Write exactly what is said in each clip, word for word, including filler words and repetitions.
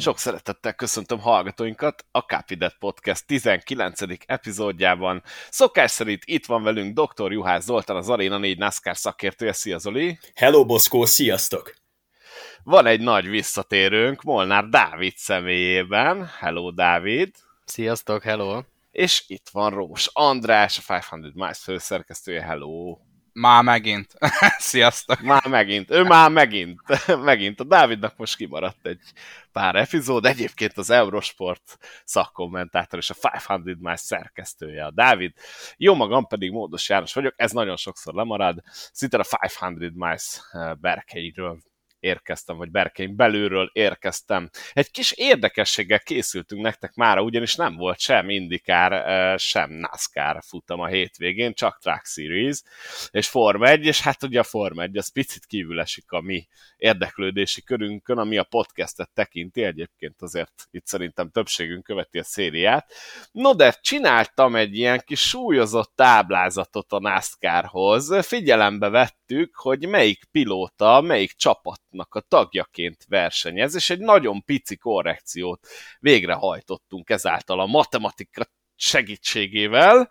Sok szeretettel köszöntöm hallgatóinkat a Cuphead Podcast tizenkilencedik epizódjában. Szokás szerint itt van velünk doktor Juhász Zoltán, az Arena négy NASCAR szakértője. Szia Zoli! Hello Boszkó, sziasztok! Van egy nagy visszatérőnk, Molnár Dávid személyében. Hello Dávid! Sziasztok, hello! És itt van Rós András, a ötszáz Miles főszerkesztője. Hello! Már megint. Sziasztok! Már megint. Ő már megint. megint. A Dávidnak most kimaradt egy pár epizód. Egyébként az Eurosport szakkommentátor és a ötszáz Miles szerkesztője a Dávid. Jó magam pedig Módos János vagyok. Ez nagyon sokszor lemarad. Szinte a ötszáz Miles berkeiről érkeztem, vagy berkein belülről érkeztem. Egy kis érdekességgel készültünk nektek mára, ugyanis nem volt sem IndyCar, sem NASCAR futam a hétvégén, csak Truck Series és Forma egy, és hát ugye a Forma egy az picit kívül esik a mi érdeklődési körünkön, ami a podcastet tekinti, egyébként azért itt szerintem többségünk követi a szériát. No de csináltam egy ilyen kis súlyozott táblázatot a NASCAR-hoz, figyelembe vettük, hogy melyik pilóta, melyik csapatnak a tagjaként versenyez, és egy nagyon pici korrekciót végrehajtottunk ezáltal a matematika segítségével,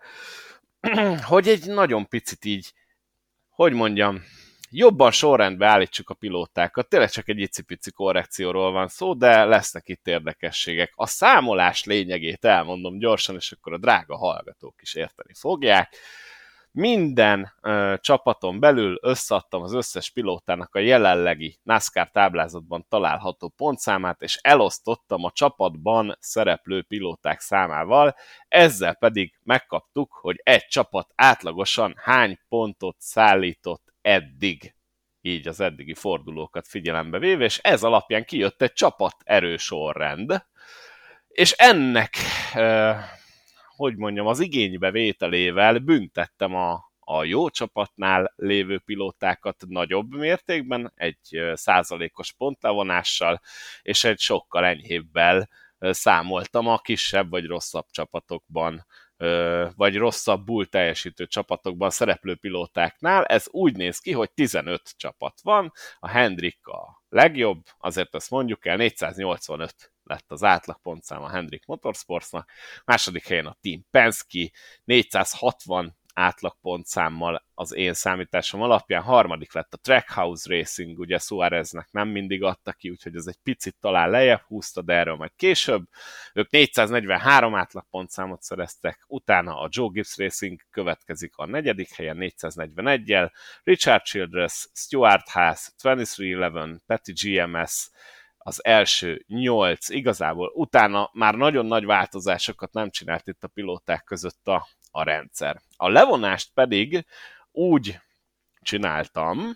hogy egy nagyon picit így, hogy mondjam, jobban sorrendbe állítsuk a pilótákat. Tényleg csak egy icipici korrekcióról van szó, de lesznek itt érdekességek. A számolás lényegét elmondom gyorsan, és akkor a drága hallgatók is érteni fogják. Minden ö, csapaton belül összeadtam az összes pilótának a jelenlegi NASCAR táblázatban található pontszámát, és elosztottam a csapatban szereplő pilóták számával, ezzel pedig megkaptuk, hogy egy csapat átlagosan hány pontot szállított eddig, így az eddigi fordulókat figyelembe véve, és ez alapján kijött egy csapat erősorrend, és ennek... Ö, hogy mondjam, az igénybe vételével büntettem a, a jó csapatnál lévő pilótákat nagyobb mértékben, egy százalékos pontlevonással, és egy sokkal enyhébbel számoltam a kisebb vagy rosszabb csapatokban, vagy rosszabbul teljesítő csapatokban szereplő pilótáknál. Ez úgy néz ki, hogy tizenöt csapat van, a Hendrick a legjobb, azért ezt mondjuk el, négyszáznyolcvanöt lett az átlagpontszám a Hendrick Motorsportsnak, második helyen a Team Penske, négyszázhatvan átlagpontszámmal az én számításom alapján, harmadik lett a Trackhouse Racing, ugye Suáreznek nem mindig adta ki, úgyhogy ez egy picit talán lejjebb húzta, de erről majd később. Ők négyszáznegyvenhárom átlagpontszámot szereztek, utána a Joe Gibbs Racing következik a negyedik helyen négyszáznegyvenegyel, Richard Childress, Stuart Haas, huszonhárom tizenkettő, Petty gé em es, az első nyolc, igazából utána már nagyon nagy változásokat nem csinált itt a pilóták között a, a rendszer. A levonást pedig úgy csináltam,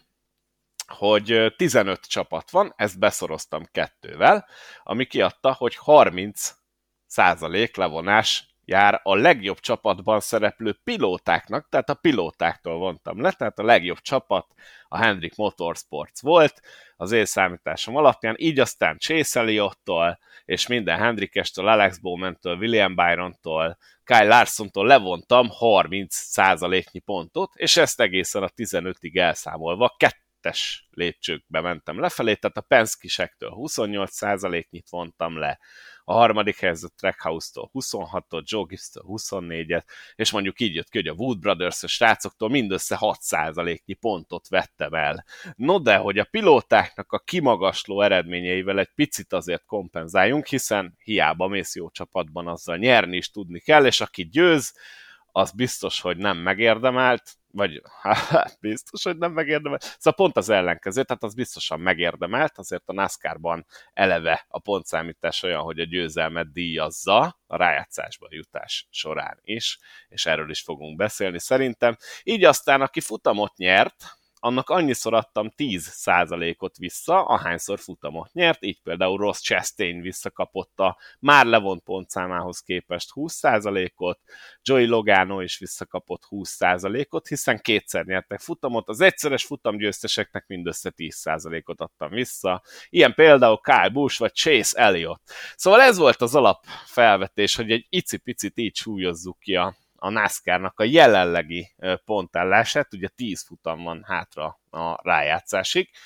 hogy tizenöt csapat van, ezt beszoroztam kettővel, ami kiadta, hogy harminc százalék levonás jár a legjobb csapatban szereplő pilótáknak, tehát a pilótáktól vontam le, tehát a legjobb csapat a Hendrick Motorsports volt, az én számításom alapján, így aztán Chase Elliottól, és minden Hendrickestől, Alex Bowmantől, William Byrontól, Kyle Larsontól levontam harminc százaléknyi pontot, és ezt egészen a tizenötig elszámolva kettes lépcsőkbe mentem lefelé, tehát a Penske-sektől huszonnyolc százaléknyit vontam le, a harmadik helyzet Trackhouse-tól huszonhatot, Joe Gibbs-től huszonnégyet, és mondjuk így jött ki, hogy a Wood Brothers-ös srácoktól mindössze hat százaléknyi pontot vettem el. No de, hogy a pilótáknak a kimagasló eredményeivel egy picit azért kompenzáljunk, hiszen hiába mész jó csapatban, azzal nyerni is tudni kell, és aki győz, az biztos, hogy nem megérdemelt, vagy hát biztos, hogy nem megérdemelt. Szóval pont az ellenkező, tehát az biztosan megérdemelt, azért a NASCAR-ban eleve a pontszámítás olyan, hogy a győzelmet díjazza a rájátszásba jutás során is, és erről is fogunk beszélni szerintem. Így aztán, aki futamot nyert, annak annyiszor adtam tíz százalékot vissza, ahányszor futamot nyert, így például Ross Chastain visszakapott a már levont pontszámához képest húsz százalékot, Joey Logano is visszakapott húsz százalékot, hiszen kétszer nyertek futamot, az egyszeres futamgyőzteseknek mindössze tíz százalékot adtam vissza, ilyen például Kyle Busch vagy Chase Elliott. Szóval ez volt az alapfelvetés, hogy egy icipicit így súlyozzuk ki a a NASCAR-nak a jelenlegi pontállását, ugye tíz futam van hátra a rájátszásig,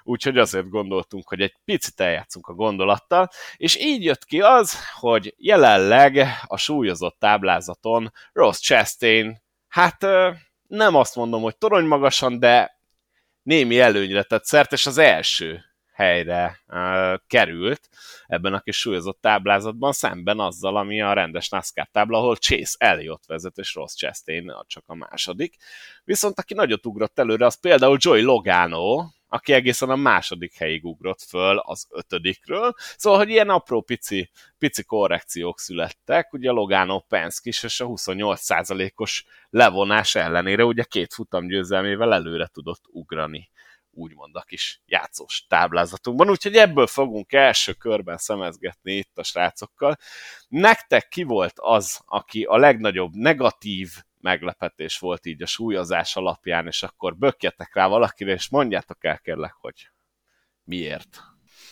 úgyhogy azért gondoltunk, hogy egy picit eljátszunk a gondolattal, és így jött ki az, hogy jelenleg a súlyozott táblázaton Ross Chastain, hát nem azt mondom, hogy torony magasan, de némi előnyre tett szert, és az első helyre uh, került ebben a kis súlyozott táblázatban, szemben azzal, ami a rendes NASCAR tábla, ahol Chase Elliott vezet, és Ross Chastain csak a második. Viszont aki nagyot ugrott előre, az például Joey Logano, aki egészen a második helyig ugrott föl az ötödikről. Szóval, hogy ilyen apró pici, pici korrekciók születtek, ugye a Logano Penske is, és a huszonnyolc százalékos levonás ellenére ugye két futam győzelmével előre tudott ugrani, úgymond a kis játszós táblázatunkban. Úgyhogy ebből fogunk első körben szemezgetni itt a srácokkal. Nektek ki volt az, aki a legnagyobb negatív meglepetés volt így a súlyozás alapján, és akkor bökjetek rá valakire, és mondjátok el kérlek, hogy miért.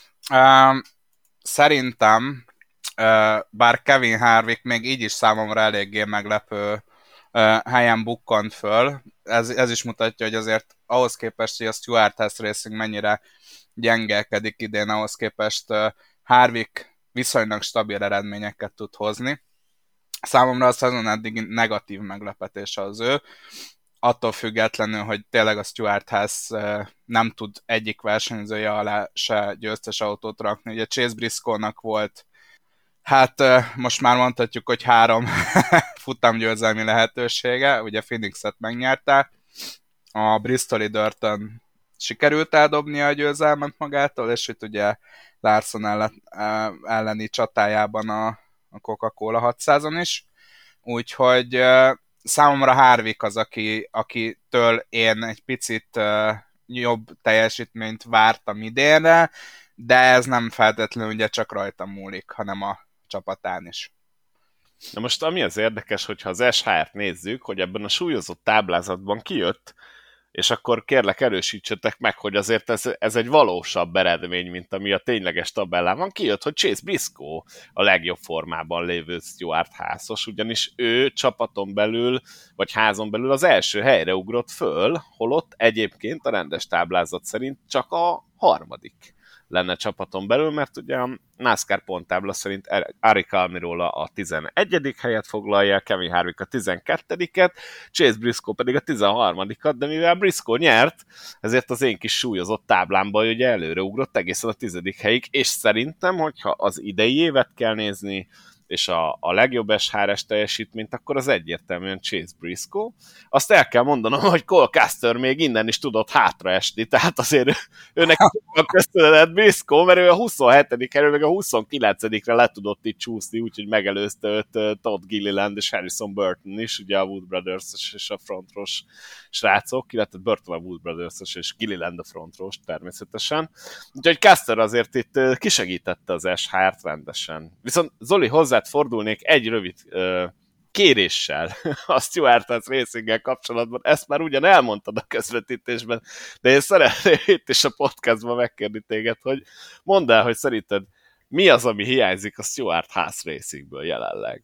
Um, szerintem, uh, bár Kevin Harvick még így is számomra eléggé meglepő uh, helyen bukkant föl, ez, ez is mutatja, hogy azért ahhoz képest, hogy a Stewart-Haas Racing mennyire gyengelkedik idén, ahhoz képest uh, Harvick viszonylag stabil eredményeket tud hozni. Számomra a szezon eddig negatív meglepetés az ő, attól függetlenül, hogy tényleg a Stewart-Haas nem tud egyik versenyzője alá se győztes autót rakni. Ugye Chase Briscoe-nak volt, hát most már mondhatjuk, hogy három futamgyőzelmi lehetősége, ugye Phoenixet megnyerte, a Bristoli Dirton sikerült eldobnia a győzelmet magától, és itt ugye Larson ellen, elleni csatájában a, a Coca-Cola hatszázon is, úgyhogy uh, számomra Harvick az, aki, akitől én egy picit uh, jobb teljesítményt vártam idénre, de ez nem feltétlenül ugye csak rajta múlik, hanem a csapatán is. Na most ami az érdekes, hogyha az es há er-t nézzük, hogy ebben a súlyozott táblázatban kijött, és akkor kérlek erősítsetek meg, hogy azért ez, ez egy valósabb eredmény, mint ami a tényleges tabellában kijött, hogy Chase Briscoe a legjobb formában lévő Stewart-Haasos, ugyanis ő csapaton belül, vagy házon belül az első helyre ugrott föl, holott egyébként a rendes táblázat szerint csak a harmadik lenne csapaton belül, mert ugye a NASCAR ponttábla szerint Arik Almirola a tizenegyedik helyet foglalja, Kevin Harvick a tizenkettediket, Chase Briscoe pedig a tizenharmadikat, de mivel Briscoe nyert, ezért az én kis súlyozott táblámban ugye előreugrott egészen a tizedik helyig, és szerintem, hogyha az idei évet kell nézni, és a, a legjobb es há er-es teljesítményt, akkor az egyértelműen Chase Briscoe. Azt el kell mondanom, hogy Cole Custer még innen is tudott hátraesni, tehát azért ő, őnek a köszönhet Briscoe, mert ő a huszonhetedik helyről, meg a huszonkilencedikre le tudott itt csúszni, úgyhogy megelőzte őt Todd Gilliland és Harrison Burton is, ugye a Wood Brothers és a front row srácok, illetve Burton a Wood Brothers és Gilliland a front row természetesen. Úgyhogy Custer azért itt kisegítette az es há er-t rendesen. Viszont Zoli, hozzá fordulnék egy rövid uh, kéréssel a Stewart-Haas Racinggel kapcsolatban. Ezt már ugyan elmondtad a közvetítésben, de én szeretném itt is a podcastban megkérni téged, hogy mondd el, hogy szerinted mi az, ami hiányzik a Stewart-Haas Racingből jelenleg?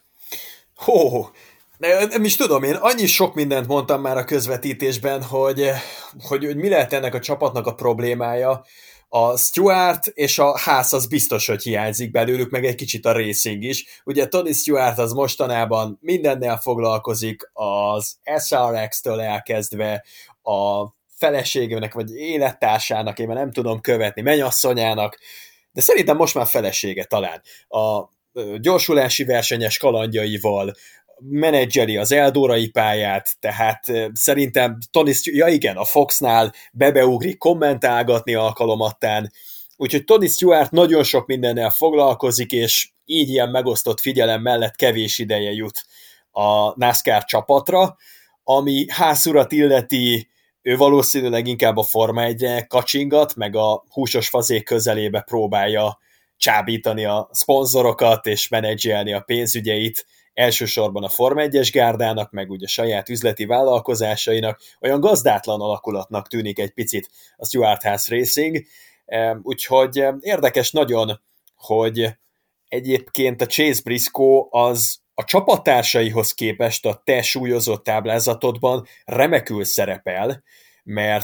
Hó, nem is tudom, én annyi sok mindent mondtam már a közvetítésben, hogy, hogy, hogy mi lehet ennek a csapatnak a problémája. A Stewart és a Haas az biztos, hogy hiányzik belőlük, meg egy kicsit a Racing is. Ugye Tony Stewart az mostanában mindennel foglalkozik, az es er iksz-től elkezdve a feleségének, vagy élettársának, én már nem tudom követni, mennyasszonyának, de szerintem most már felesége talán. A gyorsulási versenyes kalandjaival, menedzseri az eldórai pályát, tehát szerintem Tony Stewart, ja igen, a Foxnál bebeugrik kommentálgatni alkalomattán, úgyhogy Tony Stewart nagyon sok mindennel foglalkozik, és így ilyen megosztott figyelem mellett kevés ideje jut a NASCAR csapatra, ami Haas urat illeti, ő valószínűleg inkább a Forma egyre kacsingat, meg a húsos fazék közelébe próbálja csábítani a szponzorokat, és menedzselni a pénzügyeit, elsősorban a Forma egyes gárdának, meg ugye saját üzleti vállalkozásainak, olyan gazdátlan alakulatnak tűnik egy picit a Stewart-Haas Racing, úgyhogy érdekes nagyon, hogy egyébként a Chase Briscoe az a csapattársaihoz képest a te súlyozott táblázatodban remekül szerepel, mert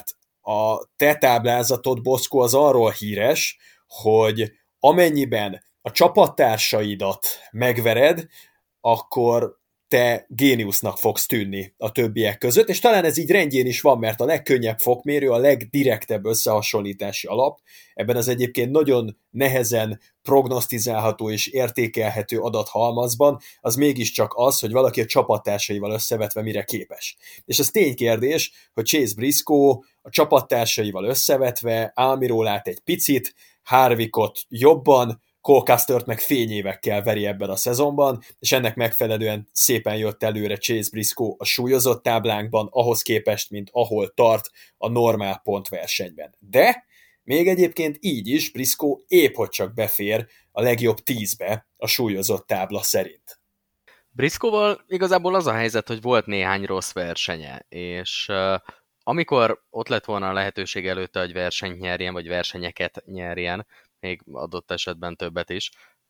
a te táblázatod, Boszkó, az arról híres, hogy amennyiben a csapattársaidat megvered, akkor te géniusznak fogsz tűnni a többiek között, és talán ez így rendjén is van, mert a legkönnyebb fokmérő, a legdirektebb összehasonlítási alap, ebben az egyébként nagyon nehezen prognosztizálható és értékelhető adathalmazban, az mégiscsak az, hogy valaki a csapattársaival összevetve mire képes. És ez ténykérdés, hogy Chase Briscoe a csapattársaival összevetve Almirólát egy picit, Harvickot jobban, Cole Custert meg fényévekkel veri ebben a szezonban, és ennek megfelelően szépen jött előre Chase Briscoe a súlyozott táblánkban, ahhoz képest, mint ahol tart a normál pontversenyben. De még egyébként így is Briscoe épp hogy csak befér a legjobb tízbe a súlyozott tábla szerint. Briscoe-val igazából az a helyzet, hogy volt néhány rossz versenye, és uh, amikor ott lett volna a lehetőség előtte, hogy versenyt nyerjen, vagy versenyeket nyerjen, még adott esetben többet is,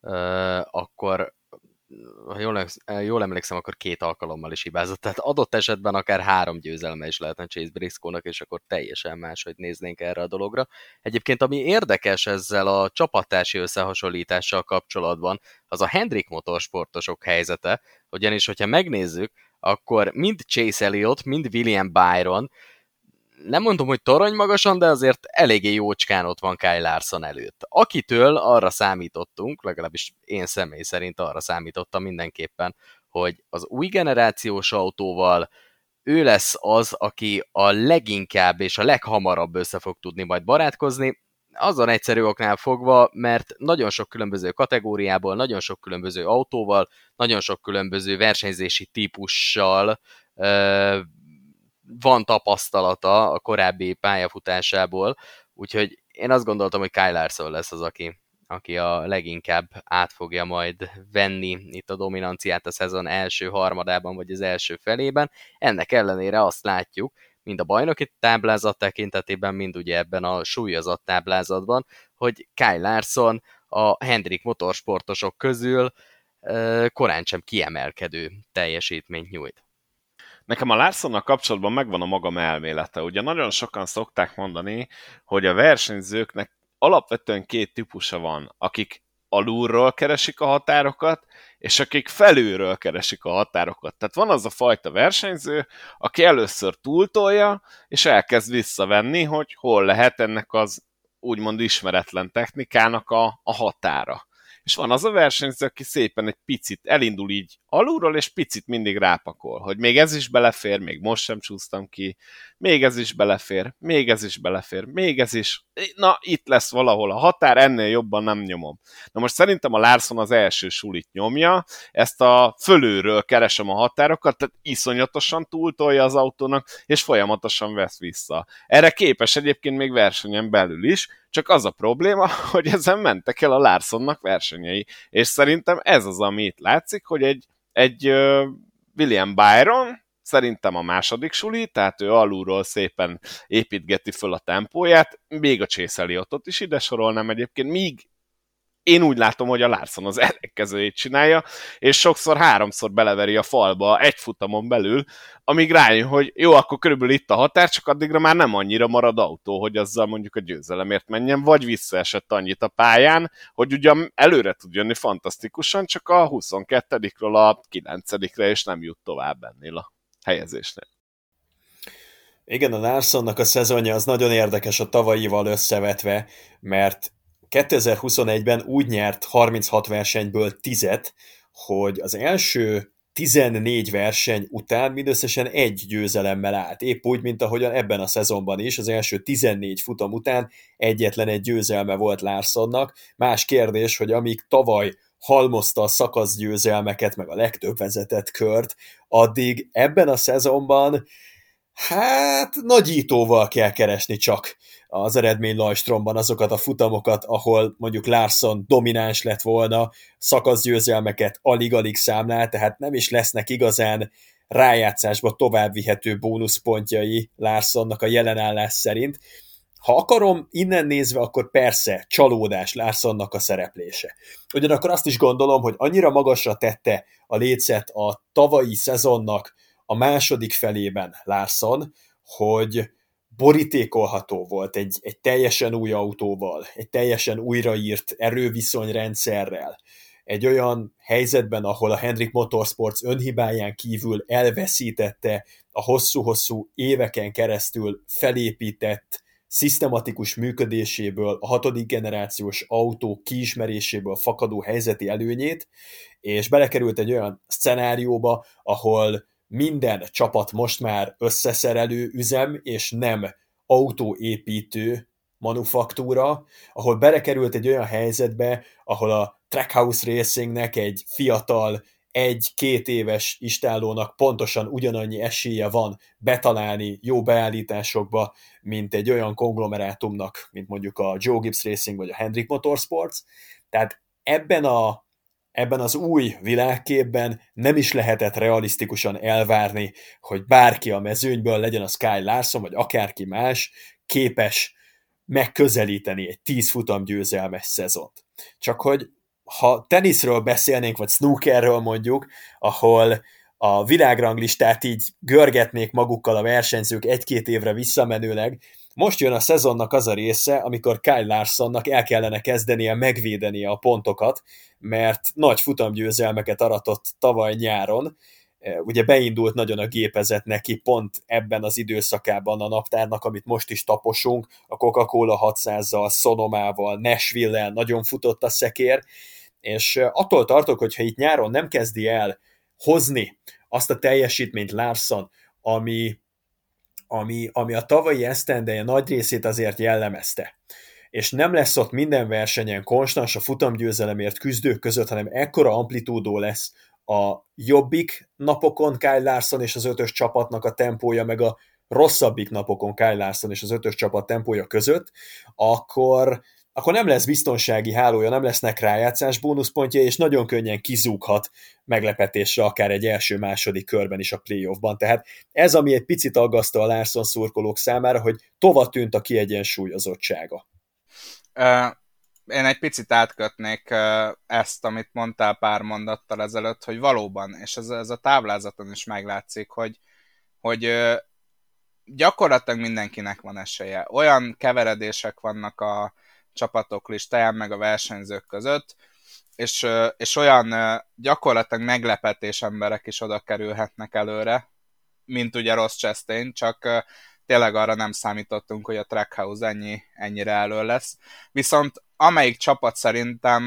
akkor, ha jól, jól emlékszem, akkor két alkalommal is hibázott. Tehát adott esetben akár három győzelme is lehetne Chase Briscoe-nak, és akkor teljesen máshogy néznénk erre a dologra. Egyébként, ami érdekes ezzel a csapattársi összehasonlítással kapcsolatban, az a Hendrick motorsportosok helyzete, ugyanis, hogyha megnézzük, akkor mind Chase Elliott, mind William Byron, nem mondom, hogy torony magasan, de azért eléggé jócskán ott van Kyle Larson előtt. Akitől arra számítottunk, legalábbis én személy szerint arra számítottam mindenképpen, hogy az új generációs autóval ő lesz az, aki a leginkább és a leghamarabb össze fog tudni majd barátkozni, azon egyszerű oknál fogva, mert nagyon sok különböző kategóriából, nagyon sok különböző autóval, nagyon sok különböző versenyzési típussal euh, van tapasztalata a korábbi pályafutásából, úgyhogy én azt gondoltam, hogy Kyle Larson lesz az, aki, aki a leginkább át fogja majd venni itt a dominanciát a szezon első harmadában, vagy az első felében. Ennek ellenére azt látjuk, mind a bajnoki táblázat tekintetében, mind ugye ebben a súlyozott táblázatban, hogy Kyle Larson a Hendrick motorsportosok közül korán sem kiemelkedő teljesítményt nyújt. Nekem a Larsonnal kapcsolatban megvan a magam elmélete. Ugye nagyon sokan szokták mondani, hogy a versenyzőknek alapvetően két típusa van, akik alulról keresik a határokat, és akik felülről keresik a határokat. Tehát van az a fajta versenyző, aki először túltolja, és elkezd visszavenni, hogy hol lehet ennek az úgymond ismeretlen technikának a, a határa. És van az a versenyző, aki szépen egy picit elindul így alulról, és picit mindig rápakol, hogy még ez is belefér, még most sem csúsztam ki, még ez is belefér, még ez is belefér, még ez is, na itt lesz valahol a határ, ennél jobban nem nyomom. Na most szerintem a Larson az első sulit nyomja, ezt a fölülről keresem a határokat, tehát iszonyatosan túltolja az autónak, és folyamatosan vesz vissza. Erre képes egyébként még versenyen belül is, csak az a probléma, hogy ezen mentek el a Larsonnak versenyei, és szerintem ez az, ami itt látszik, hogy egy, egy uh, William Byron, szerintem a második suli, tehát ő alulról szépen építgeti föl a tempóját, még a Chase Elliotot is ide sorolnám egyébként, míg én úgy látom, hogy a Larson az ellenkezőjét csinálja, és sokszor háromszor beleveri a falba egy futamon belül, amíg rájön, hogy jó, akkor körülbelül itt a határ, csak addigra már nem annyira marad autó, hogy azzal mondjuk a győzelemért menjen, vagy visszaesett annyit a pályán, hogy ugyan előre tud jönni fantasztikusan, csak a huszonkettedikről a kilencedikre, és nem jut tovább ennél a helyezésnél. Igen, a Larsonnak a szezonja az nagyon érdekes a tavalyival összevetve, mert kétezer-huszonegyben úgy nyert harminchat versenyből tízet, hogy az első tizennégy verseny után mindösszesen egy győzelemmel állt. Épp úgy, mint ahogyan ebben a szezonban is, az első tizennégy futam után egyetlen egy győzelme volt Larsonnak. Más kérdés, hogy amíg tavaly halmozta a szakaszgyőzelmeket, meg a legtöbb vezetett kört, addig ebben a szezonban hát nagyítóval kell keresni csak az eredmény Lajstromban azokat a futamokat, ahol mondjuk Larson domináns lett volna, szakaszgyőzelmeket alig-alig számlál, tehát nem is lesznek igazán rájátszásba továbbvihető bónuszpontjai Larsonnak a jelenállás szerint. Ha akarom, innen nézve, akkor persze csalódás Larsonnak a szereplése. Ugyanakkor azt is gondolom, hogy annyira magasra tette a lécet a tavalyi szezonnak a második felében Larson, hogy borítékolható volt egy, egy teljesen új autóval, egy teljesen újraírt erőviszonyrendszerrel, egy olyan helyzetben, ahol a Hendrick Motorsports önhibáján kívül elveszítette a hosszú-hosszú éveken keresztül felépített, szisztematikus működéséből, a hatodik generációs autó kiismeréséből fakadó helyzeti előnyét, és belekerült egy olyan szcenárióba, ahol minden csapat most már összeszerelő üzem, és nem autóépítő manufaktúra, ahol belekerült egy olyan helyzetbe, ahol a Trackhouse Racingnek egy fiatal, egy-két éves istállónak pontosan ugyanannyi esélye van betalálni jó beállításokba, mint egy olyan konglomerátumnak, mint mondjuk a Joe Gibbs Racing vagy a Hendrick Motorsports. Tehát ebben a Ebben az új világképben nem is lehetett realisztikusan elvárni, hogy bárki a mezőnyből, legyen az Kyle Larson, vagy akárki más, képes megközelíteni egy tíz futam győzelmes szezont. Csak hogy ha teniszről beszélnénk, vagy snookerről mondjuk, ahol a világranglistát így görgetnék magukkal a versenyzők egy-két évre visszamenőleg, most jön a szezonnak az a része, amikor Kyle Larsonnak el kellene kezdenie megvédenie a pontokat, mert nagy futamgyőzelmeket aratott tavaly nyáron. Ugye beindult nagyon a gépezet neki pont ebben az időszakában a naptárnak, amit most is taposunk, a Coca-Cola hatszázzal, Sonomával, Nashville-el nagyon futott a szekér, és attól tartok, hogyha itt nyáron nem kezdi el hozni azt a teljesítményt Larson, ami Ami, ami a tavalyi esztendeje nagy részét azért jellemezte, és nem lesz ott minden versenyen konstans a futamgyőzelemért küzdők között, hanem ekkora amplitúdó lesz a jobbik napokon Kyle Larson és az ötös csapatnak a tempója, meg a rosszabbik napokon Kyle Larson és az ötös csapat tempója között, akkor, akkor nem lesz biztonsági hálója, nem lesznek rájátszás bónuszpontja, és nagyon könnyen kizúghat meglepetésre akár egy első-második körben is a playoffban. Tehát ez, ami egy picit aggasztó a Larson szurkolók számára, hogy tova tűnt a kiegyensúlyozottsága. Uh, én egy picit átkötnék uh, ezt, amit mondtál pár mondattal ezelőtt, hogy valóban, és ez, ez a táblázaton is meglátszik, hogy, hogy uh, gyakorlatilag mindenkinek van esélye. Olyan keveredések vannak a csapatok listáján, meg a versenyzők között, és, és olyan gyakorlatilag meglepetés emberek is oda kerülhetnek előre, mint ugye Ross Chastain, csak tényleg arra nem számítottunk, hogy a Trackhouse ennyi, ennyire elő lesz. Viszont amelyik csapat szerintem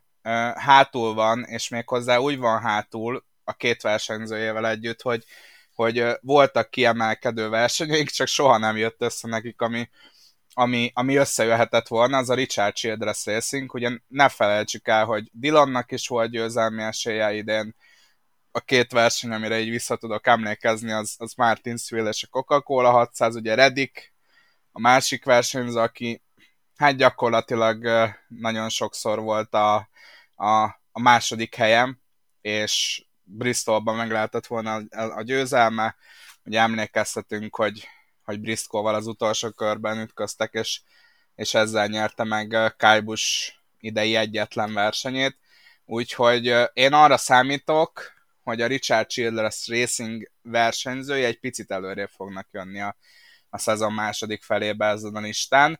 hátul van, és méghozzá úgy van hátul a két versenyzőjével együtt, hogy, hogy voltak kiemelkedő versenyeik, csak soha nem jött össze nekik, ami Ami, ami összejöhetett volna, az a Richard Childress Racing. Ugye ne felejtsük el, hogy Dillonnak is volt győzelmi esélye idén. A két verseny, amire így vissza tudok emlékezni, az, az Martinsville és a Coca-Cola hatszáz, ugye Reddick, a másik versenyző, aki hát gyakorlatilag nagyon sokszor volt a, a, a második helyem, és Bristolban meg lehetett volna a, a győzelme. Ugye emlékeztetünk, hogy hogy Briscoe-val az utolsó körben ütköztek, és, és ezzel nyerte meg Kyle Busch idei egyetlen versenyét. Úgyhogy én arra számítok, hogy a Richard Childress Racing versenyzői egy picit előrébb fognak jönni a, a szezon második felébe ezen a listán.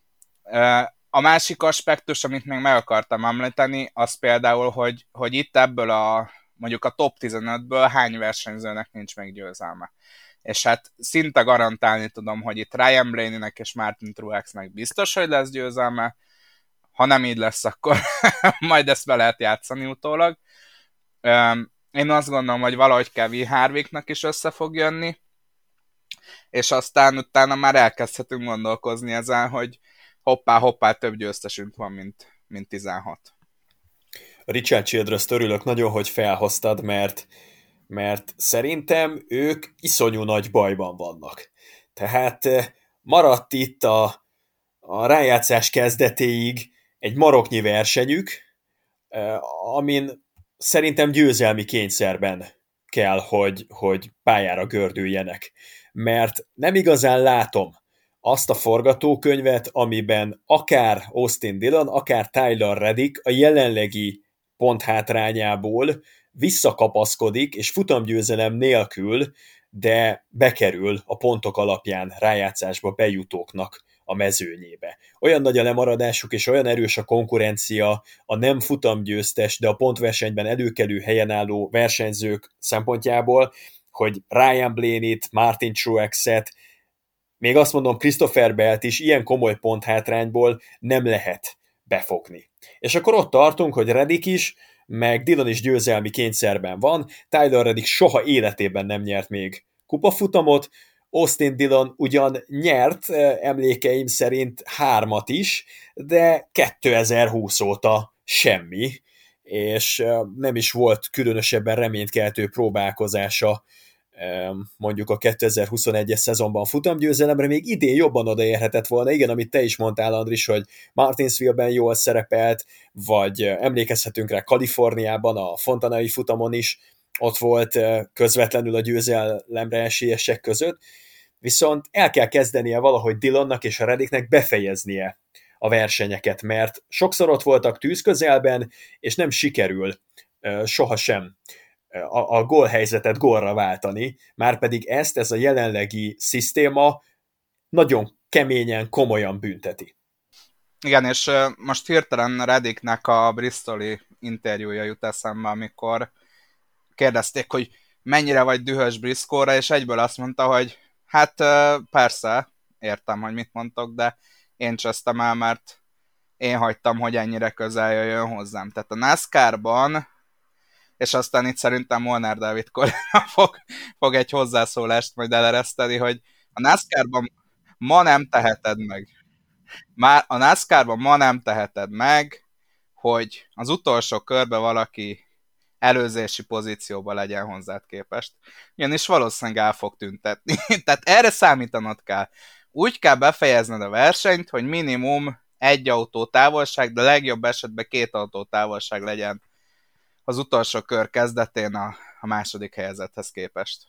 A másik aspektus, amit még meg akartam említeni, az például, hogy, hogy itt ebből a mondjuk a top tizenötből hány versenyzőnek nincs még győzelme. És hát szinte garantálni tudom, hogy itt Ryan Blaney-nek és Martin Truexnek biztos, hogy lesz győzelme. Ha nem így lesz, akkor majd ezt be lehet játszani utólag. Én azt gondolom, hogy valahogy Kevin Harvicknak is össze fog jönni, és aztán utána már elkezdhetünk gondolkozni ezen, hogy hoppá-hoppá több győztesünk van, mint, mint tizenhat. Richard Childress-t örülök nagyon, hogy felhoztad, mert mert szerintem ők iszonyú nagy bajban vannak. Tehát maradt itt a, a rájátszás kezdetéig egy maroknyi versenyük, amin szerintem győzelmi kényszerben kell, hogy, hogy pályára gördüljenek. Mert nem igazán látom azt a forgatókönyvet, amiben akár Austin Dillon, akár Tyler Reddick a jelenlegi ponthátrányából visszakapaszkodik, és futamgyőzelem nélkül de bekerül a pontok alapján rájátszásba bejutóknak a mezőnyébe. Olyan nagy a lemaradásuk, és olyan erős a konkurencia a nem futamgyőztes, de a pontversenyben előkelő helyen álló versenyzők szempontjából, hogy Ryan Blaney-t, Martin Truex-et, még azt mondom Christopher Belt is ilyen komoly ponthátrányból nem lehet befogni. És akkor ott tartunk, hogy Reddick is, meg Dillon is győzelmi kényszerben van, Tyler Reddick soha életében nem nyert még kupafutamot, Austin Dillon ugyan nyert emlékeim szerint hármat is, de kétezer-húsz óta semmi, és nem is volt különösebben reménykeltő próbálkozása mondjuk a kétezer-huszonegyes szezonban futamgyőzelemre, még idén jobban odaérhetett volna, igen, amit te is mondtál, Andris, hogy Martinsville-ben jól szerepelt, vagy emlékezhetünk rá Kaliforniában, a Fontanai futamon is ott volt közvetlenül a győzelemre esélyesek között, viszont el kell kezdenie valahogy Dillonnak és a Reddicknek befejeznie a versenyeket, mert sokszor ott voltak tűzközelben, és nem sikerül sohasem a, a gólhelyzetet gólra váltani, márpedig ezt ez a jelenlegi szisztéma nagyon keményen, komolyan bünteti. Igen, és uh, most hirtelen Reddicknek a Bristoli interjúja jut eszembe, amikor kérdezték, hogy mennyire vagy dühös Briscoe-ra, és egyből azt mondta, hogy hát uh, persze, értem, hogy mit mondtok, de én csesztem el, mert én hagytam, hogy ennyire közel jöjjön hozzám. Tehát a NASCAR-ban, és aztán itt szerintem Molnár Dávid kolléga fog, fog egy hozzászólást majd elereszteni, hogy a NASCAR-ban ma nem teheted meg. Már a NASCAR-ban ma nem teheted meg, hogy az utolsó körben valaki előzési pozícióban legyen hozzád képest. Ugyanis valószínűleg el fog tüntetni. Tehát erre számítanod kell. Úgy kell befejezned a versenyt, hogy minimum egy autó távolság, de legjobb esetben két autó távolság legyen az utolsó kör kezdetén a, a második helyezetthez képest.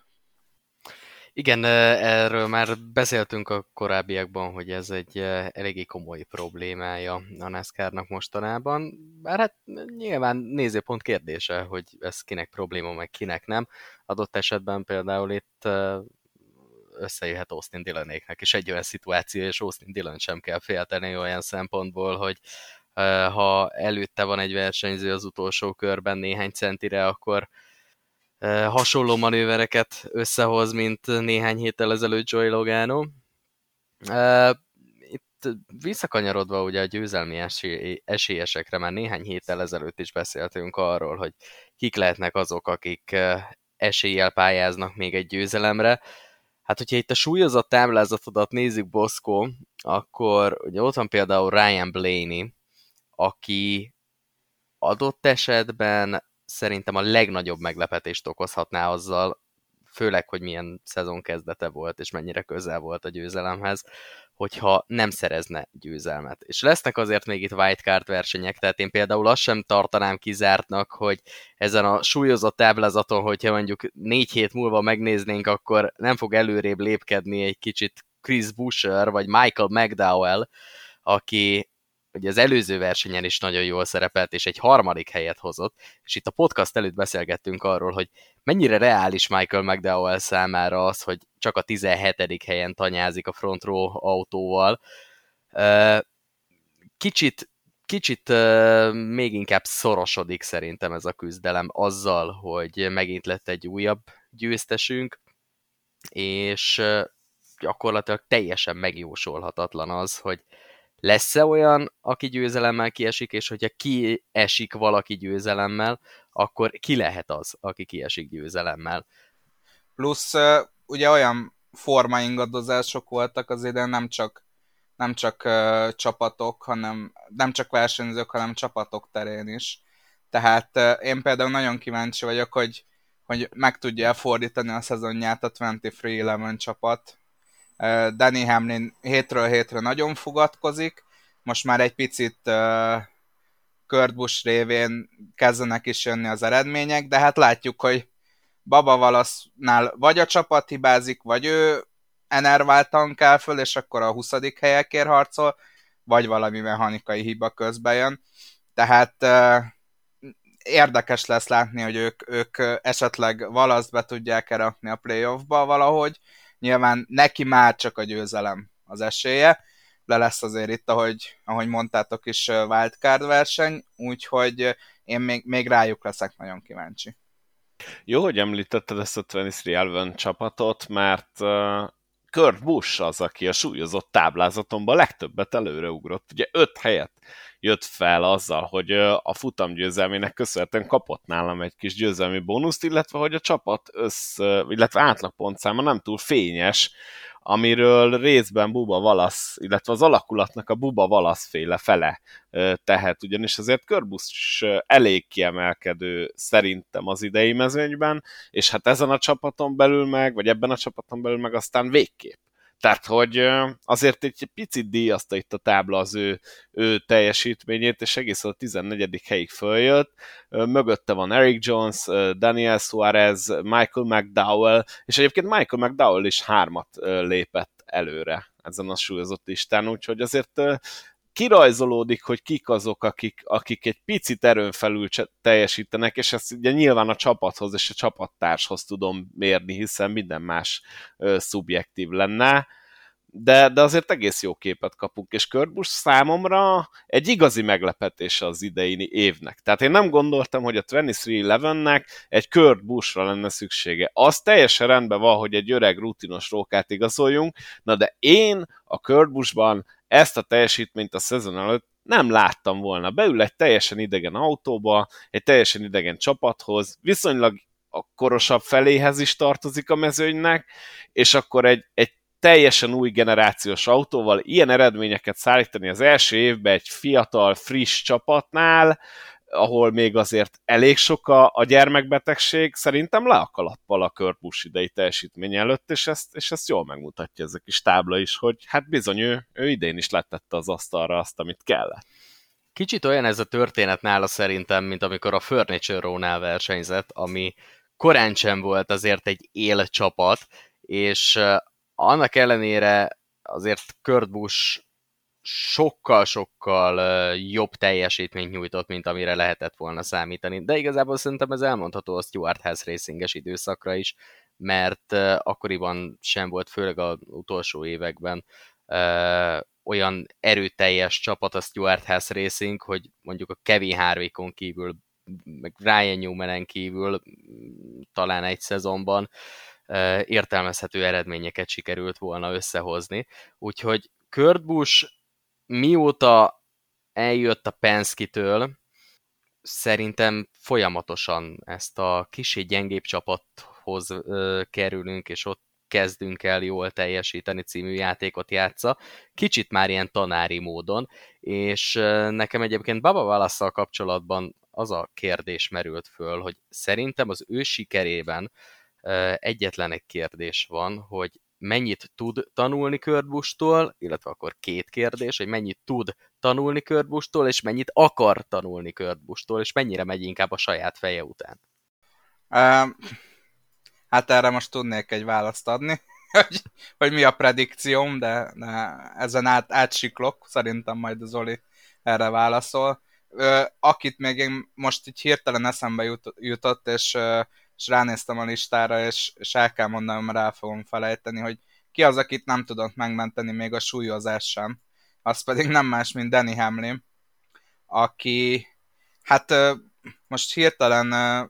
Igen, erről már beszéltünk a korábbiakban, hogy ez egy eléggé komoly problémája a NASCAR-nak mostanában. Bár hát nyilván nézőpont kérdése, hogy ez kinek probléma, meg kinek nem. Adott esetben például itt összejöhet Austin Dillonéknek is egy olyan szituáció, és Austin Dillon sem kell félteni olyan szempontból, hogy ha előtte van egy versenyző az utolsó körben néhány centire, akkor hasonló manővereket összehoz, mint néhány héttel ezelőtt Joey Logano. Itt visszakanyarodva ugye a győzelmi esély, esélyesekre már néhány héttel ezelőtt is beszéltünk arról, hogy kik lehetnek azok, akik eséllyel pályáznak még egy győzelemre. Hát, hogyha itt a súlyozott táblázatodat nézzük, Boszkó, akkor ugye ott van például Ryan Blaney, aki adott esetben szerintem a legnagyobb meglepetést okozhatná azzal, főleg, hogy milyen szezon kezdete volt, és mennyire közel volt a győzelemhez, hogyha nem szerezne győzelmet. És lesznek azért még itt wildcard versenyek, tehát én például azt sem tartanám kizártnak, hogy ezen a súlyozott táblázaton, hogyha mondjuk négy hét múlva megnéznénk, akkor nem fog előrébb lépkedni egy kicsit Chris Buescher, vagy Michael McDowell, aki ugye az előző versenyen is nagyon jól szerepelt, és egy harmadik helyet hozott, és itt a podcast előtt beszélgettünk arról, hogy mennyire reális Michael McDowell számára az, hogy csak a tizenhetedik helyen tanyázik a front row autóval. Kicsit, kicsit még inkább szorosodik szerintem ez a küzdelem azzal, hogy megint lett egy újabb győztesünk, és gyakorlatilag teljesen megjósolhatatlan az, hogy lesz-e olyan, aki győzelemmel kiesik, és hogyha kiesik valaki győzelemmel, akkor ki lehet az, aki kiesik győzelemmel? Plusz ugye olyan formaingadozások voltak az idén, nem csak, nem csak uh, csapatok, hanem nem csak versenyzők, hanem csapatok terén is. Tehát uh, én például nagyon kíváncsi vagyok, hogy, hogy meg tudja fordítani a szezonját a huszonhárom tizenkettő csapat. Danny Hamlin hétről hétre nagyon fogadkozik, most már egy picit uh, Kurt Busch révén kezdenek is jönni az eredmények, de hát látjuk, hogy Baba Wallace-nál vagy a csapat hibázik, vagy ő enerváltan kell föl, és akkor a huszadik helyekért harcol, vagy valami mechanikai hiba közben jön. Tehát uh, érdekes lesz látni, hogy ők, ők esetleg Wallace-t be tudják-e rakni a playoffba valahogy. Nyilván neki már csak a győzelem az esélye, de lesz azért itt, ahogy, ahogy mondtátok is, wildcard verseny, úgyhogy én még, még rájuk leszek nagyon kíváncsi. Jó, hogy említetted ezt a huszonhárom Elven csapatot, mert uh, Kurt Busch az, aki a súlyozott táblázatomban legtöbbet előreugrott. Ugye öt helyet jött fel azzal, hogy uh, a futamgyőzelmének köszönhetően kapott nálam egy kis győzelmi bónuszt, illetve hogy a csapat össz, uh, illetve átlagpontszáma nem túl fényes, amiről részben Bubba Wallace, illetve az alakulatnak a Bubba Wallace féle fele tehet, ugyanis azért Kurt Busch elég kiemelkedő szerintem az idei mezőnyben, és hát ezen a csapaton belül meg, vagy ebben a csapaton belül meg aztán végképp. Tehát, hogy azért egy picit díjazta itt a tábla az ő, ő teljesítményét, és egészen a tizennegyedik helyig följött. Mögötte van Eric Jones, Daniel Suarez, Michael McDowell, és egyébként Michael McDowell is hármat lépett előre ezen a súlyozott listán, úgyhogy azért kirajzolódik, hogy kik azok, akik, akik egy picit erőn felül teljesítenek, és ezt ugye nyilván a csapathoz és a csapattárshoz tudom mérni, hiszen minden más ö, szubjektív lenne, de, de azért egész jó képet kapunk, és Kurt Busch számomra egy igazi meglepetés az idei évnek. Tehát én nem gondoltam, hogy a huszonhárom Elevennek egy Kurt Buschra lenne szüksége. Az teljesen rendben van, hogy egy öreg rutinos rókát igazoljunk, na de én a Kurt Buschban ezt a teljesítményt a szezon előtt nem láttam volna. Beül egy teljesen idegen autóba, egy teljesen idegen csapathoz, viszonylag a korosabb feléhez is tartozik a mezőnynek, és akkor egy, egy teljesen új generációs autóval ilyen eredményeket szállítani az első évben egy fiatal, friss csapatnál, ahol még azért elég sok a, a gyermekbetegség, szerintem le a kalappal a Kurt Busch idei teljesítmény előtt, és ezt, és ezt jól megmutatja ez a kis tábla is, hogy hát bizony ő, ő idén is letette az asztalra azt, amit kellett. Kicsit olyan ez a történet nála szerintem, mint amikor a Furniture Row-nál versenyzett, ami korán sem volt azért egy élcsapat, és annak ellenére azért Kurt Busch sokkal-sokkal jobb teljesítményt nyújtott, mint amire lehetett volna számítani. De igazából szerintem ez elmondható a Stewart Haas Racinges időszakra is, mert akkoriban sem volt, főleg az utolsó években olyan erőteljes csapat a Stewart Haas Racing, hogy mondjuk a Kevin Harvickon kívül, meg Ryan Newmanen kívül talán egy szezonban értelmezhető eredményeket sikerült volna összehozni. Úgyhogy Kurt Busch mióta eljött a Penske-től, szerintem folyamatosan ezt a kicsi gyengébb csapathoz ö, kerülünk, és ott kezdünk el jól teljesíteni című játékot játsza. Kicsit már ilyen tanári módon, és ö, nekem egyébként Bubba Wallace-szal kapcsolatban az a kérdés merült föl, hogy szerintem az ő sikerében ö, egyetlen egy kérdés van, hogy mennyit tud tanulni Kurt Busch-tól, illetve akkor két kérdés, hogy mennyit tud tanulni Kurt Busch-tól, és mennyit akar tanulni Kurt Busch-tól, és mennyire megy inkább a saját feje után. Um, hát erre most tudnék egy választ adni, hogy, hogy mi a predikcióm, de, de ezen át, átsiklok, szerintem majd Zoli erre válaszol. Ö, akit még én most így hirtelen eszembe jut, jutott, és és ránéztem a listára, és, és el kell mondanom, mert el fogom felejteni, hogy ki az, akit nem tudott megmenteni még a súlyozás sem. Az pedig nem más, mint Denny Hamlin, aki, hát most hirtelen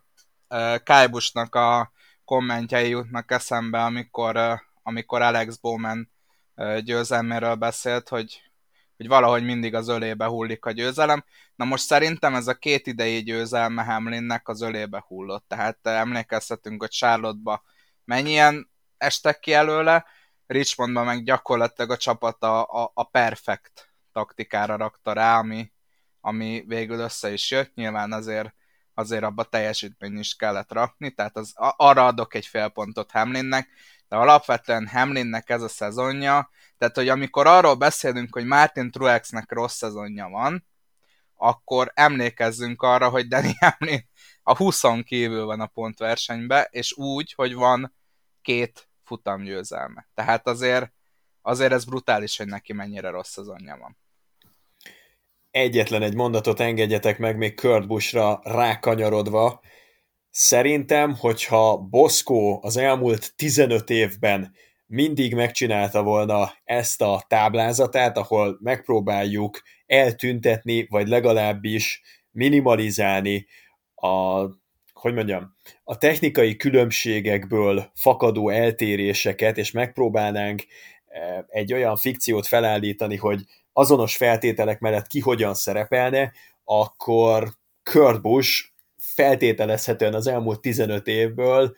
Kyle Busch-nak a kommentjei jutnak eszembe, amikor, amikor Alex Bowman győzelméről beszélt, hogy, hogy valahogy mindig az ölébe hullik a győzelem. Na most szerintem ez a két idei győzelme Hamlinnek az ölébe hullott. Tehát emlékeztetünk, hogy Charlotte-ba mennyien estek ki előle, Richmondban meg gyakorlatilag a csapat a, a, a perfekt taktikára rakta rá, ami, ami végül össze is jött. Nyilván azért, azért abba teljesítmény is kellett rakni, tehát az, arra adok egy fél pontot Hamlinnek, de alapvetően Hamlinnek ez a szezonja, tehát hogy amikor arról beszélünk, hogy Martin Truexnek rossz szezonja van, akkor emlékezzünk arra, hogy Denny Hamlin a húszon kívül van a pontversenyben, és úgy, hogy van két futamgyőzelme. Tehát azért, azért ez brutális, hogy neki mennyire rossz szezonja van. egyetlen egy mondatot engedjetek meg még Kurt Buschra rákanyarodva. Szerintem, hogyha Boszkó az elmúlt tizenöt évben mindig megcsinálta volna ezt a táblázatát, ahol megpróbáljuk eltüntetni, vagy legalábbis minimalizálni a, hogy mondjam, a technikai különbségekből fakadó eltéréseket, és megpróbálnánk egy olyan fikciót felállítani, hogy azonos feltételek mellett ki hogyan szerepelne, akkor Kurt Busch feltételezhetően az elmúlt tizenöt évből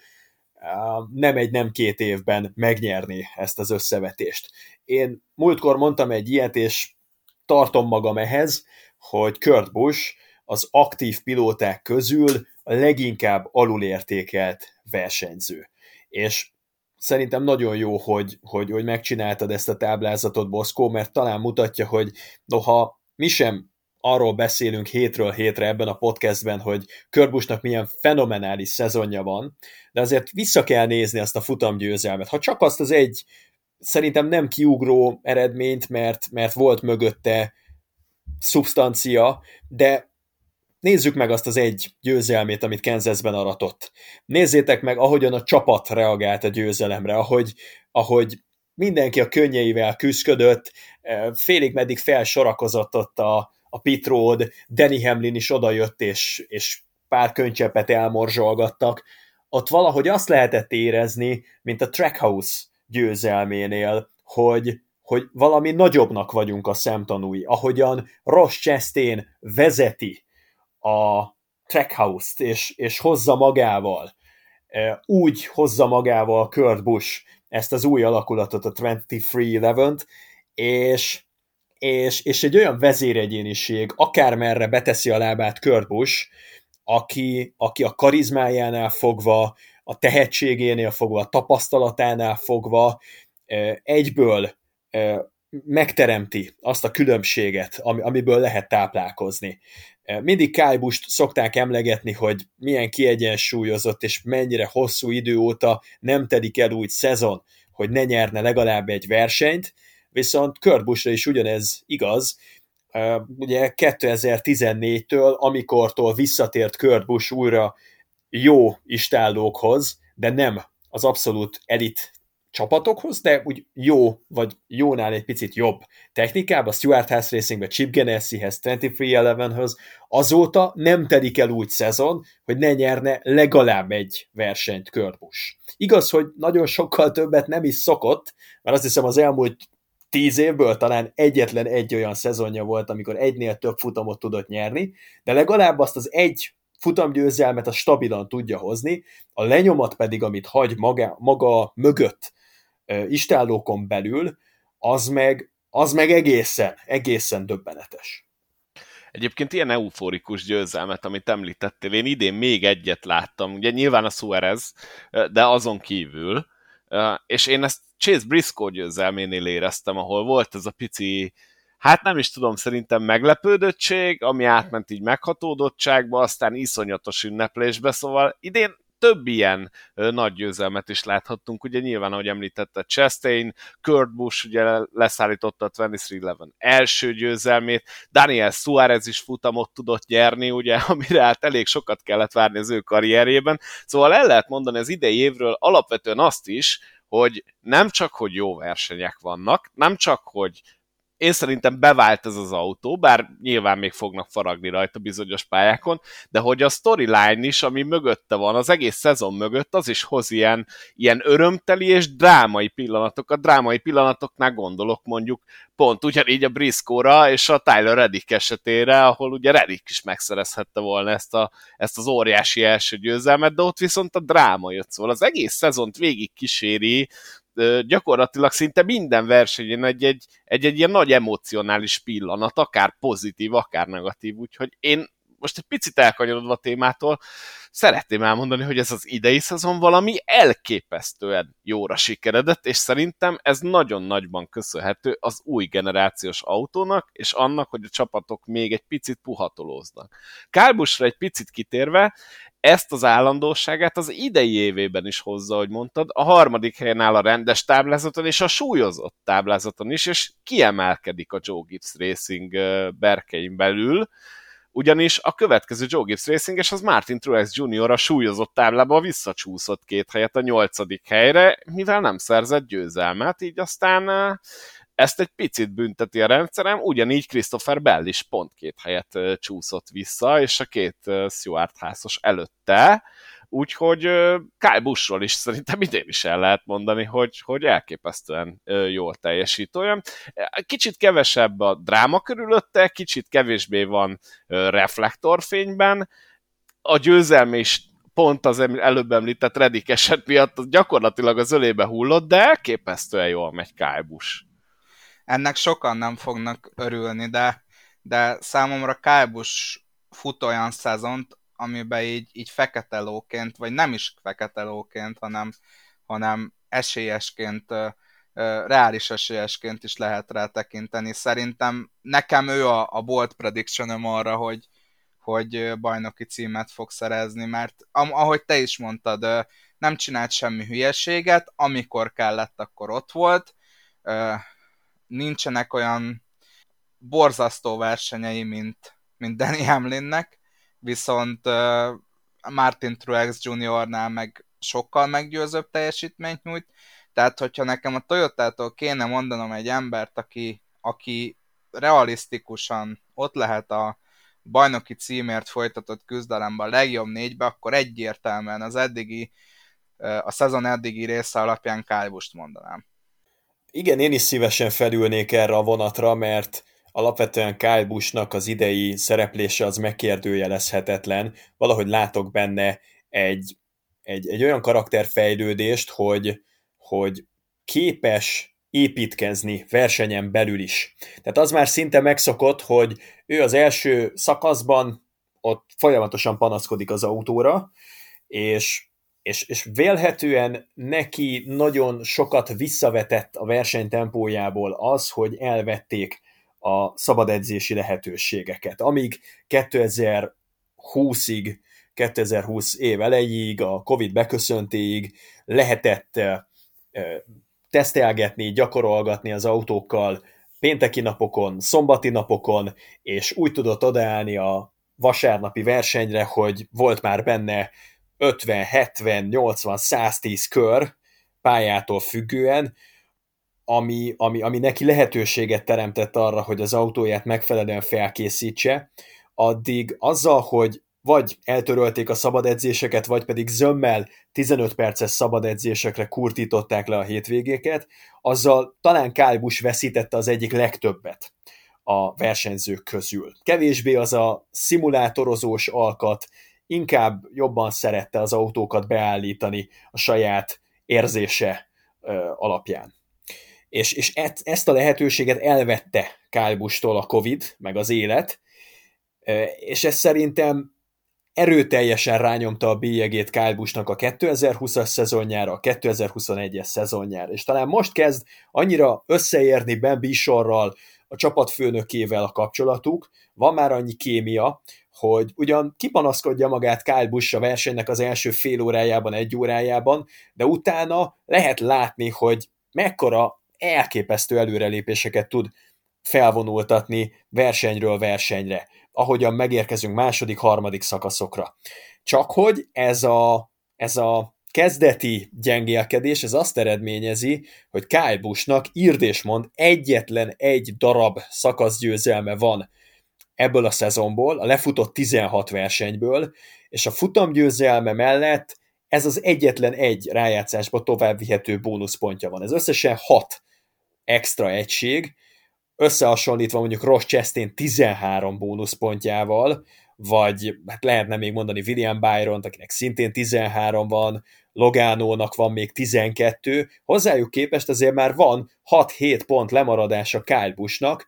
nem egy, nem két évben megnyerni ezt az összevetést. Én múltkor mondtam egy ilyet, és tartom magam ehhez, hogy Kurt Busch az aktív pilóták közül a leginkább alulértékelt versenyző. És szerintem nagyon jó, hogy, hogy, hogy megcsináltad ezt a táblázatot, Boszkó, mert talán mutatja, hogy noha mi sem arról beszélünk hétről hétre ebben a podcastben, hogy Kurt Buschnak milyen fenomenális szezonja van, de azért vissza kell nézni azt a futamgyőzelmet. Ha csak azt az egy, szerintem nem kiugró eredményt, mert, mert volt mögötte szubstancia, de nézzük meg azt az egy győzelmét, amit Kansasben aratott. Nézzétek meg, ahogyan a csapat reagált a győzelemre, ahogy, ahogy mindenki a könnyeivel küzdködött, félig meddig felsorakozott ott a, a pit road, Danny Hamlin is odajött, és, és pár könycseppet elmorzsolgattak. Ott valahogy azt lehetett érezni, mint a Trackhouse győzelménél, hogy, hogy valami nagyobbnak vagyunk a szemtanúi. Ahogyan Ross Chastain vezeti a Trackhouse-t, és, és hozza magával, úgy hozza magával Kurt Busch ezt az új alakulatot, a huszonhárom elevent, és, és, és egy olyan vezéregyéniség, akármerre beteszi a lábát Kurt Busch, aki, aki a karizmájánál fogva, a tehetségénél fogva, a tapasztalatánál fogva egyből megteremti azt a különbséget, amiből lehet táplálkozni. Mindig Kyle Busch-t szokták emlegetni, hogy milyen kiegyensúlyozott, és mennyire hosszú idő óta nem telik el úgy szezon, hogy ne nyerne legalább egy versenyt, viszont Kurt Buschra is ugyanez igaz. Ugye kétezer-tizennégytől, amikortól visszatért Kurt Busch újra jó istállókhoz, de nem az abszolút elit csapatokhoz, de úgy jó, vagy jónál egy picit jobb technikába, Stewart Haas Racingbe, Chip Ganassi-hez, huszonhárom elevens-höz, azóta nem telik el úgy szezon, hogy ne nyerne legalább egy versenyt Kurt Busch. Igaz, hogy nagyon sokkal többet nem is szokott, mert azt hiszem az elmúlt tíz évből talán egyetlen egy olyan szezonja volt, amikor egynél több futamot tudott nyerni, de legalább azt az egy futamgyőzelmet a stabilan tudja hozni, a lenyomat pedig, amit hagy maga, maga mögött uh, istállókon belül, az meg, az meg egészen, egészen döbbenetes. Egyébként ilyen euforikus győzelmet, amit említettél, én idén még egyet láttam, ugye nyilván a Suarez, de azon kívül, és én ezt Chase Briscoe győzelménél éreztem, ahol volt ez a pici, hát nem is tudom, szerintem meglepődöttség, ami átment így meghatódottságba, aztán iszonyatos ünneplésbe, szóval idén több ilyen ö, nagy győzelmet is láthattunk, ugye nyilván, ahogy említette Chastain, Kurt Busch ugye leszállította a huszonhárom eleven első győzelmét, Daniel Suarez is futamot tudott nyerni, ugye, amire hát elég sokat kellett várni az ő karrierjében, szóval el lehet mondani az idei évről alapvetően azt is, hogy nem csak, hogy jó versenyek vannak, nem csak, hogy én szerintem bevált ez az autó, bár nyilván még fognak faragni rajta bizonyos pályákon, de hogy a storyline is, ami mögötte van, az egész szezon mögött, az is hoz ilyen, ilyen örömteli és drámai pillanatokat. Drámai pillanatoknál gondolok mondjuk pont ugyanígy a Briscoe-ra és a Tyler Reddick esetére, ahol ugye Reddick is megszerezhette volna ezt, a, ezt az óriási első győzelmet, de ott viszont a dráma jött, szóval az egész szezont végig kíséri, gyakorlatilag szinte minden versenyen egy-egy, egy-egy ilyen nagy emocionális pillanat, akár pozitív, akár negatív, úgyhogy én most egy picit elkanyarodva a témától, szeretném elmondani, hogy ez az idei szezon valami elképesztően jóra sikeredett, és szerintem ez nagyon nagyban köszönhető az új generációs autónak, és annak, hogy a csapatok még egy picit puhatolóznak. Kyle Buschra egy picit kitérve, ezt az állandóságát az idei évében is hozza, hogy mondtad, a harmadik helyen áll a rendes táblázaton és a súlyozott táblázaton is, és kiemelkedik a Joe Gibbs Racing berkein belül, ugyanis a következő Joe Gibbs Racing, és az Martin Truex junior a súlyozott táblában visszacsúszott két helyet a nyolcadik helyre, mivel nem szerzett győzelmet, így aztán ezt egy picit bünteti a rendszerem, ugyanígy Christopher Bell is pont két helyet csúszott vissza, és a két Stewart házas előtte, úgyhogy Kyle Buschról is szerintem idén is el lehet mondani, hogy, hogy elképesztően jól teljesít olyan. Kicsit kevesebb a dráma körülötte, kicsit kevésbé van reflektorfényben, a győzelme is pont az előbb említett Reddick eset miatt gyakorlatilag az ölébe hullott, de elképesztően jól megy Kyle Busch. Ennek sokan nem fognak örülni, de, de számomra Kyle Busch fut olyan szezont, amiben így, így fekete lóként, vagy nem is fekete lóként, hanem, hanem esélyesként, reális esélyesként is lehet rá tekinteni. Szerintem nekem ő a, a bold prediction-öm arra, hogy, hogy bajnoki címet fog szerezni, mert ahogy te is mondtad, nem csinált semmi hülyeséget, amikor kellett, akkor ott volt, nincsenek olyan borzasztó versenyei, mint, mint Danny Hamlinnek, viszont uh, Martin Truex juniornál meg sokkal meggyőzőbb teljesítményt nyújt, tehát hogyha nekem a Toyotától kéne mondanom egy embert, aki, aki realisztikusan ott lehet a bajnoki címért folytatott küzdelemben a legjobb négybe, akkor egyértelműen az eddigi, uh, a szezon eddigi része alapján Kyle Busch-t mondanám. Igen, én is szívesen felülnék erre a vonatra, mert alapvetően Kyle Busch-nak az idei szereplése az megkérdőjelezhetetlen. Valahogy látok benne egy, egy, egy olyan karakterfejlődést, hogy, hogy képes építkezni versenyen belül is. Tehát az már szinte megszokott, hogy ő az első szakaszban ott folyamatosan panaszkodik az autóra, és És, és vélhetően neki nagyon sokat visszavetett a verseny tempójából az, hogy elvették a szabadedzési lehetőségeket. Amíg kétezer-húszig, kétezer-húsz év elejéig, a Covid beköszöntéig lehetett tesztelgetni, gyakorolgatni az autókkal pénteki napokon, szombati napokon, és úgy tudott odaállni a vasárnapi versenyre, hogy volt már benne ötven, hetven, nyolcvan, száztíz kör pályától függően, ami, ami, ami neki lehetőséget teremtett arra, hogy az autóját megfelelően felkészítse, addig azzal, hogy vagy eltörölték a szabad edzéseket, vagy pedig zömmel tizenöt perces szabad edzésekre kurtították le a hétvégéket, azzal talán Kyle Busch veszítette az egyik legtöbbet a versenyzők közül. Kevésbé az a szimulátorozós alkat, inkább jobban szerette az autókat beállítani a saját érzése ö, alapján. És, és et, ezt a lehetőséget elvette Kyle Busch-tól a Covid, meg az élet, ö, és ez szerintem erőteljesen rányomta a bélyegét Kyle Busch-nak a kétezer-húszas szezonjára, a kétezer-huszonegyes szezonjára, és talán most kezd annyira összeérni Ben Bichonral, a csapatfőnökével a kapcsolatuk, van már annyi kémia, hogy ugyan kipanaszkodja magát Kyle Busch a versenynek az első fél órájában, egy órájában, de utána lehet látni, hogy mekkora elképesztő előrelépéseket tud felvonultatni versenyről versenyre, ahogyan megérkezünk második, harmadik szakaszokra. Csak hogy ez a, ez a kezdeti gyengélkedés, ez azt eredményezi, hogy Kyle Busch-nak írd és mond egyetlen egy darab szakaszgyőzelme van ebből a szezonból, a lefutott tizenhat versenyből, és a futamgyőzelme mellett ez az egyetlen egy rájátszásba továbbvihető bónuszpontja van. Ez összesen hat extra egység, összehasonlítva mondjuk Ross Chastain tizenhárom bónuszpontjával, vagy hát lehetne még mondani William Byron-t, akinek szintén tizenhárom van, Logánónak van még tizenkettő, hozzájuk képest azért már van hat-hét pont lemaradása Kyle Busch-nak,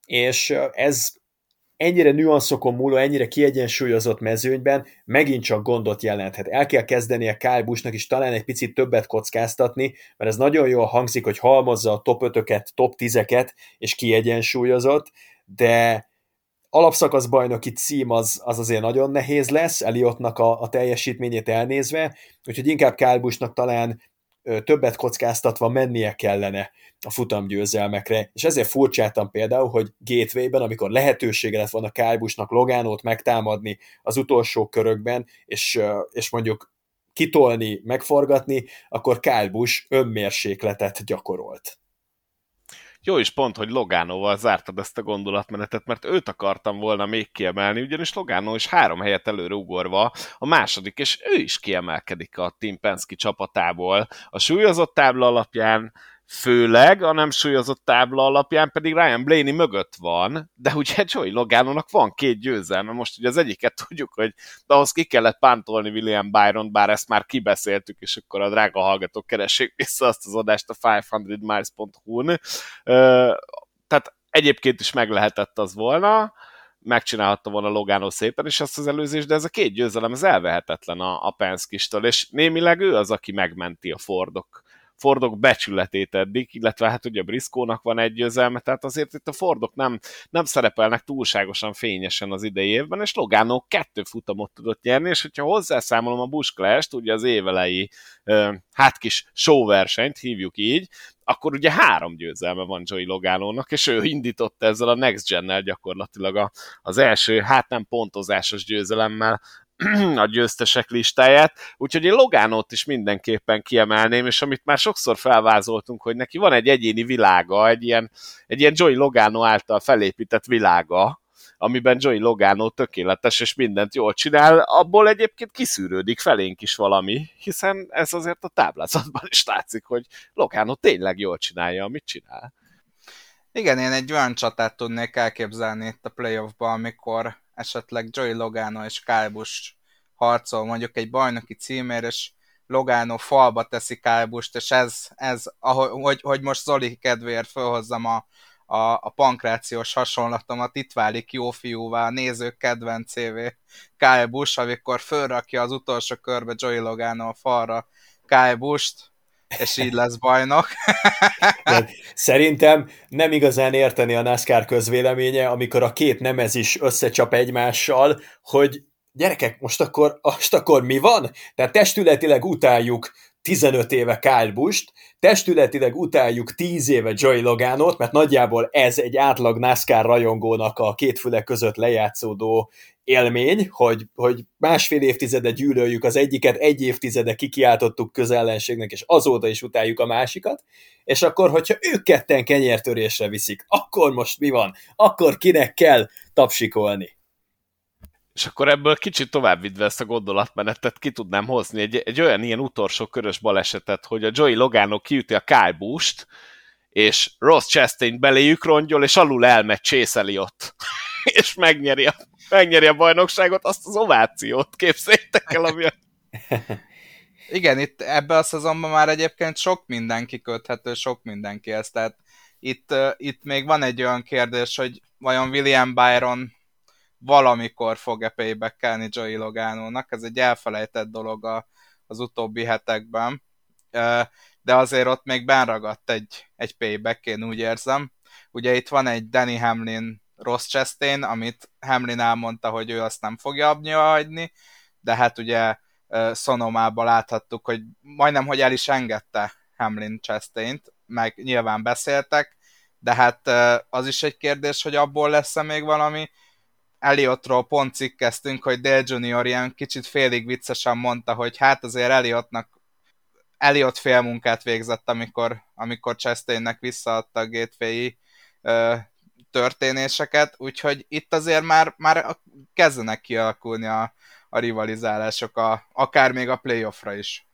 és ez ennyire nüanszokon múló, ennyire kiegyensúlyozott mezőnyben megint csak gondot jelenthet. El kell kezdenie Kyle Busch-nak is talán egy picit többet kockáztatni, mert ez nagyon jól hangzik, hogy halmozza a top ötöket, top tízeket, és kiegyensúlyozott, de alapszakasz bajnoki cím az, az azért nagyon nehéz lesz, Elliottnak a, a teljesítményét elnézve, úgyhogy inkább Kyle Buschnak talán ö, többet kockáztatva mennie kellene a futamgyőzelmekre, és ezért furcsáltam például, hogy Gateway-ben, amikor lehetősége lett volna Kyle Buschnak Logánót megtámadni az utolsó körökben, és, ö, és mondjuk kitolni, megforgatni, akkor Kyle Busch önmérsékletet gyakorolt. Jó is pont, hogy Loganoval zártad ezt a gondolatmenetet, mert őt akartam volna még kiemelni, ugyanis Logano is három helyet előre ugorva a második, és ő is kiemelkedik a Team Penske csapatából. A súlyozott tábla alapján főleg, a nem súlyozott tábla alapján pedig Ryan Blaney mögött van, de ugye Joey Loganonak van két győzelme, most ugye az egyiket tudjuk, hogy de ahhoz ki kellett pántolni William Byron, bár ezt már kibeszéltük, és akkor a drága hallgatók keressék vissza azt az adást a ötszáz miles pont hu-n. Tehát egyébként is meg lehetett az volna, megcsinálhatta volna Logano szépen is azt az előzést, de ez a két győzelem, ez elvehetetlen a, a Penske-től, és némileg ő az, aki megmenti a Fordok Fordok becsületét eddig, illetve hát ugye Briscoe-nak van egy győzelme, tehát azért itt a Fordok nem, nem szerepelnek túlságosan fényesen az idei évben, és Logano kettő futamot tudott nyerni, és hogyha hozzászámolom a Busch Clash-t, ugye az évelei hát kis showversenyt, hívjuk így, akkor ugye három győzelme van Joey Loganonak, és ő indította ezzel a Next Gen-nel gyakorlatilag a, az első, hát nem pontozásos győzelemmel a győztesek listáját, úgyhogy én Loganót is mindenképpen kiemelném, és amit már sokszor felvázoltunk, hogy neki van egy egyéni világa, egy ilyen, egy ilyen Joey Logano által felépített világa, amiben Joey Logano tökéletes, és mindent jól csinál, abból egyébként kiszűrődik felénk is valami, hiszen ez azért a táblázatban is látszik, hogy Logano tényleg jól csinálja, amit csinál. Igen, én egy olyan csatát tudnék elképzelni itt a playoffban, amikor esetleg Joey Logano és Kyle Busch harcol mondjuk egy bajnoki címért, és Logano falba teszi Kyle Busch-t, és ez, ez ahogy, hogy most Zoli kedvéért felhozzam a, a, a pankrációs hasonlatomat, itt válik jó fiúvá, a nézők kedvencévé Kyle Busch, amikor fölrakja az utolsó körbe Joey Logano a falra Kyle Busch-t, és így lesz bajnok. Szerintem nem igazán érteni a NASCAR közvéleménye, amikor a két nemez is összecsap egymással, hogy gyerekek, most akkor, most akkor mi van? Tehát testületileg utáljuk tizenöt éve Kyle Busch-t, testületileg utáljuk tíz éve Joey Loganot, mert nagyjából ez egy átlag NASCAR rajongónak a két füle között lejátszódó élmény, hogy, hogy másfél évtizede gyűlöljük az egyiket, egy évtizede kikiáltottuk közellenségnek, és azóta is utáljuk a másikat, és akkor, hogyha ők ketten kenyértörésre viszik, akkor most mi van? Akkor kinek kell tapsikolni? És akkor ebből kicsit tovább vidve ezt a gondolatmenetet ki tudnám hozni egy, egy olyan ilyen utolsó körös balesetet, hogy a Joey Logano kiüti a Kyle Busch-t, és Ross Chastain beléjük rongyol, és alul elmegy Chase Elliott. És megnyeri a, megnyeri a bajnokságot, azt az ovációt képzeljétek el, ami a... Igen, itt ebben a szezonban már egyébként sok mindenki köthető, sok mindenkihez, tehát itt, uh, itt még van egy olyan kérdés, hogy vajon William Byron valamikor fog-e paybackelni Joey Loganónak, ez egy elfelejtett dolog a, az utóbbi hetekben, uh, de azért ott még benragadt egy, egy payback, én úgy érzem. Ugye itt van egy Denny Hamlin Ross Chastain, amit Hamlin elmondta, hogy ő azt nem fogja abnyira hagyni, de hát ugye Sonomában láthattuk, hogy majdnem, hogy el is engedte Hamlin Chastaint, meg nyilván beszéltek, de hát az is egy kérdés, hogy abból lesz-e még valami. Elliottról pont cikkeztünk, hogy Dale junior ilyen kicsit félig viccesen mondta, hogy hát azért Elliottnak Elliott fél munkát végzett, amikor, amikor Chastainnek visszaadta a Gateway-i történéseket, úgyhogy itt azért már, már kezdenek kialakulni a, a rivalizálások, a, akár még a playoffra is.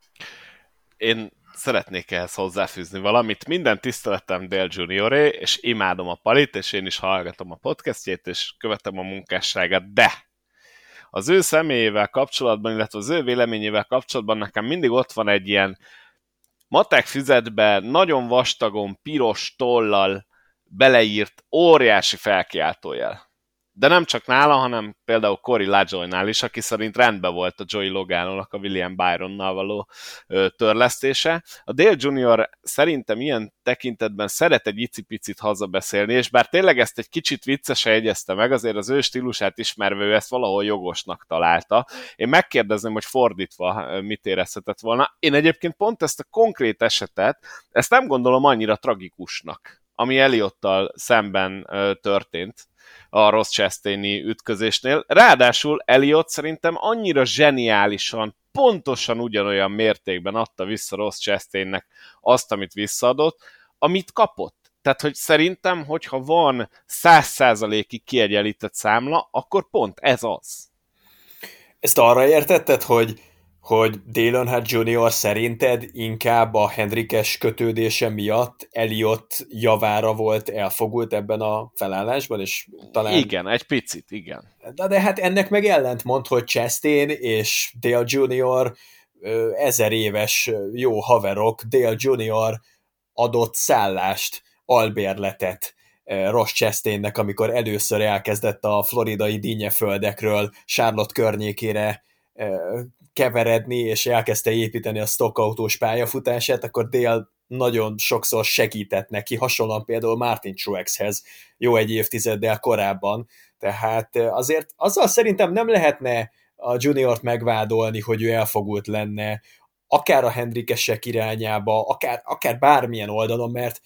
Én szeretnék ehhez hozzáfűzni valamit. Minden tiszteletem Dale junioré, és imádom a Palit, és én is hallgatom a podcastjét, és követem a munkásságát, de az ő személyével kapcsolatban, illetve az ő véleményével kapcsolatban nekem mindig ott van egy ilyen matek füzetbe, nagyon vastagon, piros tollal beleírt óriási felkiáltójel. De nem csak nála, hanem például Corey LaJoie-nál is, aki szerint rendben volt a Joey Loganonak a William Byronnal való ö, törlesztése. A Dale junior szerintem ilyen tekintetben szeret egy icipicit hazabeszélni, és bár tényleg ezt egy kicsit viccesen jegyezte meg, azért az ő stílusát ismerve ő ezt valahol jogosnak találta. Én megkérdezném, hogy fordítva mit érezhetett volna. Én egyébként pont ezt a konkrét esetet, ezt nem gondolom annyira tragikusnak, ami Eliottal szemben ö, történt a Ross Chastain-i ütközésnél. Ráadásul Elliott szerintem annyira zseniálisan, pontosan ugyanolyan mértékben adta vissza Ross Chastainnek azt, amit visszaadott, amit kapott. Tehát, hogy szerintem, hogyha van száz százalékig kiegyenlített számla, akkor pont ez az. Ezt arra értetted, hogy hogy Dale Earnhardt junior szerinted inkább a Hendrikes kötődése miatt Elliott javára volt elfogult ebben a felállásban, és talán... Igen, egy picit, igen. De, de hát ennek meg ellentmond, hogy Chastain és Dale junior ezer éves jó haverok, Dale junior adott szállást, albérletet Ross Chastainnek, amikor először elkezdett a floridai dinnyeföldekről Charlotte környékére keveredni, és elkezdte építeni a stockautós pályafutását, akkor Dale nagyon sokszor segített neki, hasonlóan például Martin Truexhez jó egy évtizeddel korábban. Tehát azért azzal szerintem nem lehetne a juniort megvádolni, hogy ő elfogult lenne, akár a Hendrikesek irányába, akár, akár bármilyen oldalon, mert,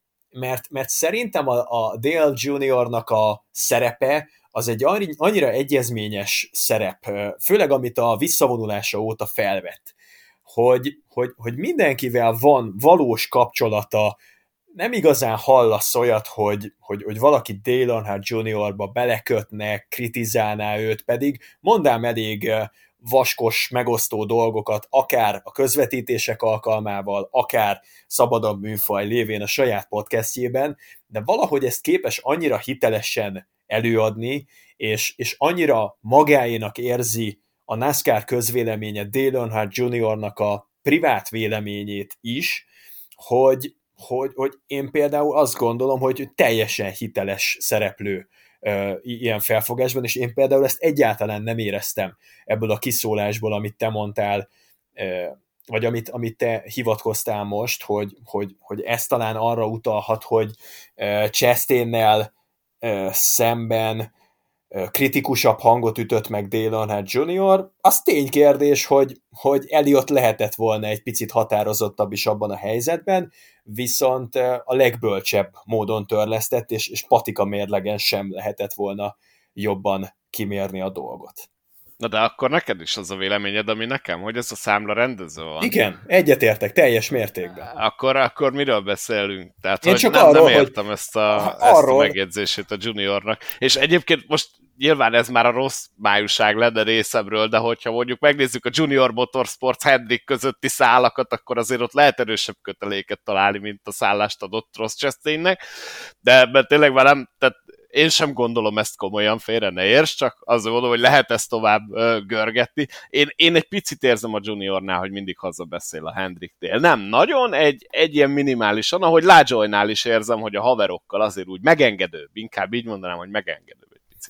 mert, mert szerintem a, a Dale juniornak a szerepe az egy annyira egyezményes szerep, főleg amit a visszavonulása óta felvett, hogy, hogy, hogy mindenkivel van valós kapcsolata, nem igazán hallasz olyat, hogy, hogy, hogy valaki Dale Earnhardt juniorba belekötne, kritizálná őt, pedig mondám elég vaskos, megosztó dolgokat, akár a közvetítések alkalmával, akár szabadabb műfaj lévén a saját podcastjében, de valahogy ezt képes annyira hitelesen előadni, és, és annyira magáénak érzi a NASCAR közvéleménye Dale Earnhardt juniornak a privát véleményét is, hogy, hogy, hogy én például azt gondolom, hogy teljesen hiteles szereplő uh, ilyen felfogásban, és én például ezt egyáltalán nem éreztem ebből a kiszólásból, amit te mondtál, uh, vagy amit, amit te hivatkoztál most, hogy, hogy, hogy ez talán arra utalhat, hogy uh, Chastainnel uh, szemben kritikusabb hangot ütött meg Dale Earnhardt junior, az ténykérdés, hogy, hogy Elliott lehetett volna egy picit határozottabb is abban a helyzetben, viszont a legbölcsebb módon törlesztett, és, és patika mérlegen sem lehetett volna jobban kimérni a dolgot. Na de akkor neked is az a véleményed, ami nekem, hogy ez a számla rendező van. Igen, egyetértek, teljes mértékben. Akkor, akkor miről beszélünk? Tehát, Én hogy csak nem, arról, nem értem hogy ezt a, arról... ezt a megjegyzését a juniornak. És egyébként most nyilván ez már a rossz májúság lenne részemről, de hogyha mondjuk megnézzük a Junior Motorsports Hendrick közötti szálakat, akkor azért ott lehet erősebb köteléket találni, mint a szállást adott Ross Chastainnek, de ebben tényleg már nem, tehát én sem gondolom ezt komolyan, félre ne érts, csak azt mondom, hogy lehet ezt tovább ö, görgetni. Én, én egy picit érzem a juniornál, hogy mindig hazabeszél a Hendricknél. Nem nagyon, egy, egy ilyen minimálisan, ahogy LaJoie-nál is érzem, hogy a haverokkal azért úgy megengedőbb, inkább így mondanám, hogy megengedőbb egy picit.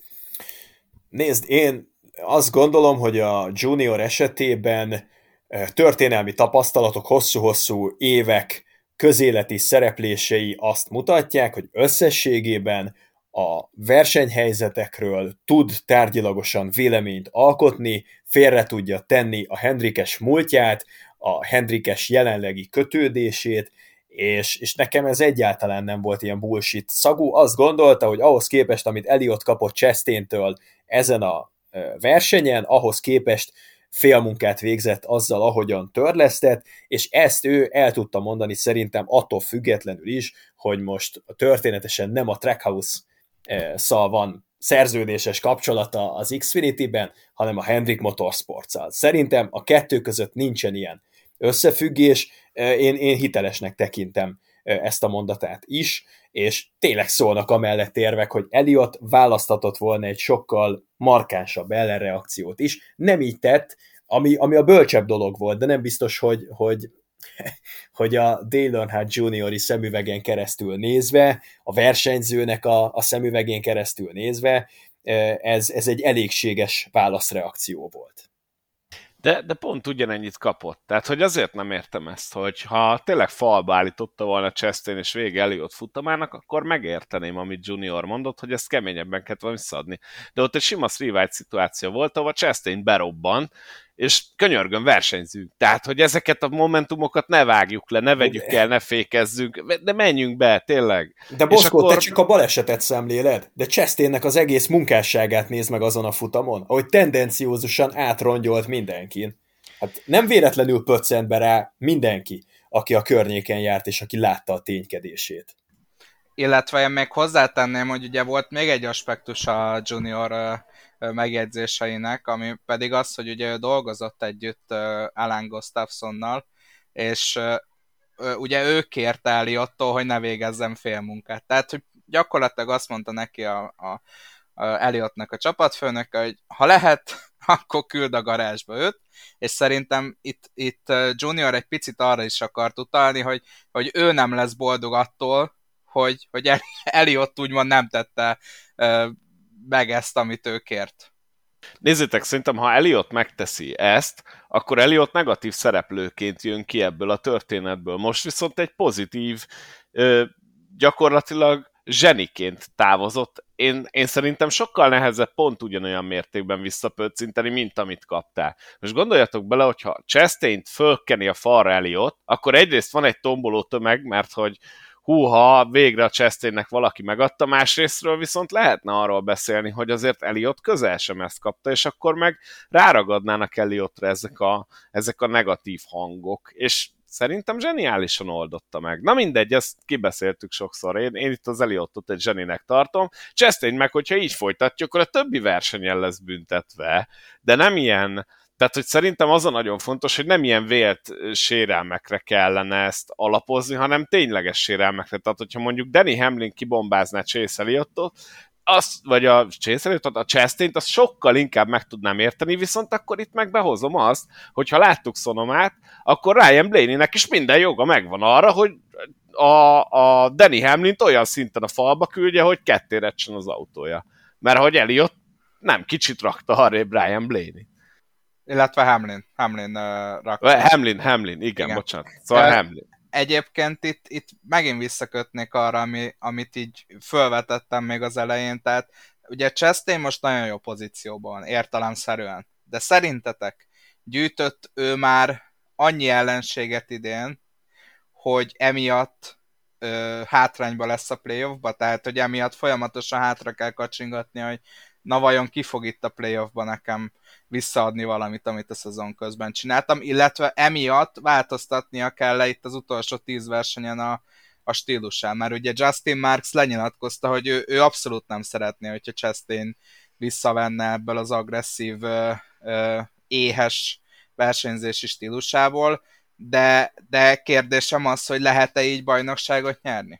Nézd, én azt gondolom, hogy a junior esetében történelmi tapasztalatok, hosszú-hosszú évek közéleti szereplései azt mutatják, hogy összességében a versenyhelyzetekről tud tárgyilagosan véleményt alkotni, félre tudja tenni a Hendrickes múltját, a Hendrickes jelenlegi kötődését, és, és nekem ez egyáltalán nem volt ilyen bullshit szagú. Azt gondolta, hogy ahhoz képest, amit Elliott kapott Chastaintől ezen a versenyen, ahhoz képest félmunkát végzett azzal, ahogyan törlesztett, és ezt ő el tudta mondani szerintem attól függetlenül is, hogy most történetesen nem a Trackhouse szal van szerződéses kapcsolata az Xfinity-ben, hanem a Hendrick Motorsports-szal. Szerintem a kettő között nincsen ilyen összefüggés, én, én hitelesnek tekintem ezt a mondatát is, és tényleg szólnak amellett érvek, hogy Elliott választhatott volna egy sokkal markánsabb ellenreakciót is. Nem így tett, ami, ami a bölcsebb dolog volt, de nem biztos, hogy, hogy, hogy a Dale Earnhardt juniori szemüvegen keresztül nézve, a versenyzőnek a, a szemüvegén keresztül nézve, ez, ez egy elégséges válaszreakció volt. De, de pont ugyanennyit kapott. Tehát, hogy azért nem értem ezt, hogy ha tényleg falba állította volna Chastain és vége Elliott futamának, akkor megérteném, amit Junior mondott, hogy ezt keményebben kellett volna visszaadni. De ott egy sima three-wide szituáció volt, ahol Chastain berobban, és könyörgön, versenyzünk. Tehát, hogy ezeket a momentumokat ne vágjuk le, ne vegyük el, ne fékezzünk, de menjünk be, tényleg. De Boszkó, akkor... te csak a balesetet szemléled, de Chastainnek az egész munkásságát nézd meg azon a futamon, ahogy tendenciózusan átrongyolt mindenkin. Hát nem véletlenül pöccent be rá mindenki, aki a környéken járt, és aki látta a ténykedését. Illetve én még hozzátenném, hogy ugye volt még egy aspektus a Junior megjegyzéseinek, ami pedig az, hogy ugye ő dolgozott együtt Alan Gustafsonnal, és ugye ő kérte Elliottól, hogy ne végezzen félmunkát. Tehát, hogy gyakorlatilag azt mondta neki a, a, a Elliottnak a csapatfőnöke, hogy ha lehet, akkor küld a garázsba őt, és szerintem itt, itt Junior egy picit arra is akart utalni, hogy, hogy ő nem lesz boldog attól, hogy, hogy Elliott úgymond nem tette meg ezt, amit ő kért. Nézzétek, szerintem, ha Elliott megteszi ezt, akkor Elliott negatív szereplőként jön ki ebből a történetből. Most viszont egy pozitív, gyakorlatilag zseniként távozott. Én, én szerintem sokkal nehezebb pont ugyanolyan mértékben visszapöccinteni, mint amit kaptál. Most gondoljatok bele, hogyha Chastaint fölkeni a falra Elliott, akkor egyrészt van egy tomboló tömeg, mert hogy húha, végre a Chastainnek valaki megadta, másrésztről viszont lehetne arról beszélni, hogy azért Elliott közel sem ezt kapta, és akkor meg ráragadnának Elliotra ezek a, ezek a negatív hangok, és szerintem zseniálisan oldotta meg. Na mindegy, ezt kibeszéltük sokszor, én, én itt az Elliottot egy zseninek tartom, Chastain meg, hogyha így folytatjuk, akkor a többi versenyen lesz büntetve, de nem ilyen. Tehát, hogy szerintem az a nagyon fontos, hogy nem ilyen vélt sérelmekre kellene ezt alapozni, hanem tényleges sérelmekre. Tehát, hogyha mondjuk Denny Hamlin kibombázná Chase Elliotot, azt, vagy a Chase Elliotot, a Chastaint, azt sokkal inkább meg tudnám érteni, viszont akkor itt meg behozom azt, hogyha láttuk Sonomát, akkor Ryan Blaney-nek is minden joga megvan arra, hogy a, a Denny Hamlint olyan szinten a falba küldje, hogy ketté recsen az autója. Mert hogy Elliott nem kicsit rakta arrébb Ryan Blaney. Illetve Hamlin. Hamlin uh, rakta. Hamlin, Hamlin, igen, igen. bocsánat. Szóval Hamlin. Egyébként itt, itt megint visszakötnék arra, ami, amit így felvetettem még az elején, tehát ugye Chastain most nagyon jó pozícióban van, értelemszerűen. De szerintetek gyűjtött ő már annyi ellenséget idén, hogy emiatt ö, hátrányba lesz a playoffba, tehát hogy emiatt folyamatosan hátra kell kacsingatni, hogy na vajon ki fog itt a playoffba nekem visszaadni valamit, amit a szezon közben csináltam, illetve emiatt változtatnia kell le itt az utolsó tíz versenyen a, a stílusán, mert ugye Justin Marks lenyilatkozta, hogy ő, ő abszolút nem szeretné, hogyha Chastain visszavenne ebből az agresszív, ö, ö, éhes versenyzési stílusából, de, de kérdésem az, hogy lehet-e így bajnokságot nyerni?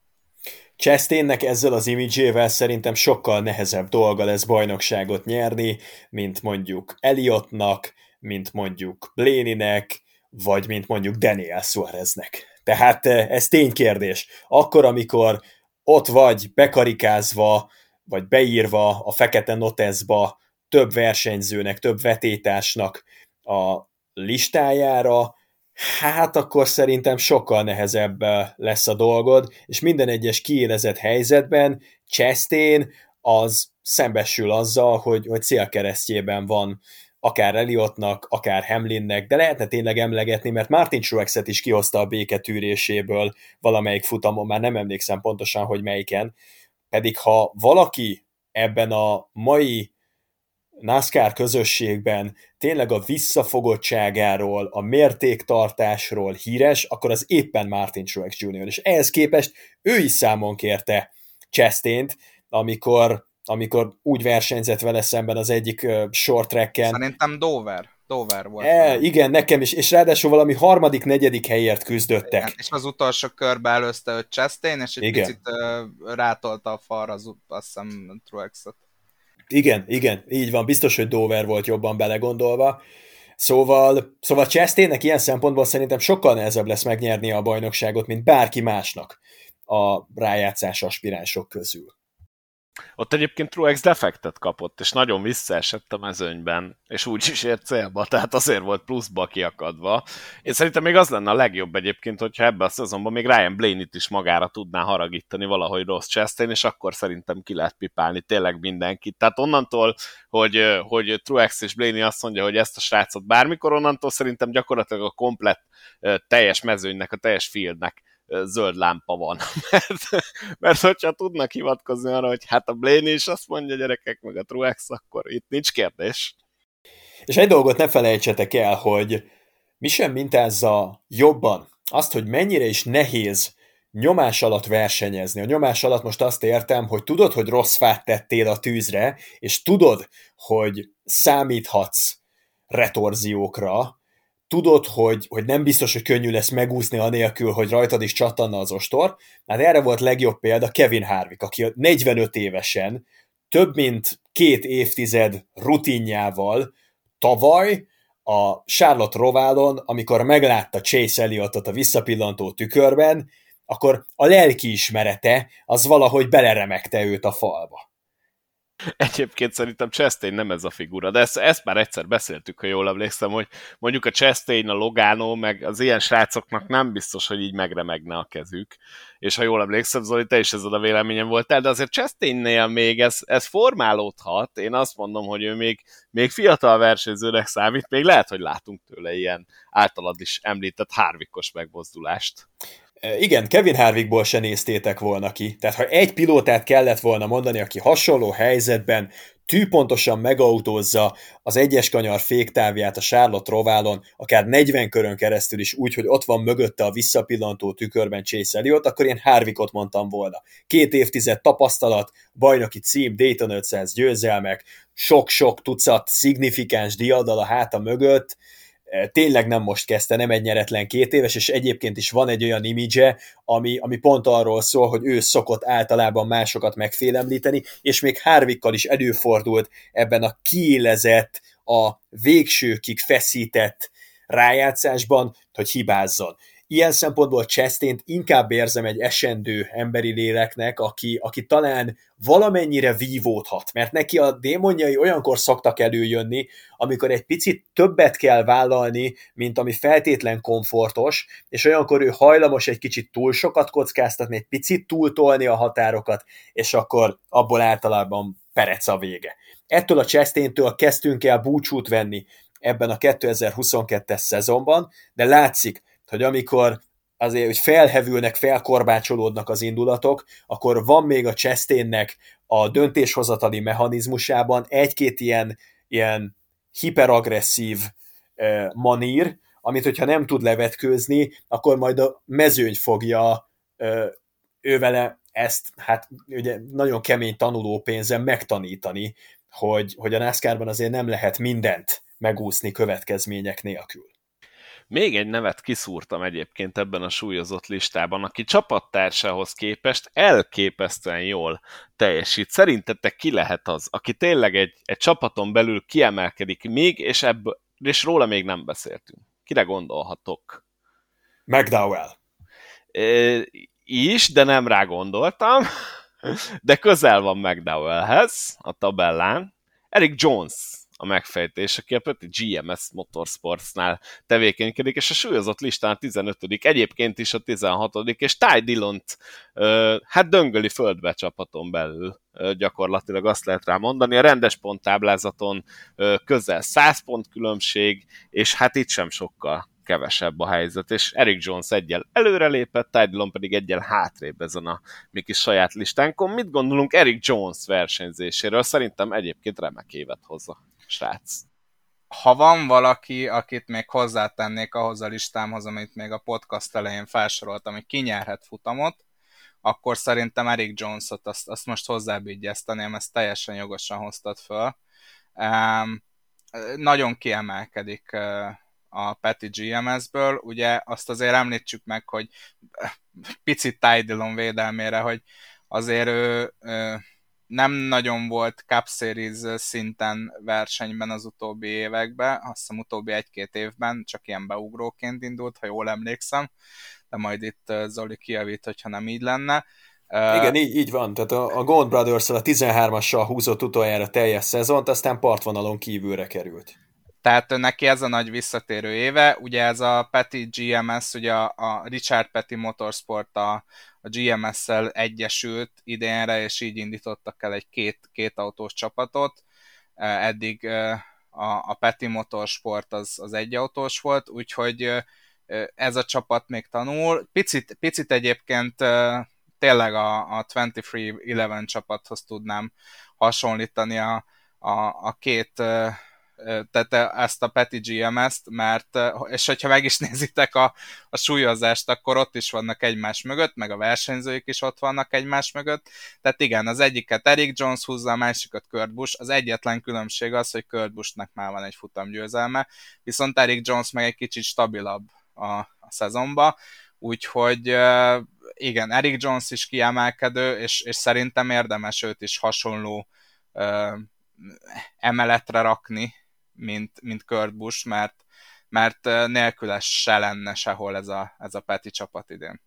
Chastainnek ezzel az imidzsével szerintem sokkal nehezebb dolga lesz bajnokságot nyerni, mint mondjuk Elliottnak, mint mondjuk Blaney-nek, vagy mint mondjuk Daniel Suareznek. Tehát ez ténykérdés. Akkor, amikor ott vagy bekarikázva, vagy beírva a fekete noteszba több versenyzőnek, több vetétásnak a listájára, hát akkor szerintem sokkal nehezebb lesz a dolgod, és minden egyes kiélezett helyzetben Chastain az szembesül azzal, hogy, hogy célkeresztjében van akár Elliottnak, akár Hamlinnek, de lehetne tényleg emlegetni, mert Martin Truexet is kihozta a béketűréséből valamelyik futamon, már nem emlékszem pontosan, hogy melyiken, pedig ha valaki ebben a mai NASCAR közösségben tényleg a visszafogottságáról, a mértéktartásról híres, akkor az éppen Martin Truex junior És ehhez képest ő is számon kérte Chastaint, amikor, amikor úgy versenyzett vele szemben az egyik uh, short tracken. Szerintem Dover. Dover volt. E, igen, nekem is, és ráadásul valami harmadik, negyedik helyért küzdöttek. Igen, és az utolsó körbe előzte őt Chastain, és egy igen. picit uh, rátolta a falra az, azt hiszem Truexet. Igen, igen, így van, biztos, hogy Dover volt jobban belegondolva. Szóval, szóval Chastainnek ilyen szempontból szerintem sokkal nehezebb lesz megnyernie a bajnokságot, mint bárki másnak a rájátszás aspiránsok közül. Ott egyébként Truex defektet kapott, és nagyon visszaesett a mezőnyben, és úgy is ért célba, tehát azért volt pluszba kiakadva. Én szerintem még az lenne a legjobb egyébként, hogyha ebben a szezonban még Ryan Blaney-t is magára tudná haragítani valahogy Ross Chastain, és akkor szerintem ki lehet pipálni tényleg mindenkit. Tehát onnantól, hogy, hogy Truex és Blaney azt mondja, hogy ezt a srácot bármikor, onnantól szerintem gyakorlatilag a komplett teljes mezőnynek, a teljes fieldnek zöld lámpa van. mert, mert hogyha tudnak hivatkozni arra, hogy hát a Blaney is azt mondja, gyerekek, meg a Truex, akkor itt nincs kérdés. És egy dolgot ne felejtsetek el, hogy mi sem mintázza jobban azt, hogy mennyire is nehéz nyomás alatt versenyezni. A nyomás alatt most azt értem, hogy tudod, hogy rossz fát tettél a tűzre, és tudod, hogy számíthatsz retorziókra, tudod, hogy, hogy nem biztos, hogy könnyű lesz megúszni anélkül, hogy rajtad is csattanna az ostor. Hát erre volt legjobb példa Kevin Harvick, aki negyvenöt évesen, több mint két évtized rutinjával tavaly a Charlotte Roválon, amikor meglátta Chase Elliotot a visszapillantó tükörben, akkor a lelkiismerete az valahogy beleremegte őt a falba. Egyébként szerintem Chastain nem ez a figura, de ezt, ezt már egyszer beszéltük, ha jól emlékszem, hogy mondjuk a Chastain, a Logano, meg az ilyen srácoknak nem biztos, hogy így megremegne a kezük. És ha jól emlékszem, Zoli, te is ezen a véleményen voltál, de azért Chastainnél még ez, ez formálódhat. Én azt mondom, hogy ő még, még fiatal versenyzőnek számít, még lehet, hogy látunk tőle ilyen általad is említett Harvickos megmozdulást. Igen, Kevin Harvickból se néztétek volna ki. Tehát ha egy pilótát kellett volna mondani, aki hasonló helyzetben tűpontosan megautózza az egyes kanyar féktávját a Charlotte Roválon, akár negyven körön keresztül is úgy, hogy ott van mögötte a visszapillantó tükörben Chase Elliott, akkor én Harvickot mondtam volna. Két évtized tapasztalat, bajnoki cím, Daytona ötszáz győzelmek, sok-sok tucat szignifikáns diadal a háta mögött, tényleg nem most kezdte, nem egy nyeretlen két éves, és egyébként is van egy olyan image, ami, ami pont arról szól, hogy ő szokott általában másokat megfélemlíteni, és még Harvickkal is előfordult ebben a kiélezett, a végsőkig feszített rájátszásban, hogy hibázzon. Ilyen szempontból Chastaint inkább érzem egy esendő emberi léleknek, aki, aki talán valamennyire vívódhat, mert neki a démonjai olyankor szoktak előjönni, amikor egy picit többet kell vállalni, mint ami feltétlen komfortos, és olyankor ő hajlamos egy kicsit túl sokat kockáztatni, egy picit túltolni a határokat, és akkor abból általában perec a vége. Ettől a Chastaintől kezdtünk el búcsút venni ebben a kétezer-huszonkettes szezonban, de látszik, hogy amikor azért, hogy felhevülnek, felkorbácsolódnak az indulatok, akkor van még a Chastainnek a döntéshozatali mechanizmusában egy-két ilyen, ilyen hiperagresszív eh, manír, amit hogyha nem tud levetkőzni, akkor majd a mezőny fogja eh, ővele ezt, hát ugye nagyon kemény tanulópénzen megtanítani, hogy, hogy a NASCAR-ban azért nem lehet mindent megúszni következmények nélkül. Még egy nevet kiszúrtam egyébként ebben a súlyozott listában, aki csapattársához képest elképesztően jól teljesít. Szerintetek ki lehet az, aki tényleg egy, egy csapaton belül kiemelkedik még, és, ebből, és róla még nem beszéltünk? Kire gondolhatok? McDowell. É, is, de nem rá gondoltam, de közel van McDowellhez a tabellán. Eric Jones a megfejtés, aki a Pötti gé em es Motorsportsnál tevékenykedik, és a súlyozott listán a tizenötödik, egyébként is a tizenhatodik, és Ty Dillont hát döngöli földbe csapaton belül, gyakorlatilag azt lehet rá mondani. A rendes ponttáblázaton közel száz pont különbség, és hát itt sem sokkal kevesebb a helyzet, és Eric Jones egyel előrelépett, Ty Dillon pedig egyel hátrébb ezen a mi kis saját listánkon. Mit gondolunk Eric Jones versenyzéséről? Szerintem egyébként remek évet hozza, srác. Ha van valaki, akit még hozzátennék ahhoz a listámhoz, amit még a podcast elején felsoroltam, hogy ki nyerhet futamot, akkor szerintem Eric Jones-ot azt, azt most hozzábígyezteném, ezt teljesen jogosan hoztad föl. Um, nagyon kiemelkedik uh, a Petty gé em es-ből, ugye azt azért említsük meg, hogy picit Ty Dillon védelmére, hogy azért ő, ő nem nagyon volt Cup Series szinten versenyben az utóbbi években, azt hiszem utóbbi egy-két évben csak ilyen beugróként indult, ha jól emlékszem, de majd itt Zoli kijavít, hogyha nem így lenne. Igen, így, így van. Tehát a, a Gaunt Brothers-szel a tizenhármassal húzott utoljára teljes szezont, aztán partvonalon kívülre került. Tehát neki ez a nagy visszatérő éve, ugye ez a Petty gé em es, ugye a, a Richard Petty Motorsport a, a gé em es-szel egyesült idénre, és így indítottak el egy két, két autós csapatot. Eddig a, a Petty Motorsport az, az egy autós volt, úgyhogy ez a csapat még tanul. Picit, picit egyébként tényleg a, a huszonhárom tizenkilenc csapathoz tudnám hasonlítani a, a, a két, tehát ezt a Petty gé em es-t, mert, és hogyha meg is nézitek a, a súlyozást, akkor ott is vannak egymás mögött, meg a versenyzőik is ott vannak egymás mögött. Tehát igen, az egyiket Eric Jones húzza, a másikat Kurt Busch. Az egyetlen különbség az, hogy Kurt Buschnak már van egy futamgyőzelme, viszont Eric Jones meg egy kicsit stabilabb a, a szezonba, úgyhogy igen, Eric Jones is kiemelkedő, és, és szerintem érdemes őt is hasonló uh, emeletre rakni, mint, mint Kurt Busch, mert, mert nélküles se lenne sehol ez a, ez a Petty csapat idén.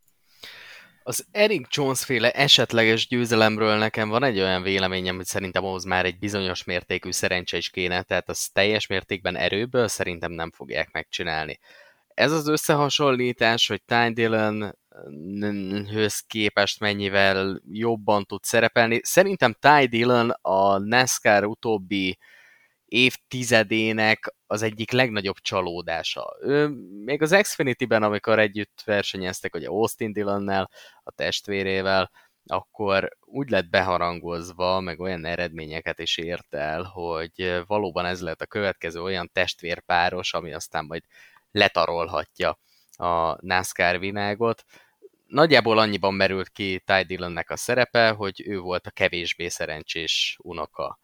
Az Eric Jones féle esetleges győzelemről nekem van egy olyan véleményem, hogy szerintem ahhoz már egy bizonyos mértékű szerencse is kéne, tehát az teljes mértékben erőből szerintem nem fogják megcsinálni. Ez az összehasonlítás, hogy Ty Dillonhöz képest mennyivel jobban tud szerepelni. Szerintem Ty Dillon a NASCAR utóbbi évtizedének az egyik legnagyobb csalódása. Ő még az Xfinity-ben, amikor együtt versenyeztek, ugye Austin Dillonnel, a testvérével, akkor úgy lett beharangozva, meg olyan eredményeket is ért el, hogy valóban ez lett a következő olyan testvérpáros, ami aztán majd letarolhatja a NASCAR világot. Nagyjából annyiban merült ki Ty Dillonnek a szerepe, hogy ő volt a kevésbé szerencsés unoka.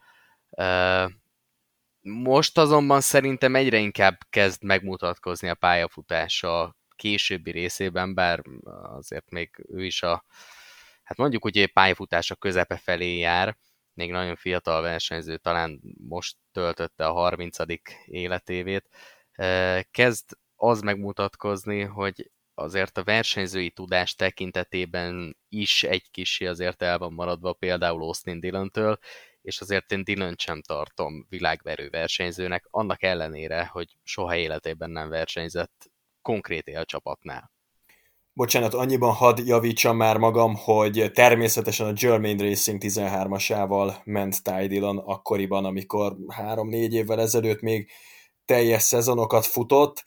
Most azonban szerintem egyre inkább kezd megmutatkozni a pályafutása későbbi részében, bár azért még ő is a, hát mondjuk úgy, hogy pályafutása közepe felé jár, még nagyon fiatal versenyző, talán most töltötte a harmincadik életévét, kezd az megmutatkozni, hogy azért a versenyzői tudás tekintetében is egy kicsi azért el van maradva például Austin Dillontől, és azért én Dillont sem tartom világverő versenyzőnek, annak ellenére, hogy soha életében nem versenyzett konkrét élcsapatnál. Bocsánat, annyiban hadd javítsam már magam, hogy természetesen a Germain Racing tizenhármasával ment Ty Dillon akkoriban, amikor három-négy évvel ezelőtt még teljes szezonokat futott.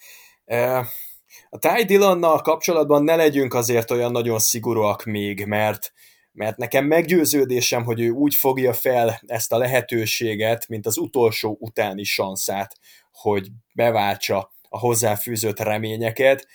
A Ty Dillonnal kapcsolatban ne legyünk azért olyan nagyon szigorúak még, mert, mert nekem meggyőződésem, hogy ő úgy fogja fel ezt a lehetőséget, mint az utolsó utáni sanszát, hogy beváltsa a hozzáfűzött reményeket.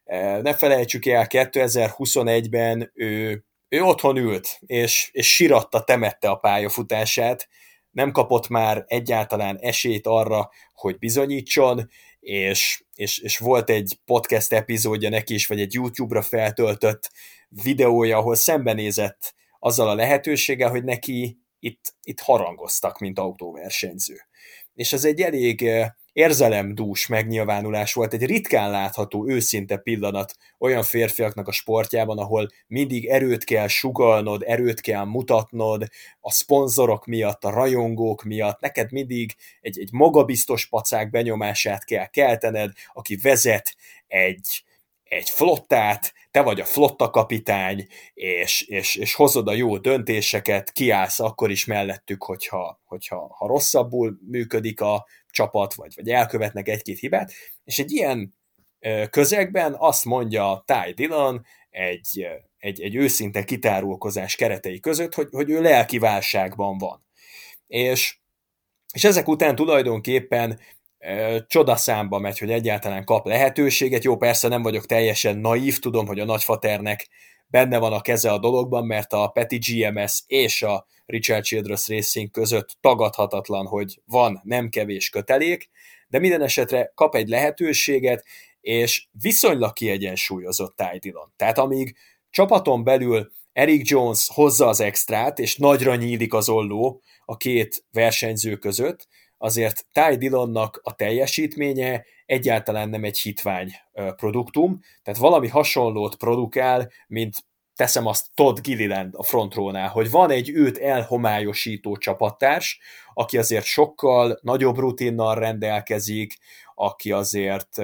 Ne felejtsük el, kétezer-huszonegyben ő, ő otthon ült, és, és siratta, temette a pályafutását, nem kapott már egyáltalán esélyt arra, hogy bizonyítson, és, és, és volt egy podcast epizódja neki is, vagy egy YouTube-ra feltöltött videója, ahol szembenézett azzal a lehetőséggel, hogy neki itt, itt harangoztak, mint autóversenyző. És ez egy elég érzelemdús megnyilvánulás volt, egy ritkán látható, őszinte pillanat olyan férfiaknak a sportjában, ahol mindig erőt kell sugallnod, erőt kell mutatnod, a szponzorok miatt, a rajongók miatt, neked mindig egy, egy magabiztos pacák benyomását kell keltened, aki vezet egy, egy flottát, te vagy a flotta kapitány, és, és, és hozod a jó döntéseket, kiállsz akkor is mellettük, hogyha, hogyha ha rosszabbul működik a csapat, vagy, vagy elkövetnek egy-két hibát, és egy ilyen közegben azt mondja Ty Dillon egy, egy, egy őszinte kitárulkozás keretei között, hogy, hogy ő lelki válságban van. És, és ezek után tulajdonképpen csodaszámba megy, hogy egyáltalán kap lehetőséget. Jó, persze nem vagyok teljesen naív, tudom, hogy a nagyfaternek benne van a keze a dologban, mert a Petty gé em es és a Richard Childress Racing között tagadhatatlan, hogy van nem kevés kötelék, de minden esetre kap egy lehetőséget, és viszonylag kiegyensúlyozott Ty Dillon. Tehát amíg csapaton belül Eric Jones hozza az extrát, és nagyra nyílik az olló a két versenyző között, azért Ty Dillonnak a teljesítménye egyáltalán nem egy hitvány produktum, tehát valami hasonlót produkál, mint teszem azt Todd Gilliland a front rownál, hogy van egy őt elhomályosító csapattárs, aki azért sokkal nagyobb rutinnal rendelkezik, aki azért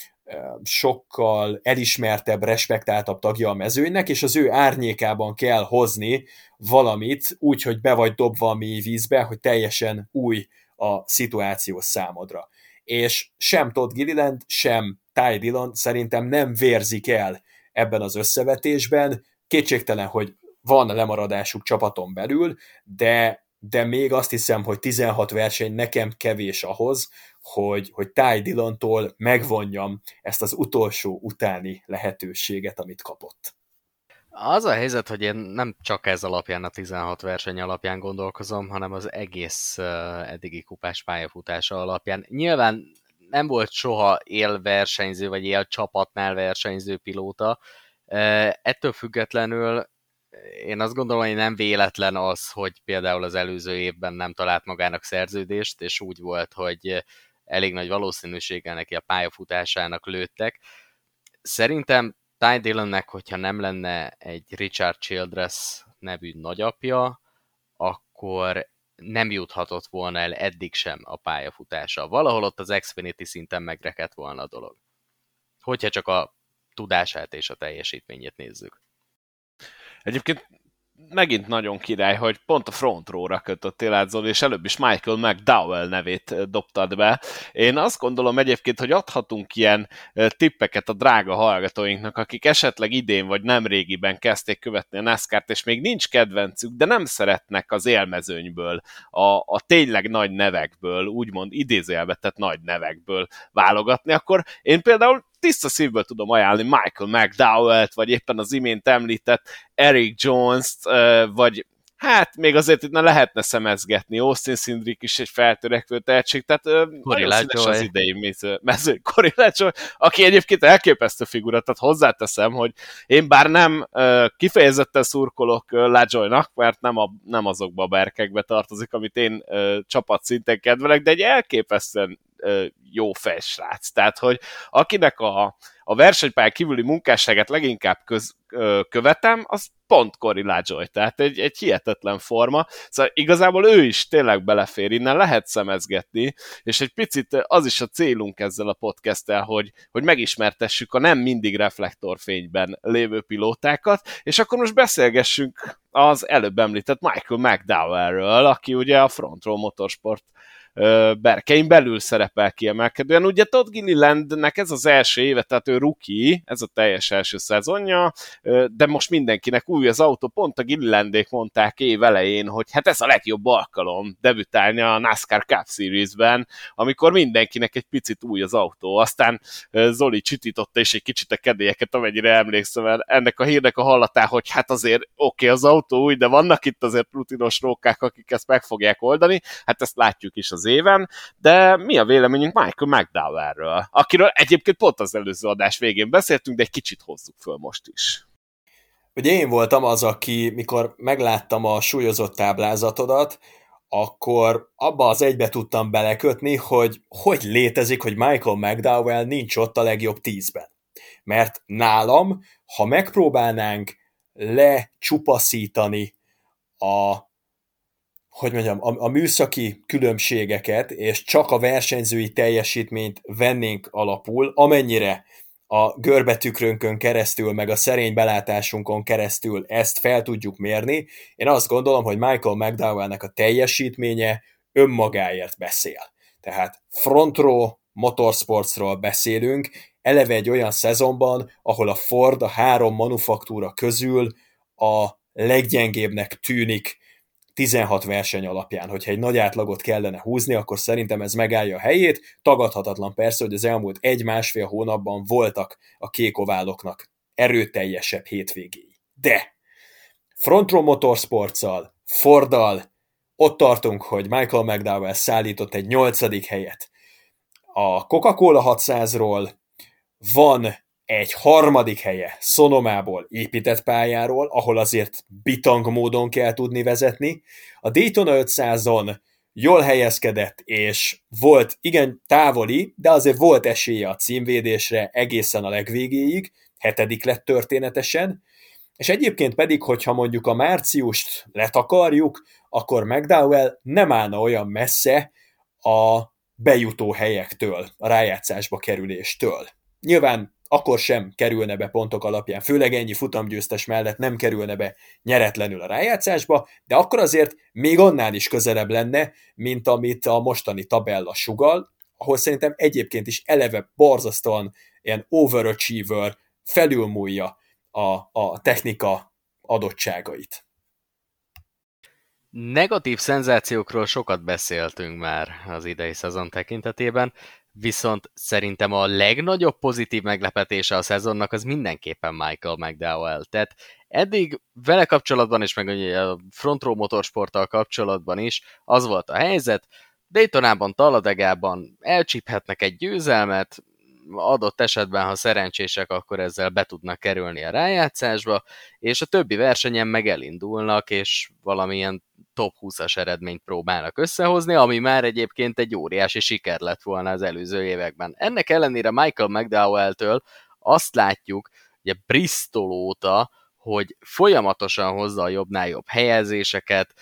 sokkal elismertebb, respektáltabb tagja a mezőnynek, és az ő árnyékában kell hozni valamit, úgy, hogy be vagy dobva a mély vízbe, hogy teljesen új a szituáció számodra. És sem Todd Gilliland, sem Ty Dillon szerintem nem vérzik el ebben az összevetésben. Kétségtelen, hogy van lemaradásuk csapaton belül, de, de még azt hiszem, hogy tizenhat verseny nekem kevés ahhoz, hogy, hogy Ty Dillontól megvonjam ezt az utolsó utáni lehetőséget, amit kapott. Az a helyzet, hogy én nem csak ez alapján, a tizenhat verseny alapján gondolkozom, hanem az egész uh, eddigi kupás pályafutása alapján. Nyilván nem volt soha élversenyző, vagy élcsapatnál versenyző pilóta. Uh, ettől függetlenül én azt gondolom, hogy nem véletlen az, hogy például az előző évben nem talált magának szerződést, és úgy volt, hogy elég nagy valószínűséggel neki a pályafutásának lőttek. Szerintem Ty Dillonnek, hogyha nem lenne egy Richard Childress nevű nagyapja, akkor nem juthatott volna el eddig sem a pályafutása. Valahol ott az Xfinity szinten megrekedt volna a dolog. Hogyha csak a tudását és a teljesítményét nézzük. Egyébként megint nagyon király, hogy pont a front row-ra kötöttél át, Zoli, és előbb is Michael McDowell nevét dobtad be. Én azt gondolom egyébként, hogy adhatunk ilyen tippeket a drága hallgatóinknak, akik esetleg idén vagy nem régiben kezdték követni a NASCAR-t, és még nincs kedvencük, de nem szeretnek az élmezőnyből, a, a tényleg nagy nevekből, úgymond idézőjelbe tett nagy nevekből válogatni, akkor én például tiszta szívből tudom ajánlani Michael McDowell-t, vagy éppen az imént említett Eric Jones-t, vagy hát még azért itt ne lehetne szemezgetni. Austin Cindric is egy feltörekvő tehetség, tehát nagyon színes az idei mező, mező Corey LaJoy, aki egyébként elképesztő figura, tehát hozzáteszem, hogy én bár nem kifejezetten szurkolok LaJoynak, mert nem, a, nem azokba a berkekbe tartozik, amit én csapat szinten kedvelek, de egy elképesztően jó fejsrác. Tehát, hogy akinek a, a versenypálya kívüli munkásságát leginkább köz, ö, követem, az pont Corey LaJoy. Tehát egy, egy hihetetlen forma. Szóval igazából ő is tényleg belefér, innen lehet szemezgetni, és egy picit az is a célunk ezzel a podcasttel, hogy, hogy megismertessük a nem mindig reflektorfényben lévő pilótákat, és akkor most beszélgessünk az előbb említett Michael McDowellről, aki ugye a Front Row Motorsport berkein belül szerepel kiemelkedően. Ugye Todd Gillilandnek ez az első éve, tehát ő rookie, ez a teljes első szezonja, de most mindenkinek új az autó, pont a Gillilandék mondták év elején, hogy hát ez a legjobb alkalom debütálni a NASCAR Cup Series-ben, amikor mindenkinek egy picit új az autó. Aztán Zoli csitította is egy kicsit a kedélyeket, amennyire emlékszem el ennek a hírnek a hallatán, hogy hát azért oké, okay, az autó új, de vannak itt azért rutinos rókák, akik ezt meg fogják oldani, hát ezt látjuk is az éven, de mi a véleményünk Michael McDowellről, akiről egyébként pont az előző adás végén beszéltünk, de egy kicsit hozzuk föl most is. Ugye én voltam az, aki mikor megláttam a súlyozott táblázatodat, akkor abba az egybe tudtam belekötni, hogy hogy létezik, hogy Michael McDowell nincs ott a legjobb tízben. Mert nálam, ha megpróbálnánk lecsupaszítani a hogy mondjam, a, a műszaki különbségeket, és csak a versenyzői teljesítményt vennénk alapul, amennyire a görbetükrönkön keresztül, meg a szerény belátásunkon keresztül ezt fel tudjuk mérni, én azt gondolom, hogy Michael McDowellnek a teljesítménye önmagáért beszél. Tehát front row motorsportsról beszélünk, eleve egy olyan szezonban, ahol a Ford a három manufaktúra közül a leggyengébbnek tűnik tizenhat verseny alapján. Hogyha egy nagy átlagot kellene húzni, akkor szerintem ez megállja a helyét. Tagadhatatlan persze, hogy az elmúlt egy-másfél hónapban voltak a kékováloknak erőteljesebb hétvégéi. De Front Row Motorsportszal, Forddal ott tartunk, hogy Michael McDowell szállított egy nyolcadik helyet. A Coca-Cola hatszázról van egy harmadik helye Sonomából épített pályáról, ahol azért bitang módon kell tudni vezetni. A Daytona ötszázon jól helyezkedett, és volt igen távoli, de azért volt esélye a címvédésre egészen a legvégéig, hetedik lett történetesen, és egyébként pedig, hogyha mondjuk a márciust letakarjuk, akkor McDowell nem állna olyan messze a bejutó helyektől, a rájátszásba kerüléstől. Nyilván akkor sem kerülne be pontok alapján, főleg ennyi futamgyőztes mellett nem kerülne be nyeretlenül a rájátszásba, de akkor azért még annál is közelebb lenne, mint amit a mostani tabella sugall, ahol szerintem egyébként is eleve borzasztóan ilyen overachiever felülmúlja a, a technika adottságait. Negatív szenzációkról sokat beszéltünk már az idei szezon tekintetében, viszont szerintem a legnagyobb pozitív meglepetése a szezonnak az mindenképpen Michael McDowell. Tehát eddig vele kapcsolatban és meg a Front Row Motorsporttal kapcsolatban is az volt a helyzet, Daytonában, Talladegában elcsíphetnek egy győzelmet, adott esetben, ha szerencsések, akkor ezzel be tudnak kerülni a rájátszásba, és a többi versenyen meg elindulnak, és valamilyen top húszas eredményt próbálnak összehozni, ami már egyébként egy óriási siker lett volna az előző években. Ennek ellenére Michael McDowell-től azt látjuk, ugye Bristol óta, hogy folyamatosan hozza a jobbnál jobb helyezéseket,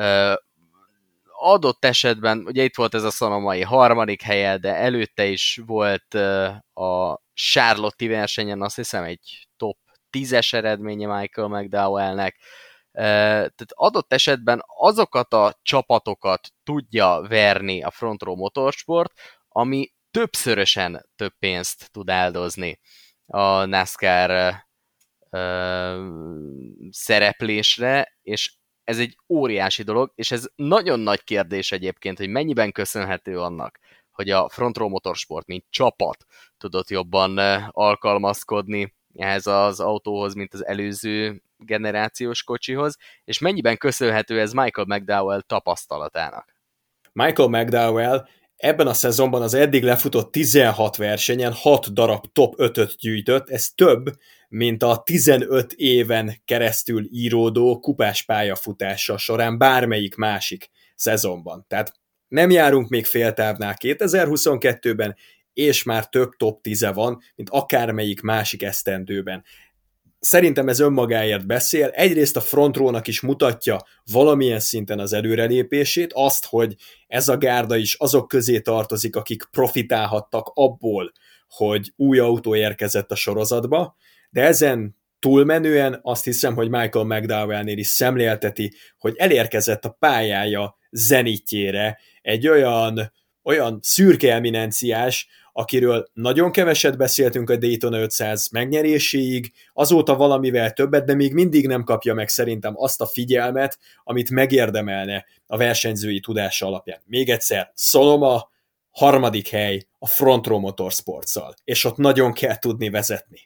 adott esetben, ugye itt volt ez a Sonomai harmadik helye, de előtte is volt a Charlotte-i versenyen, azt hiszem egy top tízes eredménye Michael McDowellnek. Tehát adott esetben azokat a csapatokat tudja verni a Front Row Motorsport, ami többszörösen több pénzt tud áldozni a NASCAR szereplésre, és ez egy óriási dolog, és ez nagyon nagy kérdés egyébként, hogy mennyiben köszönhető annak, hogy a Front Row Motorsport, mint csapat tudott jobban alkalmazkodni ehhez az autóhoz, mint az előző generációs kocsihoz, és mennyiben köszönhető ez Michael McDowell tapasztalatának. Michael McDowell ebben a szezonban az eddig lefutott tizenhat versenyen hat darab top ötöt gyűjtött, ez több, mint a tizenöt éven keresztül íródó kupás pályafutása során bármelyik másik szezonban. Tehát nem járunk még féltávnál kétezer-huszonkettőben, és már több top tíze van, mint akármelyik másik esztendőben. Szerintem ez önmagáért beszél. Egyrészt a Front Row-nak is mutatja valamilyen szinten az előrelépését, azt, hogy ez a gárda is azok közé tartozik, akik profitálhattak abból, hogy új autó érkezett a sorozatba, de ezen túlmenően azt hiszem, hogy Michael McDowellnél is szemlélteti, hogy elérkezett a pályája zenitjére egy olyan, olyan szürke eminenciás, akiről nagyon keveset beszéltünk a Daytona ötszáz megnyeréséig, azóta valamivel többet, de még mindig nem kapja meg szerintem azt a figyelmet, amit megérdemelne a versenyzői tudása alapján. Még egyszer, Sonoma harmadik hely a Front Row Motorsportszal, és ott nagyon kell tudni vezetni.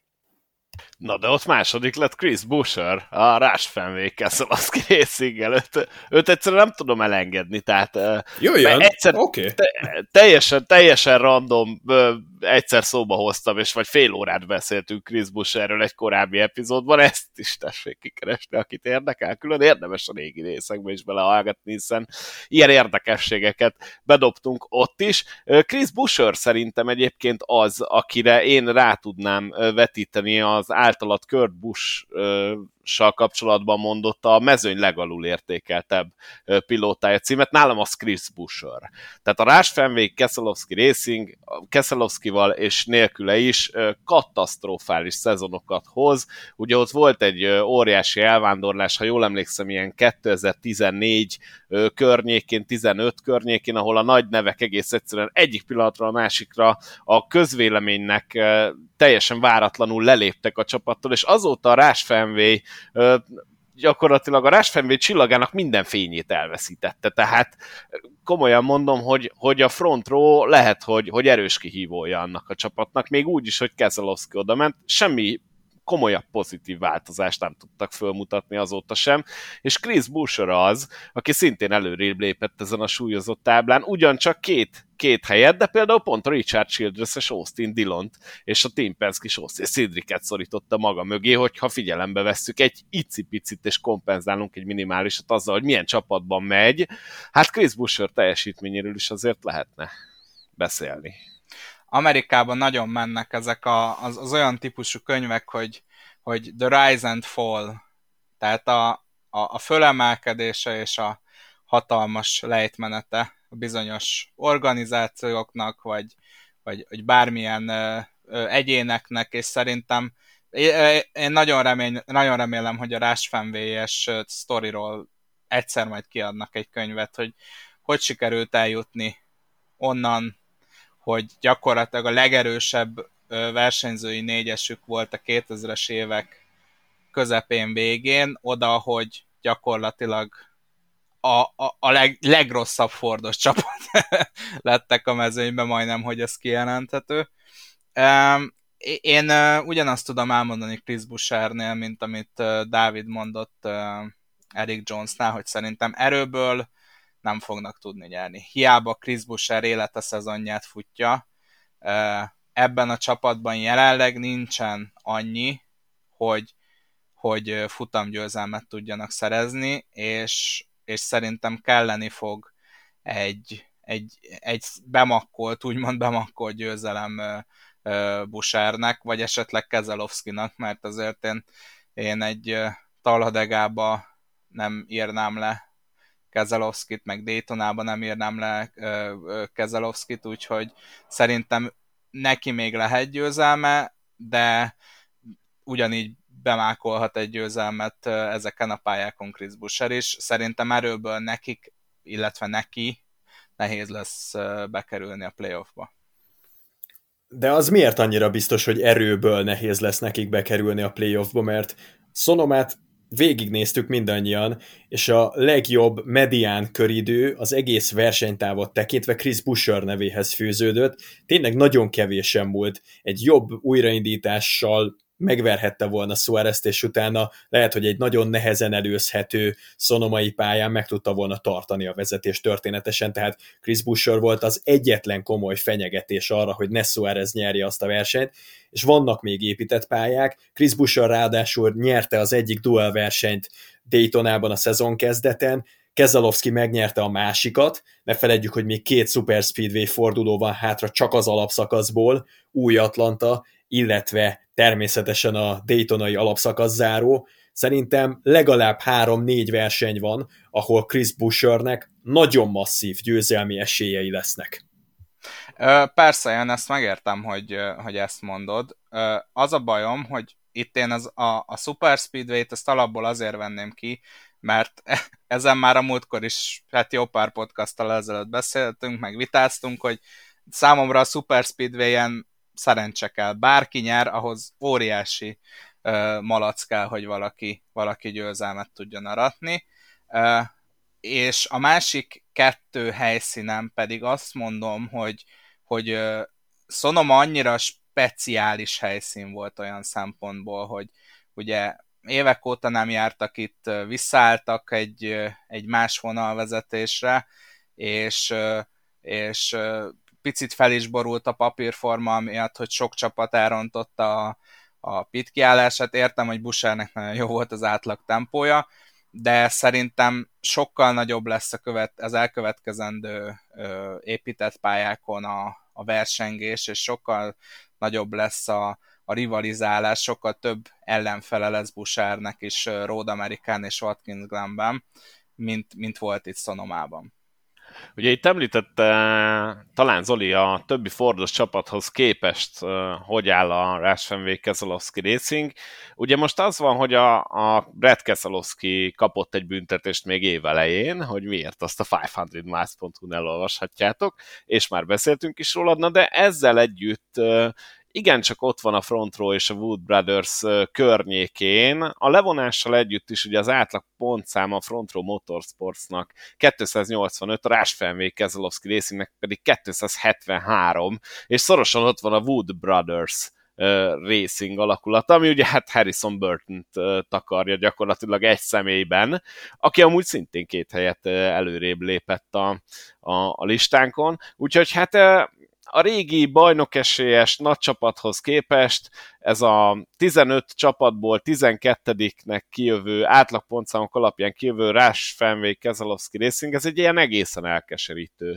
Na, de ott második lett Chris Buescher, a Roush Fenway Keselowski Racing előtt. Őt egyszerűen nem tudom elengedni, tehát Jöjjön, egyszer, okay. te, teljesen, teljesen random egyszer szóba hoztam, és vagy fél órát beszéltünk Chris Buescherről egy korábbi epizódban, ezt is tessék kikeresni, akit érdekel. Külön érdemes a régi részekbe is belehallgatni, hiszen ilyen érdekességeket bedobtunk ott is. Chris Buescher szerintem egyébként az, akire én rá tudnám vetíteni az általad Kurt Busch-sal kapcsolatban mondott a mezőny legalul értékeltebb pilótája címet. Nálam az Chris Buescher. Tehát a Roush Fenway Keselowski Racing Keselowskival és nélküle is katasztrofális szezonokat hoz. Ugye ott volt egy óriási elvándorlás, ha jól emlékszem, ilyen kétezer-tizennégy környékén, tizenöt környékén, ahol a nagy nevek egész egyszerűen egyik pillanatra a másikra a közvéleménynek teljesen váratlanul leléptek a csapattól, és azóta a Roush Fenway gyakorlatilag a Roush Fenway csillagának minden fényét elveszítette, tehát komolyan mondom, hogy, hogy a Front Row lehet, hogy, hogy erős kihívója annak a csapatnak, még úgy is, hogy Keselowski oda ment, semmi komolyabb pozitív változást nem tudtak fölmutatni azóta sem, és Chris Buescher az, aki szintén előrébb lépett ezen a súlyozott táblán, ugyancsak két, két helyet, de például pont a Richard Childress és Austin Dillont és a Team Penske-s Austin Cindricet szorította maga mögé, hogyha figyelembe vesszük egy icipicit és kompenzálunk egy minimálisat azzal, hogy milyen csapatban megy, hát Chris Buescher teljesítményéről is azért lehetne beszélni. Amerikában nagyon mennek ezek a, az, az olyan típusú könyvek, hogy, hogy The Rise and Fall Tehát a, a, a fölemelkedése és a hatalmas lejtmenete bizonyos organizációknak, vagy, vagy, vagy bármilyen ö, ö, egyéneknek, és szerintem én nagyon, remény, nagyon remélem, hogy a Rush Fenway-es sztoriról egyszer majd kiadnak egy könyvet, hogy hogy sikerült eljutni onnan, hogy gyakorlatilag a legerősebb versenyzői négyesük volt a kétezres évek közepén végén, oda, hogy gyakorlatilag a, a, a leg, legrosszabb Fordos csapat lettek a mezőnyben, majdnem, hogy ez kijelenthető. Én ugyanazt tudom elmondani Chris Bueschernél, mint amit Dávid mondott Eric Jonesnál, hogy szerintem erőből nem fognak tudni nyerni. Hiába Chris Buescher élete szezonját futja, ebben a csapatban jelenleg nincsen annyi, hogy, hogy futamgyőzelmet tudjanak szerezni, és, és szerintem kelleni fog egy, egy, egy bemakkolt, úgymond bemakkolt győzelem Bueschernek, vagy esetleg Keselowskinak, mert azért én, én egy Talhadegába nem írnám le Keselowskit, meg Daytonába nem írnám le Keselowskit, úgyhogy szerintem neki még lehet győzelme, de ugyanígy bemákolhat egy győzelmet ezeken a pályákon Chris Buescher is. Szerintem erőből nekik, illetve neki nehéz lesz bekerülni a playoffba. De az miért annyira biztos, hogy erőből nehéz lesz nekik bekerülni a playoffba, mert Sonomát végignéztük mindannyian, és a legjobb medián köridő az egész versenytávot tekintve Chris Buescher nevéhez fűződött. Tényleg nagyon kevésen múlt. Egy jobb újraindítással megverhette volna Suárezt, és utána lehet, hogy egy nagyon nehezen előzhető szonomai pályán meg tudta volna tartani a vezetést történetesen, tehát Chris Buescher volt az egyetlen komoly fenyegetés arra, hogy ne Suárez nyerje azt a versenyt, és vannak még épített pályák. Chris Buescher ráadásul nyerte az egyik duel versenyt Daytonában a szezon kezdeten, Keselowski megnyerte a másikat, ne feledjük, hogy még két Super Speedway forduló van hátra csak az alapszakaszból, új Atlanta, illetve természetesen a Daytonai alapszakasz záró. Szerintem legalább három-négy verseny van, ahol Chris Bueschernek nagyon masszív győzelmi esélyei lesznek. Persze, én ezt megértem, hogy, hogy ezt mondod. Az a bajom, hogy itt én az, a, a Super Speedway-t ezt alapból azért venném ki, mert ezen már a múltkor is, hát jó pár podcasttal ezelőtt beszéltünk, meg vitáztunk, hogy számomra a Super Speedway-en szerencse kell. Bárki nyer, ahhoz óriási uh, malac kell, hogy valaki, valaki győzelmet tudjon aratni. Uh, és a másik kettő helyszínen pedig azt mondom, hogy, hogy uh, Sonoma annyira speciális helyszín volt olyan szempontból, hogy ugye évek óta nem jártak itt, visszaálltak egy, egy más vonalvezetésre, és, és picit fel is borult a papírforma miatt, hogy sok csapat elrontotta a, a pit kiállását. Értem, hogy Bueschernek nagyon jó volt az átlag tempója, de szerintem sokkal nagyobb lesz a követ, az elkövetkezendő ö, épített pályákon a, a versengés, és sokkal nagyobb lesz a, a rivalizálás, sokkal több ellenfele lesz Bueschernek is Road Americán és Watkins Glenben, mint, mint volt itt Sonomában. Ugye itt említette talán Zoli a többi Fordos csapathoz képest, hogy áll a Rush Fenway Keselowski Racing. Ugye most az van, hogy a, a Brad Keselowski kapott egy büntetést még évelején, hogy miért, azt a ötszáz miles pont hu-n elolvashatjátok, és már beszéltünk is róla, na de ezzel együtt igencsak ott van a Front Row és a Wood Brothers környékén. A levonással együtt is ugye az átlag pontszám a Front Row Motorsportsnak kétszáznyolcvanöt, a Rush Fenway Keselowski Racingnek pedig kétszázhetvenhárom, és szorosan ott van a Wood Brothers Racing alakulata, ami ugye hát Harrison Burton-t takarja gyakorlatilag egy személyben, aki amúgy szintén két helyet előrébb lépett a, a, a listánkon, úgyhogy hát a régi bajnokesélyes nagy csapathoz képest ez a tizenöt csapatból tizenkettediknek kijövő átlagpontszámok alapján kijövő Rush Fenway Keselowski Racing, ez egy ilyen egészen elkeserítő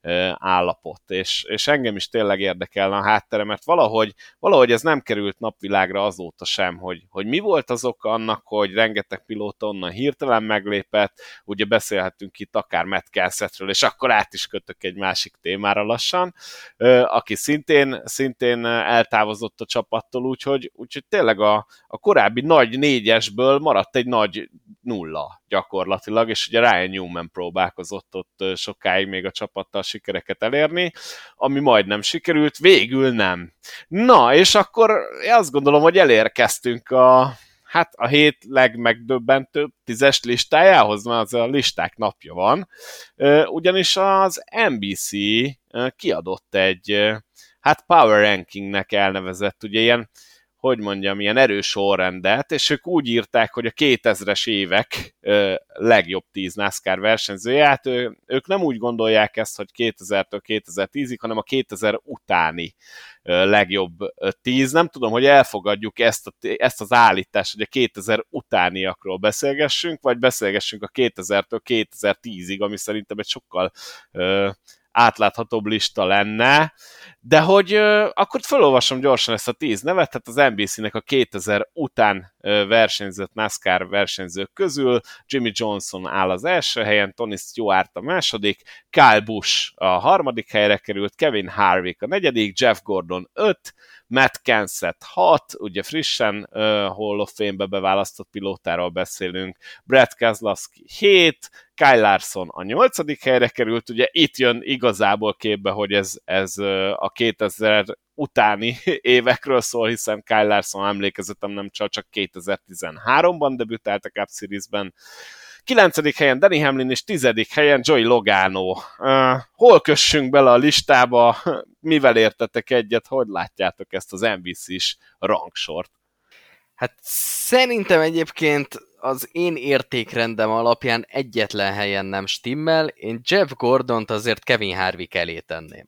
állapot, és, és engem is tényleg érdekelne a háttere, mert valahogy, valahogy ez nem került napvilágra azóta sem, hogy, hogy mi volt az oka annak, hogy rengeteg pilóta onnan hirtelen meglépett, ugye beszélhetünk itt akár Matt Kensethről, és akkor át is kötök egy másik témára lassan, aki szintén, szintén eltávozott a csapattól, úgyhogy, úgyhogy tényleg a, a korábbi nagy négyesből maradt egy nagy nulla gyakorlatilag, és ugye Ryan Newman próbálkozott ott sokáig még a csapattal sikereket elérni, ami majdnem sikerült, végül nem. Na, és akkor azt gondolom, hogy elérkeztünk a, hát a hét legmegdöbbentőbb tízes listájához, mert az a listák napja van, ugyanis az en bé cé kiadott egy, hát Power Rankingnek elnevezett, ugye ilyen, hogy mondjam, ilyen erős sorrendet, és ők úgy írták, hogy a kétezres évek ö, legjobb tíz NASCAR versenyzője, hát ő, ők nem úgy gondolják ezt, hogy kétezertől kétezer-tízig, hanem a kétezer utáni ö, legjobb tíz. Nem tudom, hogy elfogadjuk ezt, a, ezt az állítást, hogy a kétezer utániakról beszélgessünk, vagy beszélgessünk a kétezertől kétezer-tízig, ami szerintem egy sokkal ö, átláthatóbb lista lenne, de hogy euh, akkor felolvasom gyorsan ezt a tíz nevet, tehát az en bé cé-nek a kétezer után euh, versenyzett NASCAR versenyzők közül Jimmy Johnson áll az első helyen, Tony Stewart a második, Kyle Busch a harmadik helyre került, Kevin Harvick a negyedik, Jeff Gordon öt, Matt Kenseth hat, ugye frissen uh, Hall of Fame-be beválasztott pilótáról beszélünk, Brad Keselowski hét, Kyle Larson a nyolcadik helyre került, ugye itt jön igazából képbe, hogy ez, ez uh, a kétezer utáni évekről szól, hiszen Kyle Larson, emlékezetem nem csak, csak kétezer-tizenháromban debütált a Cup Series-ben, kilencedik helyen Denny Hamlin és tizedik helyen Joey Logano. Uh, hol kössünk bele a listába? Mivel értetek egyet? Hogy látjátok ezt az en bé cés rangsort? Hát szerintem egyébként az én értékrendem alapján egyetlen helyen nem stimmel. Én Jeff Gordont azért Kevin Harvick elé tenném.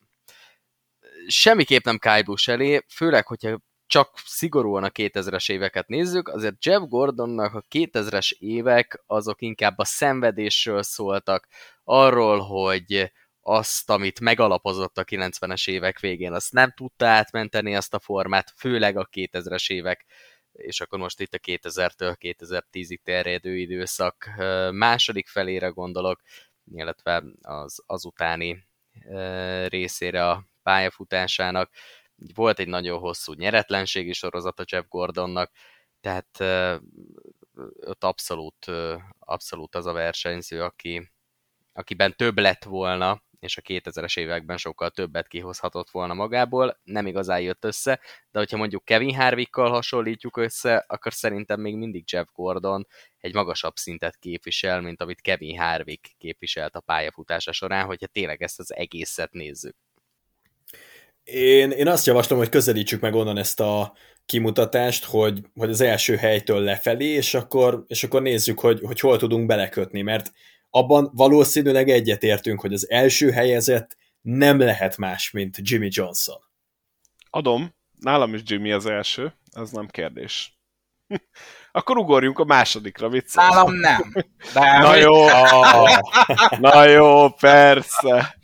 Semmiképp nem Kyle Busch elé, főleg, hogyha csak szigorúan a kétezres éveket nézzük, azért Jeff Gordonnak a kétezres évek azok inkább a szenvedésről szóltak, arról, hogy azt, amit megalapozott a kilencvenes évek végén, azt nem tudta átmenteni azt a formát, főleg a kétezres évek, és akkor most itt a kétezertől kétezer-tízig terjedő időszak második felére gondolok, illetve az azutáni részére a pályafutásának. Volt egy nagyon hosszú nyeretlenségi sorozata Jeff Gordonnak, tehát uh, ott abszolút, uh, abszolút az a versenyző, aki, akiben több lett volna, és a kétezres években sokkal többet kihozhatott volna magából, nem igazán jött össze, de hogyha mondjuk Kevin Harvickkal hasonlítjuk össze, akkor szerintem még mindig Jeff Gordon egy magasabb szintet képvisel, mint amit Kevin Harvick képviselt a pályafutása során, hogyha tényleg ezt az egészet nézzük. Én, én azt javaslom, hogy közelítsük meg onnan ezt a kimutatást, hogy, hogy az első helytől lefelé, és akkor, és akkor nézzük, hogy, hogy hol tudunk belekötni, mert abban valószínűleg egyetértünk, hogy az első helyezett nem lehet más, mint Jimmy Johnson. Adom, nálam is Jimmy az első, ez nem kérdés. Akkor ugorjunk a másodikra, vicc. Nálam nem. De Na jó, na jó, persze.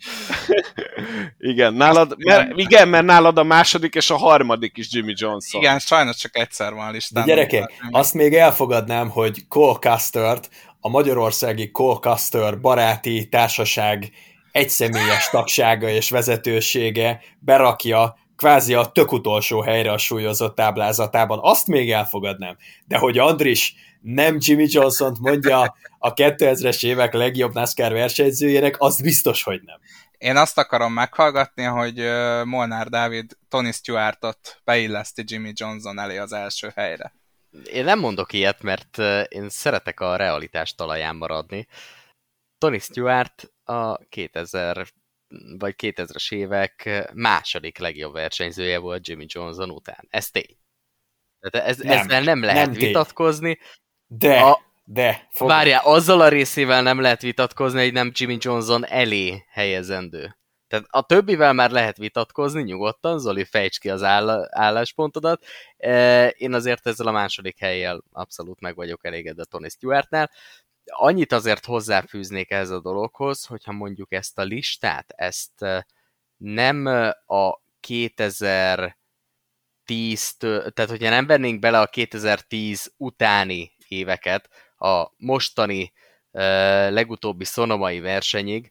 Igen, nálad, mert, igen, mert nálad a második és a harmadik is Jimmy Johnson. Igen, sajnos csak egyszer van a listán. De gyerekek, azt még elfogadnám, hogy Cole Custert, a magyarországi Cole Custer baráti társaság egyszemélyes tagsága és vezetősége berakja kvázi a tök utolsó helyre a súlyozott táblázatában. Azt még elfogadnám. De hogy Andris nem Jimmy Johnson-t mondja a kétezres évek legjobb NASCAR versenyzőjének, az biztos, hogy nem. Én azt akarom meghallgatni, hogy Molnár Dávid Tony Stewartot beilleszti Jimmy Johnson elé az első helyre. Én nem mondok ilyet, mert én szeretek a realitás talaján maradni. Tony Stewart a kétezer vagy kétezres évek második legjobb versenyzője volt Jimmy Johnson után. Ez tény. Tehát ez, nem, ezzel nem lehet nem vitatkozni. De, a, de. Fog... Várjál, azzal a részével nem lehet vitatkozni, hogy nem Jimmy Johnson elé helyezendő. Tehát a többivel már lehet vitatkozni nyugodtan, Zoli, fejtsd ki az áll- álláspontodat. Én azért ezzel a második hellyel abszolút meg vagyok elégedve Tony Stewartnál. annyit azért hozzáfűznék ehhez a dologhoz, hogyha mondjuk ezt a listát, ezt nem a kétezer-tíztől, tehát hogyha nem vennénk bele a kétezer-tíz utáni éveket, a mostani legutóbbi szonomai versenyig,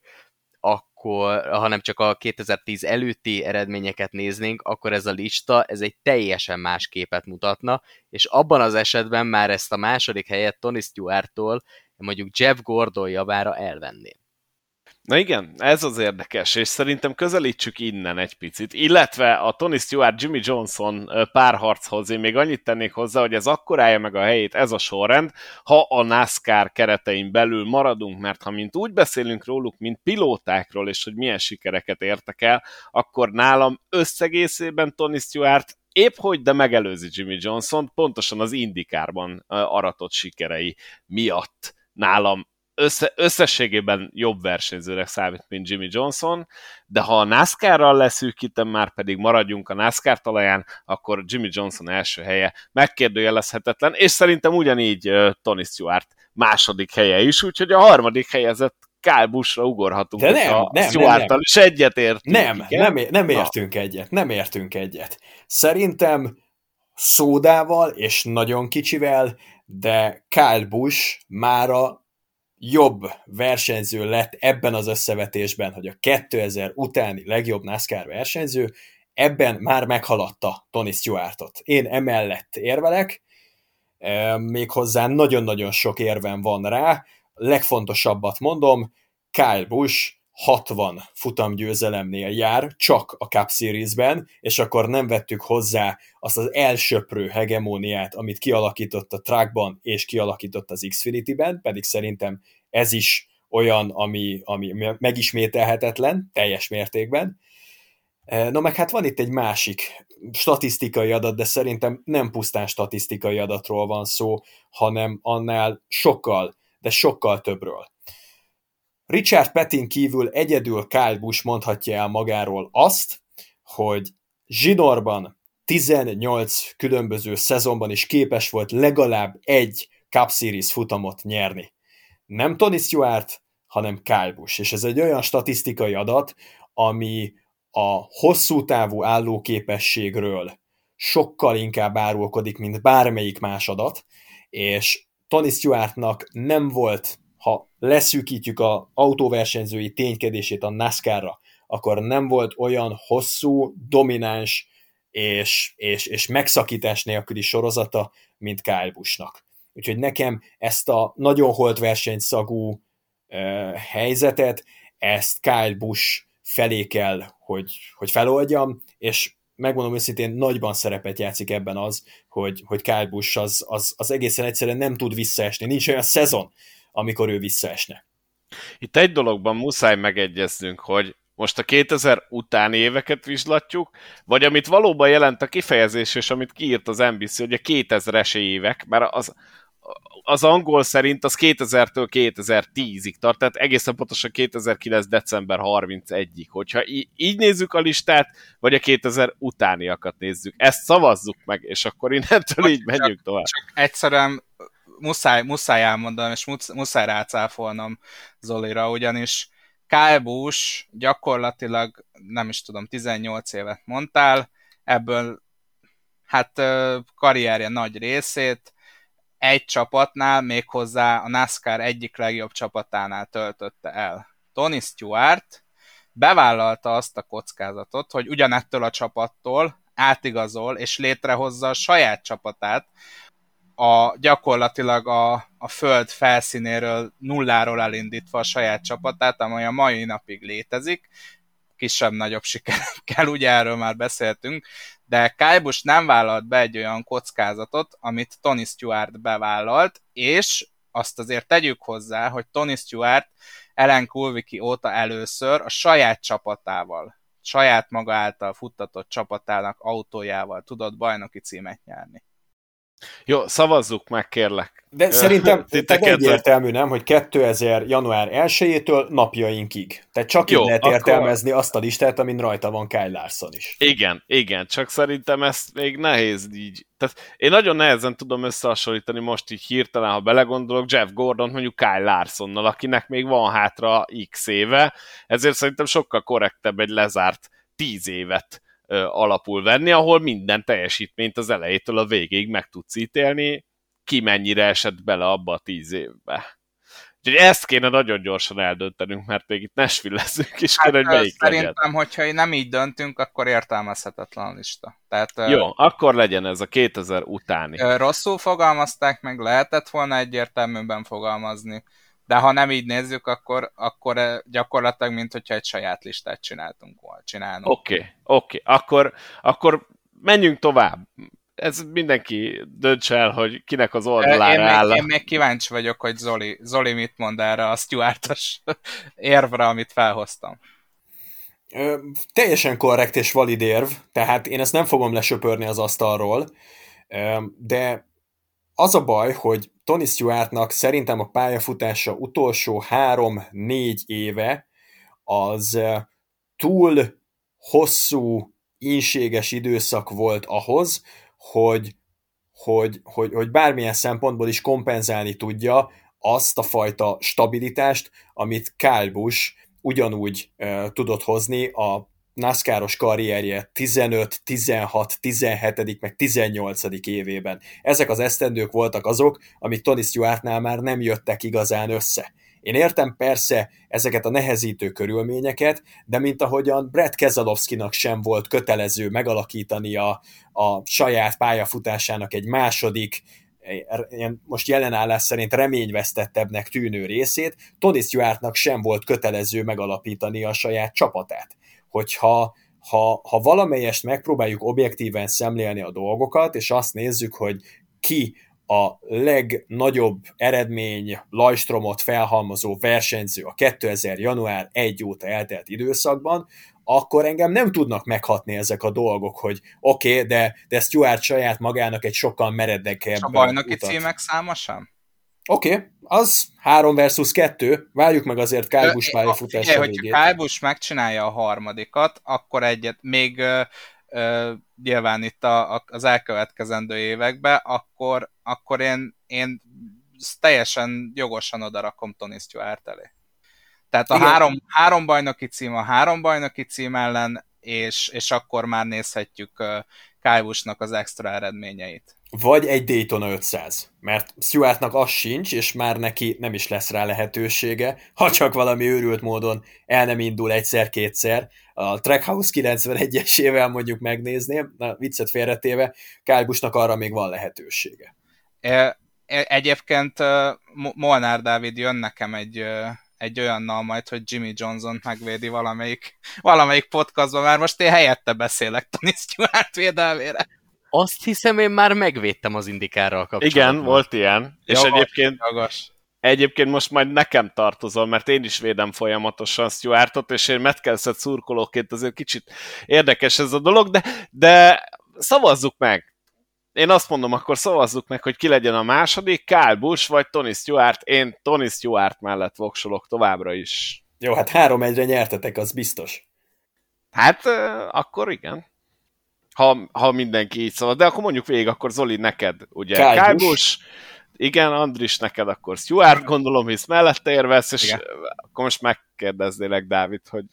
akkor, hanem csak a kétezer-tíz előtti eredményeket néznénk, akkor ez a lista, ez egy teljesen más képet mutatna, és abban az esetben már ezt a második helyet Tony Stewart-tól mondjuk Jeff Gordon javára elvenném. Na igen, ez az érdekes, és szerintem közelítsük innen egy picit, illetve a Tony Stewart, Jimmy Johnson párharchoz én még annyit tennék hozzá, hogy ez akkor állja meg a helyét, ez a sorrend, ha a NASCAR keretein belül maradunk, mert ha mint úgy beszélünk róluk, mint pilótákról, és hogy milyen sikereket értek el, akkor nálam összegészében Tony Stewart épp hogy, de megelőzi Jimmy Johnson, pontosan az IndyCarban aratott sikerei miatt nálam Össze, összességében jobb versenyzőnek számít, mint Jimmy Johnson, de ha a NASCAR-ral leszűkítem, már pedig maradjunk a NASCAR talaján, akkor Jimmy Johnson első helye megkérdőjelezhetetlen, és szerintem ugyanígy uh, Tony Stewart második helye is, úgyhogy a harmadik helyezett Kyle Busch-ra ugorhatunk, de nem, a nem, Stewart-tal, és egyet értünk. Nem, nem, nem értünk egyet, nem értünk egyet. Szerintem szódával és nagyon kicsivel, de Kyle Busch mára jobb versenyző lett ebben az összevetésben, hogy a kétezer utáni legjobb NASCAR versenyző, ebben már meghaladta Tony Stewartot. Én emellett érvelek, méghozzá nagyon-nagyon sok érvem van rá. Legfontosabbat mondom, Kyle Busch hatvan futamgyőzelemnél jár, csak a Cup Series-ben, és akkor nem vettük hozzá azt az elsöprő hegemóniát, amit kialakított a Truckban, és kialakított az Xfinity-ben, pedig szerintem ez is olyan, ami, ami megismételhetetlen, teljes mértékben. No meg hát van itt egy másik statisztikai adat, de szerintem nem pusztán statisztikai adatról van szó, hanem annál sokkal, de sokkal többről. Richard Pettin kívül egyedül Kyle Busch mondhatja el magáról azt, hogy zsinórban tizennyolc különböző szezonban is képes volt legalább egy Cup Series futamot nyerni. Nem Tony Stewart, hanem Kyle Busch. És ez egy olyan statisztikai adat, ami a hosszú távú állóképességről sokkal inkább árulkodik, mint bármelyik más adat, és Tony Stewartnak nem volt, ha leszűkítjük az autóversenyzői ténykedését a NASCAR-ra, akkor nem volt olyan hosszú, domináns és, és, és megszakítás nélküli sorozata, mint Kyle Buschnak. Úgyhogy nekem ezt a nagyon holt versenyszagú uh, helyzetet, ezt Kyle Busch felé kell, hogy, hogy feloldjam, és megmondom őszintén, nagyban szerepet játszik ebben az, hogy, hogy Kyle Busch az, az, az egészen egyszerűen nem tud visszaesni. Nincs olyan szezon, amikor ő visszaesne. Itt egy dologban muszáj megegyeznünk, hogy most a kétezer utáni éveket vizslatjuk, vagy amit valóban jelent a kifejezés, és amit kiírt az en bé cé, hogy a kétezres évek, mert az, az angol szerint az kétezertől kétezer-tízig tart, tehát egészen pontosan kétezer-kilenc. december harmincegyedikéig. Hogyha így nézzük a listát, vagy a kétezer utániakat nézzük, ezt szavazzuk meg, és akkor innentől így menjünk csak, tovább. Csak egyszerűen muszáj, muszáj elmondanom, és muszáj rácáfolnom Zolira, ugyanis Kyle Busch gyakorlatilag, nem is tudom, tizennyolc évet mondtál, ebből hát karrierje nagy részét egy csapatnál, méghozzá a NASCAR egyik legjobb csapatánál töltötte el. Tony Stewart bevállalta azt a kockázatot, hogy ugyanettől a csapattól átigazol és létrehozza a saját csapatát, a, gyakorlatilag a, a föld felszínéről nulláról elindítva a saját csapatát, amely a mai napig létezik, kisebb-nagyobb sikerekkel, ugye erről már beszéltünk, de Kyle Busch nem vállalt be egy olyan kockázatot, amit Tony Stewart bevállalt, és azt azért tegyük hozzá, hogy Tony Stewart Ellen Kulwicki óta először a saját csapatával, saját maga által futtatott csapatának autójával tudott bajnoki címet nyerni. Jó, szavazzuk meg, kérlek. De szerintem egyértelmű, nem, hogy kétezer január elsejétől napjainkig. Tehát csak így lehet akkor... értelmezni azt a listát, amin rajta van Kyle Larson is. Igen, igen, csak szerintem ezt még nehéz így. Tehát én nagyon nehezen tudom összehasonlítani most így hirtelen, ha belegondolok, Jeff Gordon mondjuk Kyle Larsonnal, akinek még van hátra x éve, ezért szerintem sokkal korrektebb egy lezárt tíz évet ö, alapul venni, ahol minden teljesítményt az elejétől a végéig meg tudsz ítélni, ki mennyire esett bele abba a tíz évbe. Úgyhogy ezt kéne nagyon gyorsan eldöntenünk, mert még itt Nashville-ezzünk, és hát, kéne, hogy melyik szerintem, legyen. hogyha nem így döntünk, akkor értelmezhetetlen a lista. Tehát, jó, uh, akkor legyen ez a kétezer utáni. Rosszul fogalmazták meg, lehetett volna egyértelműen fogalmazni, de ha nem így nézzük, akkor, akkor gyakorlatilag, mint hogyha egy saját listát csináltunk volna. Csinálnunk. Oké, okay, oké, okay. akkor, akkor menjünk tovább. Ez mindenki döntse el, hogy kinek az oldalára áll. Én, én még kíváncsi vagyok, hogy Zoli, Zoli mit mond erre a Stewartos érvre, amit felhoztam. Ö, teljesen korrekt és valid érv, tehát én ezt nem fogom lesöpörni az asztalról, ö, de az a baj, hogy Tony Stewartnak szerintem a pályafutása utolsó három-négy éve az túl hosszú, ínséges időszak volt ahhoz, hogy, hogy, hogy, hogy bármilyen szempontból is kompenzálni tudja azt a fajta stabilitást, amit Kyle Busch ugyanúgy uh, tudott hozni a NASCAR-os karrierje tizenöt, tizenhat, tizenhet, meg tizennyolcadik évében. Ezek az esztendők voltak azok, amik Tony Stewartnál már nem jöttek igazán össze. Én értem persze ezeket a nehezítő körülményeket, de mint ahogyan Brad Keselowskinak sem volt kötelező megalakítani a, a saját pályafutásának egy második, most jelenállás szerint reményvesztettebbnek tűnő részét, Tony Stewartnak sem volt kötelező megalapítani a saját csapatát. Hogyha ha, ha valamelyest megpróbáljuk objektíven szemlélni a dolgokat, és azt nézzük, hogy ki a legnagyobb eredmény lajstromot felhalmozó versenyző a kétezer január elseje óta eltelt időszakban, akkor engem nem tudnak meghatni ezek a dolgok, hogy oké, okay, de, de Stewart saját magának egy sokkal meredekebb utat. És a bajnoki címek száma sem? Oké, okay, az három versus kettő, várjuk meg azért Kyle Busch pályafutása végét. Hogyha Kyle Busch megcsinálja a harmadikat, akkor egyet még uh, uh, nyilván itt a, a, az elkövetkezendő években, akkor, akkor én, én teljesen jogosan odarakom Tony Stewart elé. Tehát a három, három bajnoki cím a három bajnoki cím ellen, és, és akkor már nézhetjük uh, Kyle Buschnak az extra eredményeit. Vagy egy Daytona ötszáz, mert Stewartnak az sincs, és már neki nem is lesz rá lehetősége, ha csak valami őrült módon el nem indul egyszer-kétszer. A Trackhouse kilencvenegyesével mondjuk megnézném, na viccet félretéve, Kyle Buschnak arra még van lehetősége. Egyébként Molnár Dávid jön nekem egy, egy olyannal majd, hogy Jimmy Johnson megvédi valamelyik, valamelyik podcastban, már most én helyette beszélek Tony Stewart védelmére. Azt hiszem, én már megvédtem az Indikárral kapcsolatban. Igen, volt ilyen. És jogos, egyébként, jogos. egyébként most majd nekem tartozol, mert én is védem folyamatosan Stewartot, és én Matt Kenseth szurkolóként azért kicsit érdekes ez a dolog, de, de szavazzuk meg. Én azt mondom, akkor szavazzuk meg, hogy ki legyen a második, Kyle Busch vagy Tony Stewart. Én Tony Stewart mellett voksolok továbbra is. Jó, hát három egyre nyertetek, az biztos. Hát, akkor igen. Ha, ha mindenki így szavaz. De akkor mondjuk végig, akkor Zoli, neked, ugye, Kyle Busch, igen, Andris, neked akkor Stewart, gondolom, hisz mellette érvesz, és igen. Akkor most megkérdeznélek, Dávid, hogy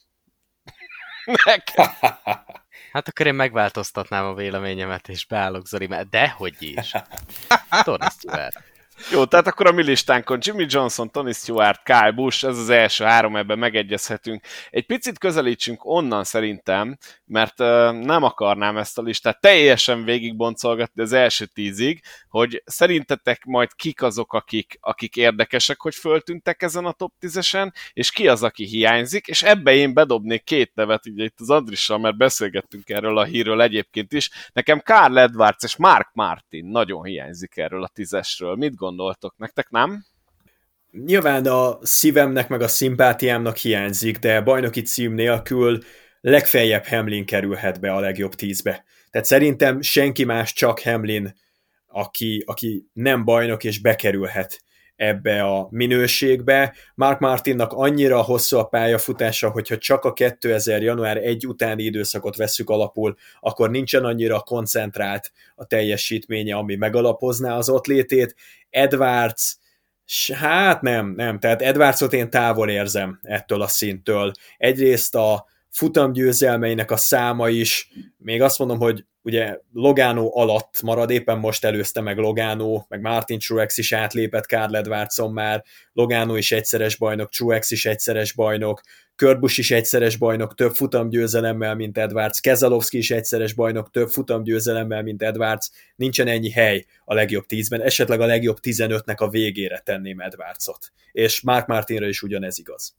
neked. Hát akkor én megváltoztatnám a véleményemet, és beállok Zoli, mert dehogy is. Tony Stewart. Jó, tehát akkor a mi listánkon Jimmy Johnson, Tony Stewart, Kyle Busch, ez az első három, ebben megegyezhetünk. Egy picit közelítsünk onnan szerintem, mert uh, nem akarnám ezt a listát teljesen végigboncolgatni az első tízig, hogy szerintetek majd kik azok, akik, akik érdekesek, hogy föltűntek ezen a top tízesen, és ki az, aki hiányzik, és ebbe én bedobnék két nevet, ugye itt az Andrissal, mert beszélgettünk erről a hírről egyébként is. Nekem Carl Edwards és Mark Martin nagyon hiányzik erről a tízesről. Mit gondoltok? Nektek nem? Nyilván a szívemnek meg a szimpátiámnak hiányzik, de bajnoki cím nélkül legfeljebb Hamlin kerülhet be a legjobb tízbe. Tehát szerintem senki más, csak Hamlin aki, aki nem bajnok és bekerülhet ebbe a minőségbe. Mark Martinnak annyira hosszú a pályafutása, hogyha csak a kétezer. január elseje utáni időszakot vesszük alapul, akkor nincsen annyira koncentrált a teljesítménye, ami megalapozná az ott létét. Edwards, hát nem, nem, tehát Edwardsot én távol érzem ettől a szinttől. Egyrészt a futamgyőzelmeinek a száma is, még azt mondom, hogy ugye Logano alatt marad, éppen most előzte meg Logano, meg Martin Truex is átlépett Carl Edwardson már, Logano is egyszeres bajnok, Truex is egyszeres bajnok, Kurt Busch is egyszeres bajnok, több futamgyőzelemmel, mint Edwards, Keselowski is egyszeres bajnok, több futamgyőzelemmel, mint Edwards, nincsen ennyi hely a legjobb tízben, esetleg a legjobb tizenötnek a végére tenném Edwardsot, és Mark Martinra is ugyanez igaz.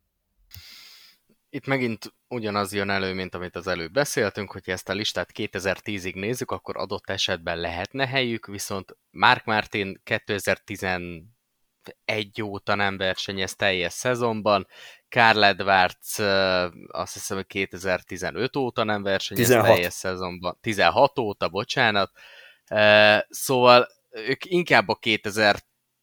Itt megint ugyanaz jön elő, mint amit az előbb beszéltünk, hogyha ezt a listát kétezer-tízig nézzük, akkor adott esetben lehetne helyük, viszont Mark Martin kétezer-tizenegy óta nem versenyez teljes szezonban, Carl Edwards azt hiszem, hogy kétezer-tizenöt óta nem versenyez tizenhat. Teljes szezonban, tizenhat óta, bocsánat, szóval ők inkább a kétezer,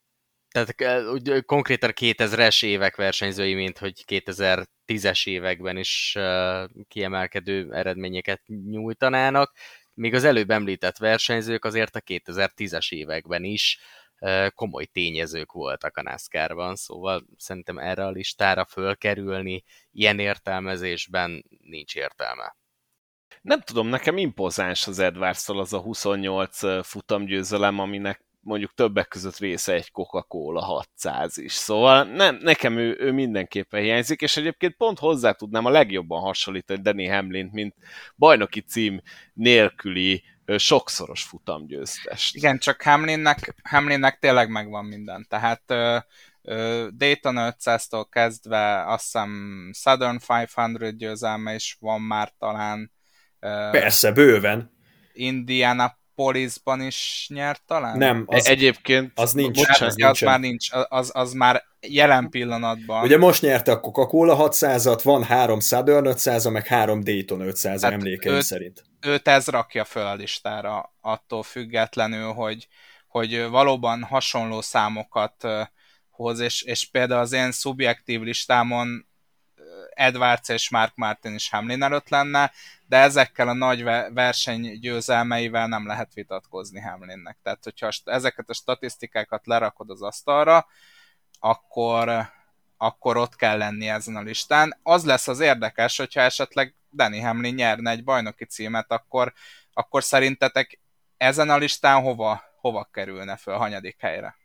tehát úgy, konkrétan kétezres évek versenyzői, mint hogy kétezer-tízes években is uh, kiemelkedő eredményeket nyújtanának, míg az előbb említett versenyzők azért a kétezer-tízes években is uh, komoly tényezők voltak a NASCAR-ban, szóval szerintem erre a listára fölkerülni ilyen értelmezésben nincs értelme. Nem tudom, nekem impozáns az Edwardstól az a huszonnyolc futamgyőzelem, aminek mondjuk többek között része egy Coca-Cola hatszáz is. Szóval nem, nekem ő, ő mindenképpen hiányzik, és egyébként pont hozzá tudnám a legjobban hasonlítani Denny Hamlint, mint bajnoki cím nélküli sokszoros futamgyőztest. Igen, csak Hamlinnek, Hamlinnek tényleg megvan minden. Tehát ö, ö, Daytona ötszáztól kezdve azt hiszem Southern ötszáz győzelme is van már talán. Ö, Persze, bőven. Indiana Polisban is nyert talán? Nem, az, egyébként az nincs. Bocsánat, az, az már nincs, az, az már jelen pillanatban. Ugye most nyerte a Coca-Cola hatszázat, van három Southern ötszáz, meg három Dayton ötszáz hát emlékeim őt, szerint. Őt ez rakja föl a listára, attól függetlenül, hogy, hogy valóban hasonló számokat hoz, és, és például az én szubjektív listámon Edwards és Mark Martin is Hamlin előtt lenne, de ezekkel a nagy versenygyőzelmeivel nem lehet vitatkozni Hamlinnek. Tehát, hogyha ezeket a statisztikákat lerakod az asztalra, akkor, akkor ott kell lenni ezen a listán. Az lesz az érdekes, hogyha esetleg Denny Hamlin nyerne egy bajnoki címet, akkor, akkor szerintetek ezen a listán hova, hova kerülne föl, hanyadik helyre?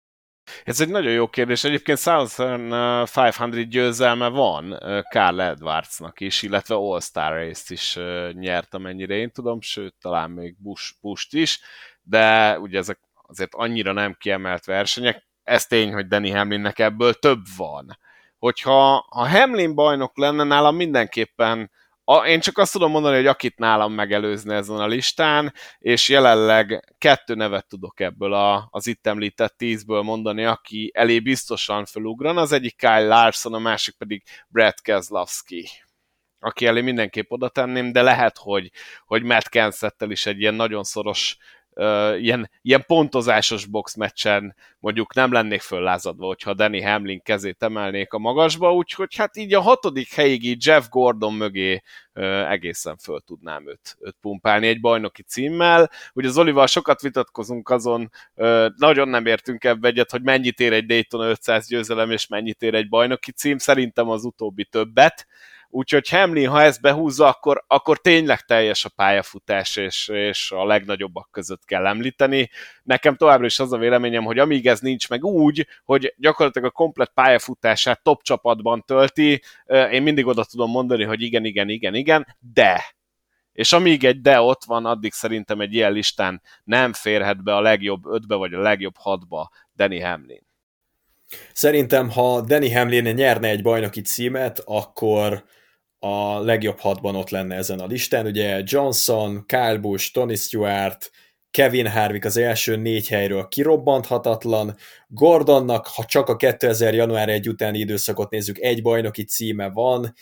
Ez egy nagyon jó kérdés. Egyébként Southern ötszáz győzelme van Carl Edwardsnak is, illetve All-Star Race-t is nyert, amennyire én tudom, sőt, talán még Busch, Busch-t is, de ugye ezek azért annyira nem kiemelt versenyek. Ez tény, hogy Denny Hamlinnek ebből több van. Hogyha ha Hamlin bajnok lenne, nálam mindenképpen A, én csak azt tudom mondani, hogy akit nálam megelőzni ezen a listán, és jelenleg kettő nevet tudok ebből a, az itt említett tízből mondani, aki elé biztosan felugran, az egyik Kyle Larson, a másik pedig Brad Keselowski, aki elé mindenképp oda tenném, de lehet, hogy, hogy Matt Kenseth-tel is egy ilyen nagyon szoros, uh, ilyen, ilyen pontozásos boxmeccsen mondjuk nem lennék föllázadva, hogyha Denny Hamlin kezét emelnék a magasba, úgyhogy hát így a hatodik helyig így Jeff Gordon mögé uh, egészen föl tudnám őt, őt pumpálni egy bajnoki címmel. Ugye az Olival sokat vitatkozunk azon, uh, nagyon nem értünk ebbe egyet, hogy mennyit ér egy Daytona ötszáz győzelem, és mennyit ér egy bajnoki cím, szerintem az utóbbi többet. Úgyhogy Hamlin, ha ezt behúzza, akkor, akkor tényleg teljes a pályafutás, és, és a legnagyobbak között kell említeni. Nekem továbbra is az a véleményem, hogy amíg ez nincs meg úgy, hogy gyakorlatilag a komplett pályafutását top csapatban tölti, én mindig oda tudom mondani, hogy igen, igen, igen, igen, de. És amíg egy de ott van, addig szerintem egy ilyen listán nem férhet be a legjobb ötbe, vagy a legjobb hatba Denny Hamlin. Szerintem, ha Denny Hamlin nyerne egy bajnoki címet, akkor a legjobb hatban ott lenne ezen a listán. Ugye Johnson, Kyle Busch, Tony Stewart, Kevin Harvick az első négy helyről kirobbanthatatlan. Gordonnak, ha csak a kétezer. január elseje utáni időszakot nézzük, egy bajnoki címe van.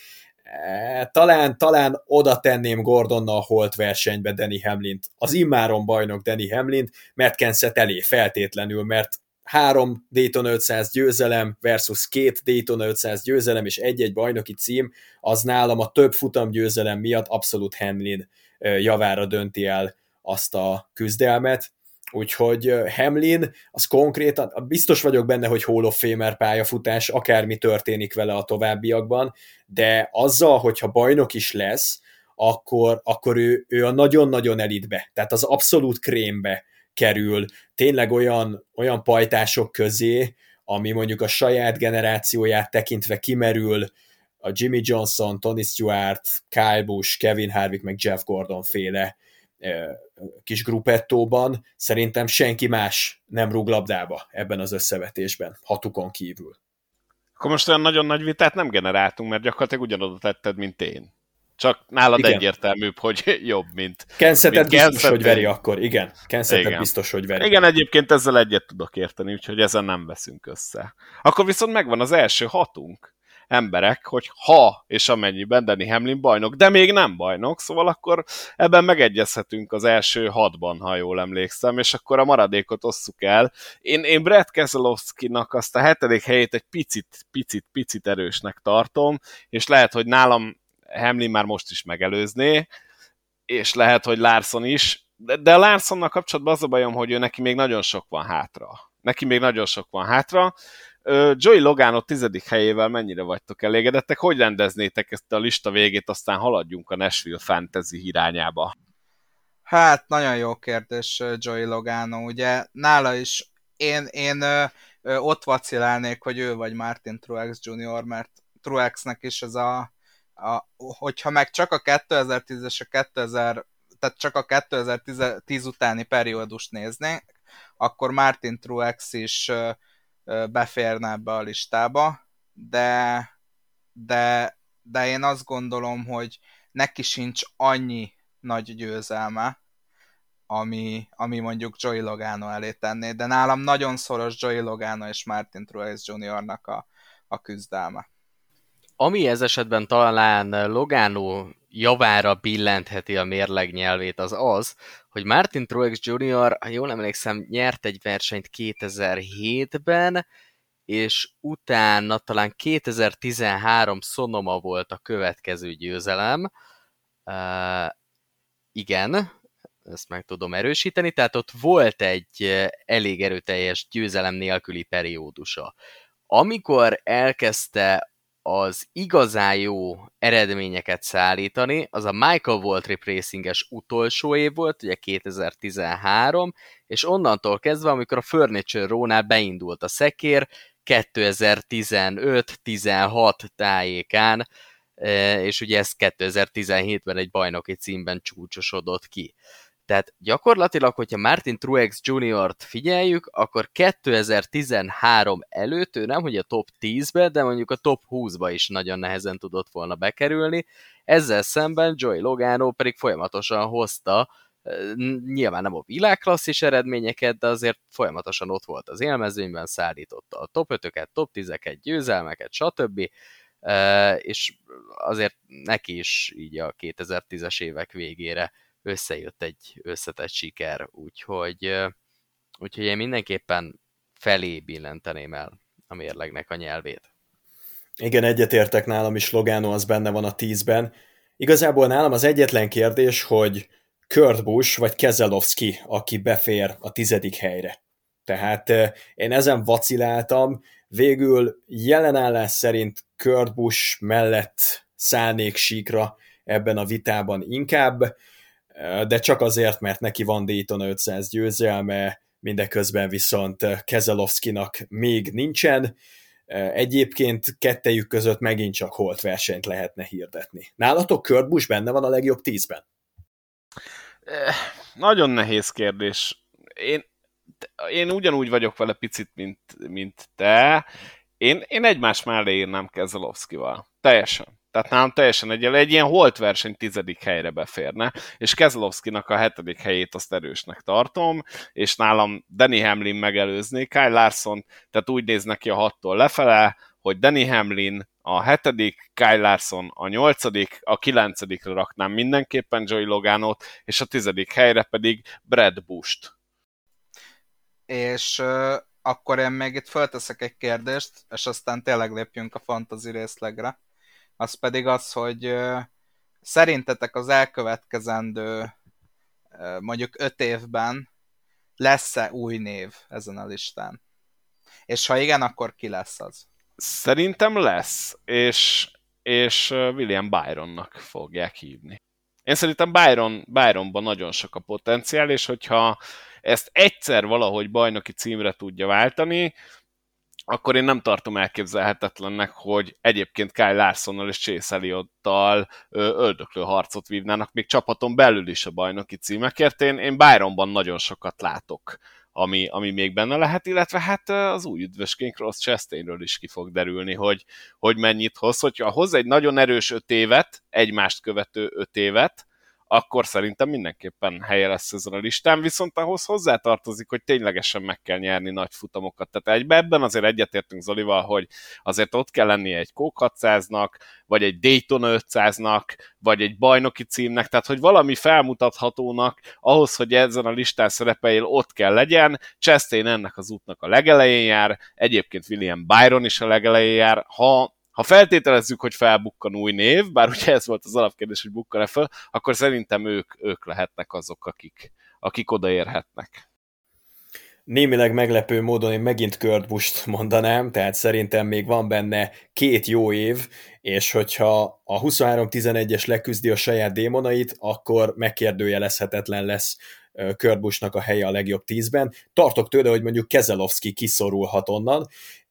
E, talán, talán oda tenném Gordonnal holt versenybe Danny Hamlint, az immáron bajnok Danny Hamlint, Matt Kenseth elé feltétlenül, mert három Daytona ötszáz győzelem versus két Daytona ötszáz győzelem és egy-egy bajnoki cím, az nálam a több futam győzelem miatt abszolút Hamlin javára dönti el azt a küzdelmet. Úgyhogy Hamlin, az konkrétan, biztos vagyok benne, hogy Hall of Famer pályafutás, akármi történik vele a továbbiakban, de azzal, hogyha bajnok is lesz, akkor, akkor ő, ő a nagyon-nagyon elitbe, tehát az abszolút krémbe kerül, tényleg olyan, olyan pajtások közé, ami mondjuk a saját generációját tekintve kimerül, a Jimmy Johnson, Tony Stewart, Kyle Busch, Kevin Harvick, meg Jeff Gordon féle kis gruppettóban, szerintem senki más nem rúg labdába ebben az összevetésben, hatukon kívül. Akkor most olyan nagyon nagy vitát nem generáltunk, mert gyakorlatilag ugyanoda tetted, mint én. Csak nálad igen. Egyértelműbb, hogy jobb, mint Kensetet biztos, Kenseth, hogy veri akkor, igen. Kensetet biztos, hogy veri. Igen, egyébként ezzel egyet tudok érteni, úgyhogy ezen nem veszünk össze. Akkor viszont megvan az első hatunk emberek, hogy ha és amennyiben Danny Hamlin bajnok, de még nem bajnok, szóval akkor ebben megegyezhetünk az első hatban, ha jól emlékszem, és akkor a maradékot osszuk el. Én, én Brad Keselowski-nak azt a hetedik helyét egy picit, picit, picit erősnek tartom, és lehet, hogy nálam Hamlin már most is megelőzné, és lehet, hogy Larson is, de, de a Larsonnal kapcsolatban az a bajom, hogy ő neki még nagyon sok van hátra. Neki még nagyon sok van hátra. Joey Logano tizedik helyével mennyire vagytok elégedettek? Hogy rendeznétek ezt a lista végét, aztán haladjunk a Nashville Fantasy irányába? Hát, nagyon jó kérdés Joey Logano, ugye nála is én, én ö, ö, ott vacilálnék, hogy ő vagy Martin Truex junior, mert Truexnek is ez a, a hogyha meg csak a kétezer-tíz és a kétezer, tehát csak a kétezer-tíz utáni periódust néznénk, akkor Martin Truex is ö, beférne ebbe a listába, de, de, de én azt gondolom, hogy neki sincs annyi nagy győzelme, ami, ami mondjuk Joey Logano elé tenné, de nálam nagyon szoros Joey Logano és Martin Truex juniornak a, a küzdelme. Ami ez esetben talán Logano javára billentheti a mérleg nyelvét, az az, hogy Martin Truex junior, ha jól emlékszem, nyert egy versenyt kétezer-hétben, és utána talán kétezer-tizenhárom Sonoma volt a következő győzelem. Uh, igen, ezt meg tudom erősíteni, tehát ott volt egy elég erőteljes győzelem nélküli periódusa. Amikor elkezdte az igazán jó eredményeket szállítani, az a Michael Waltrip Racinges utolsó év volt, ugye kétezer-tizenhárom, és onnantól kezdve, amikor a Furniture Row-nál beindult a szekér, kétezer-tizenöt tizenhat tájékán, és ugye ez kétezer-tizenhétben egy bajnoki címben csúcsosodott ki. Tehát gyakorlatilag, hogyha Martin Truex juniort figyeljük, akkor kétezer-tizenhárom előtt ő nem, hogy a top tízbe, de mondjuk a top húszba is nagyon nehezen tudott volna bekerülni. Ezzel szemben Joey Logano pedig folyamatosan hozta, nyilván nem a világklasszis eredményeket, de azért folyamatosan ott volt az élmezőnyben, szállította a top ötöket, top tízeket, győzelmeket, stb. És azért neki is így a kétezer-tízes évek végére összejött egy összetett siker, úgyhogy, úgyhogy én mindenképpen felé billenteném el a mérlegnek a nyelvét. Igen, egyetértek, nálam is Logano az benne van a tízben. Igazából nálam az egyetlen kérdés, hogy Kurt Busch vagy Keselowski, aki befér a tizedik helyre. Tehát én ezen vaciláltam, végül jelenállás szerint Kurt Busch mellett szállnék síkra ebben a vitában inkább, de csak azért, mert neki van Daytona ötszáz győzelme, mindeközben viszont Keselowskinak még nincsen. Egyébként kettejük között megint csak holt versenyt lehetne hirdetni. Nálatok Kurt Busch benne van a legjobb tízben? Nagyon nehéz kérdés. Én, én ugyanúgy vagyok vele picit, mint, mint te. Én, én egymás mellé írnám Keselowskival. Teljesen. Tehát nálam teljesen egy, egy ilyen holt verseny tizedik helyre beférne, és Keselowskinak a hetedik helyét azt erősnek tartom, és nálam Danny Hamlin megelőzni, Kyle Larson, tehát úgy néz neki a hattól lefele, hogy Danny Hamlin, a hetedik Kyle Larson, a nyolcadik, a kilencedikre raknám mindenképpen Joey Loganot, és a tizedik helyre pedig Brad Bush-t. És uh, akkor én még itt fölteszek egy kérdést, és aztán tényleg lépjünk a fantasy részlegre. Az pedig az, hogy uh, szerintetek az elkövetkezendő uh, mondjuk öt évben lesz-e új név ezen a listán? És ha igen, akkor ki lesz az? Szerintem lesz, és, és William Byronnak fogják hívni. Én szerintem Byron, Byronban nagyon sok a potenciál, és hogyha ezt egyszer valahogy bajnoki címre tudja váltani, akkor én nem tartom elképzelhetetlennek, hogy egyébként Kyle Larsonnal és Chase Elliotttal öldöklő harcot vívnának, még csapaton belül is a bajnoki címekért. Én, én Byronban nagyon sokat látok, ami, ami még benne lehet, illetve hát az új üdvöskénk Ross Chastainről is ki fog derülni, hogy, hogy mennyit hoz. Hogyha hoz egy nagyon erős öt évet, egymást követő öt évet, akkor szerintem mindenképpen helye lesz ezen a listán, viszont ahhoz hozzátartozik, hogy ténylegesen meg kell nyerni nagy futamokat. Tehát egybe ebben azért egyetértünk Zolival, hogy azért ott kell lennie egy Coke hatszáznak, vagy egy Daytona ötszáznak, vagy egy bajnoki címnek, tehát hogy valami felmutathatónak, ahhoz, hogy ezen a listán szerepeljél, ott kell legyen. Chastain ennek az útnak a legelején jár, egyébként William Byron is a legelején jár. Ha Ha feltételezzük, hogy felbukkan új név, bár ugye ez volt az alapkérdés, hogy bukkan-e fel, akkor szerintem ők, ők lehetnek azok, akik, akik odaérhetnek. Némileg meglepő módon én megint Kurt Busch-t mondanám, tehát szerintem még van benne két jó év, és hogyha a huszonhárom tizenegyes leküzdi a saját démonait, akkor megkérdőjelezhetetlen lesz Kurt Busch-nak a helye a legjobb tízben. Tartok tőle, hogy mondjuk Keselowski kiszorulhat onnan.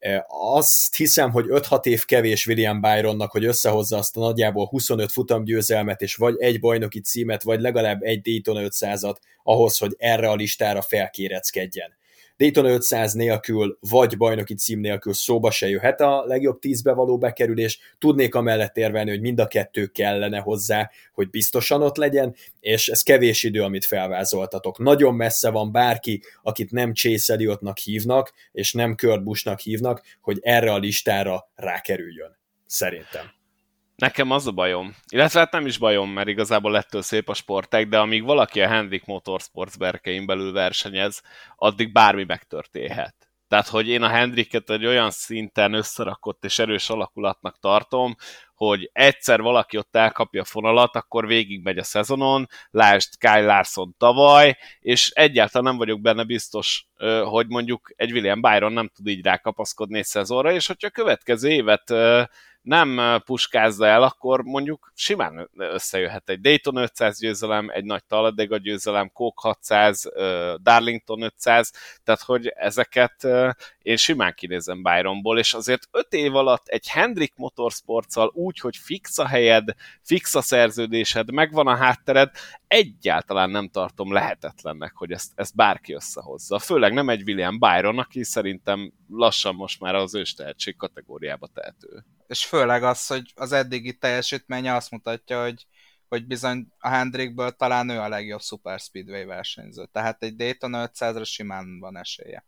Azt hiszem, hogy öt-hat év kevés William Byronnak, hogy összehozza azt a nagyjából huszonöt futamgyőzelmet, és vagy egy bajnoki címet, vagy legalább egy Daytona ötszázat ahhoz, hogy erre a listára felkéreckedjen. Daytona ötszáz nélkül, vagy bajnoki cím nélkül szóba se jöhet a legjobb tízbe való bekerülés. Tudnék amellett érvelni, hogy mind a kettő kellene hozzá, hogy biztosan ott legyen, és ez kevés idő, amit felvázoltatok. Nagyon messze van bárki, akit nem Chase Elliottnak hívnak, és nem Kurt Busch-nak hívnak, hogy erre a listára rákerüljön. Szerintem. Nekem az a bajom, illetve hát nem is bajom, mert igazából ettől szép a sportág, de amíg valaki a Hendrick Motorsports berkein belül versenyez, addig bármi megtörténhet. Tehát, hogy én a Hendricket egy olyan szinten összerakott és erős alakulatnak tartom, hogy egyszer valaki ott elkapja a fonalat, akkor végigmegy a szezonon, lásd Kyle Larson tavaly, és egyáltalán nem vagyok benne biztos, hogy mondjuk egy William Byron nem tud így rákapaszkodni egy szezonra, és hogyha a következő évet nem puskázza el, akkor mondjuk simán összejöhet egy Daytona ötszáz győzelem, egy nagy Talladega győzelem, Coke hatszáz, Darlington ötszáz, tehát hogy ezeket én simán kinézem Byronból, és azért öt év alatt egy Hendrick Motorsportszal úgy, hogy fix a helyed, fix a szerződésed, megvan a háttered, egyáltalán nem tartom lehetetlennek, hogy ezt, ezt bárki összehozza. Főleg nem egy William Byron, aki szerintem lassan most már az őstehetség kategóriába tehető. És főleg az, hogy az eddigi teljesítménye azt mutatja, hogy, hogy bizony a Hendrickből talán ő a legjobb Super Speedway versenyző. Tehát egy Daytona ötszázra simán van esélye.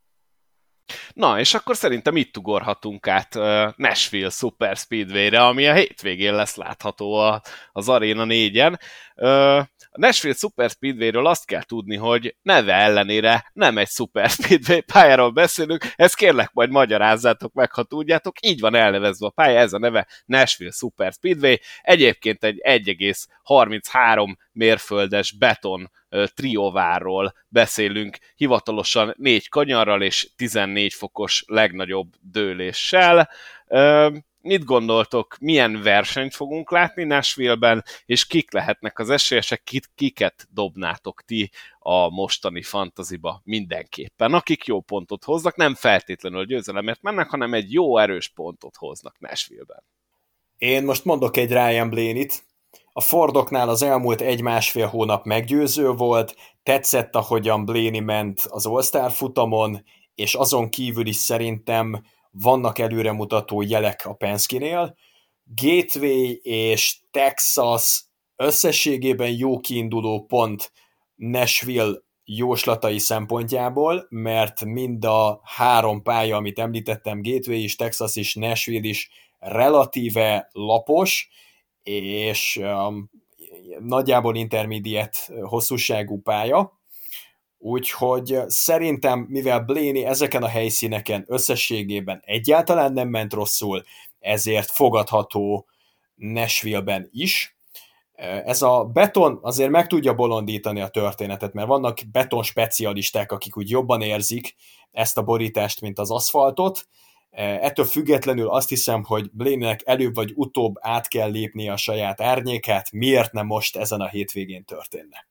Na, és akkor szerintem itt ugorhatunk át uh, Nashville Super Speedway-re, ami a hétvégén lesz látható a, az Arena négyen. Uh, a Nashville Super Speedway-ről azt kell tudni, hogy neve ellenére nem egy Super Speedway pályáról beszélünk, ezt kérlek majd magyarázzátok meg, ha tudjátok, így van elnevezve a pálya, ez a neve Nashville Super Speedway, egyébként egy egy egész harminchárom mérföldes beton uh, triovárról beszélünk, hivatalosan négy kanyarral és tizennégy fokos legnagyobb dőléssel. Uh, Mit gondoltok, milyen versenyt fogunk látni Nashville-ben, és kik lehetnek az esélyesek, kit, kiket dobnátok ti a mostani fantaziba mindenképpen, akik jó pontot hoznak, nem feltétlenül győzelemért mennek, hanem egy jó erős pontot hoznak Nashville-ben. Én most mondok egy Ryan Blaney-t. A Fordoknál az elmúlt egy-másfél hónap meggyőző volt, tetszett, ahogyan Blaney ment az All-Star futamon, és azon kívül is szerintem vannak előremutató jelek a Penske-nél. Gateway és Texas összességében jó kiinduló pont Nashville jóslatai szempontjából, mert mind a három pálya, amit említettem, Gateway is, Texas is, Nashville is relatíve lapos, és um, nagyjából intermediate hosszúságú pálya, úgyhogy szerintem, mivel Blaney ezeken a helyszíneken összességében egyáltalán nem ment rosszul, ezért fogadható Nashville-ben is. Ez a beton azért meg tudja bolondítani a történetet, mert vannak beton specialisták, akik úgy jobban érzik ezt a borítást, mint az aszfaltot. Ettől függetlenül azt hiszem, hogy Blaney-nek előbb vagy utóbb át kell lépnie a saját árnyékát, miért nem most ezen a hétvégén történne.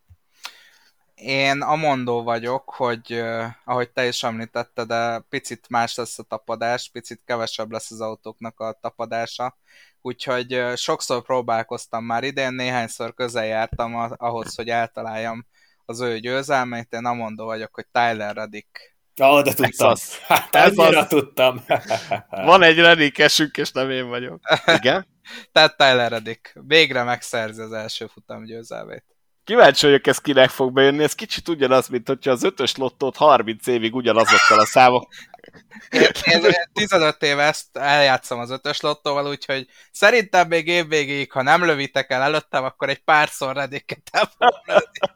Én amondó vagyok, hogy uh, ahogy te is említetted, de picit más lesz a tapadás, picit kevesebb lesz az autóknak a tapadása, úgyhogy uh, sokszor próbálkoztam már idén, néhányszor közel jártam ahhoz, hogy eltaláljam az ő győzelmét, én amondó vagyok, hogy Tyler Reddick. Ah, oh, de tudtam. Ez az. Hát ez az. tudtam. Van egy Reddickesünk, és nem én vagyok. Igen? Tehát Tyler Reddick végre megszerzi az első futam győzelmét. Kíváncsi vagyok, ez kinek fog bejönni. Ez kicsit ugyanaz, mint hogyha az ötös lottót harminc évig ugyanazokkal a számok. Én, én tizenöt éve ezt eljátszom az ötös lottóval, úgyhogy szerintem még évvégéig, ha nem lövitek el előttem, akkor egy párszor Reddicket el fogom lőni.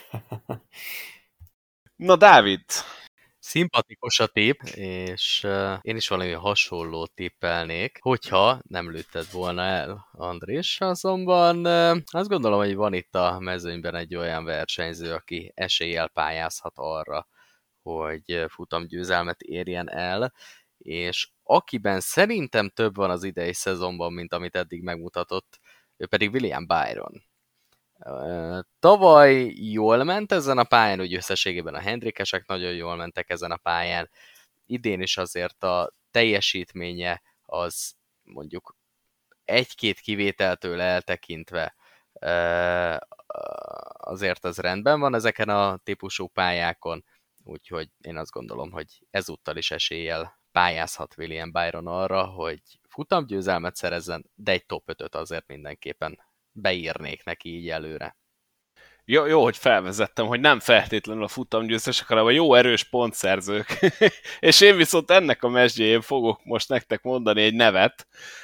Na, Dávid! Szimpatikus a tipp, és uh, én is valami hasonló tippelnék, hogyha nem lőtted volna el, Andris, azonban uh, azt gondolom, hogy van itt a mezőnyben egy olyan versenyző, aki eséllyel pályázhat arra, hogy futamgyőzelmet érjen el, és akiben szerintem több van az idei szezonban, mint amit eddig megmutatott, ő pedig William Byron. Tavaly jól ment ezen a pályán, úgy összességében a Hendrickesek nagyon jól mentek ezen a pályán. Idén is azért a teljesítménye az mondjuk egy-két kivételtől eltekintve azért az rendben van ezeken a típusú pályákon, úgyhogy én azt gondolom, hogy ezúttal is eséllyel pályázhat William Byron arra, hogy futamgyőzelmet szerezzen, de egy top ötöt azért mindenképpen beírnék neki így előre. Jó, jó, hogy felvezettem, hogy nem feltétlenül a futamgyőztesek, hanem a jó erős pontszerzők. És én viszont ennek a mesdjéjén fogok most nektek mondani egy nevet,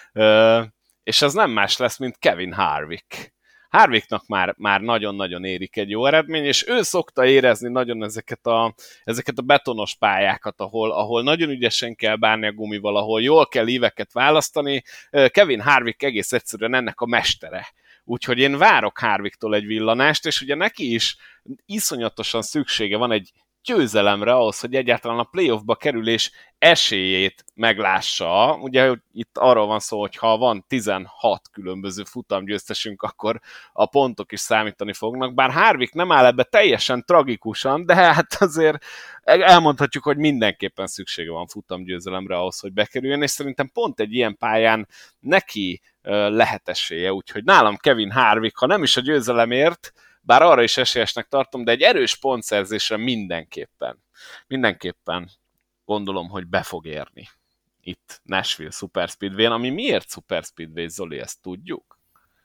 és az nem más lesz, mint Kevin Harvick. Harvicknak már, már nagyon-nagyon érik egy jó eredmény, és ő szokta érezni nagyon ezeket a, ezeket a betonos pályákat, ahol, ahol nagyon ügyesen kell bánni a gumival, ahol jól kell íveket választani. Kevin Harvick egész egyszerűen ennek a mestere. Úgyhogy én várok Harvicktól egy villanást, és ugye neki is iszonyatosan szüksége van egy győzelemre ahhoz, hogy egyáltalán a playoffba kerülés esélyét meglássa. Ugye itt arról van szó, hogy ha van tizenhat különböző futamgyőztesünk, akkor a pontok is számítani fognak. Bár Harvick nem áll ebbe teljesen tragikusan, de hát azért elmondhatjuk, hogy mindenképpen szüksége van futamgyőzelemre ahhoz, hogy bekerüljön, és szerintem pont egy ilyen pályán neki lehet esélye, úgyhogy nálam Kevin Harvick, ha nem is a győzelemért, bár arra is esélyesnek tartom, de egy erős pontszerzésre mindenképpen, mindenképpen gondolom, hogy be fog érni itt Nashville Superspeedway-n, ami miért Superspeedway, Zoli, ezt tudjuk?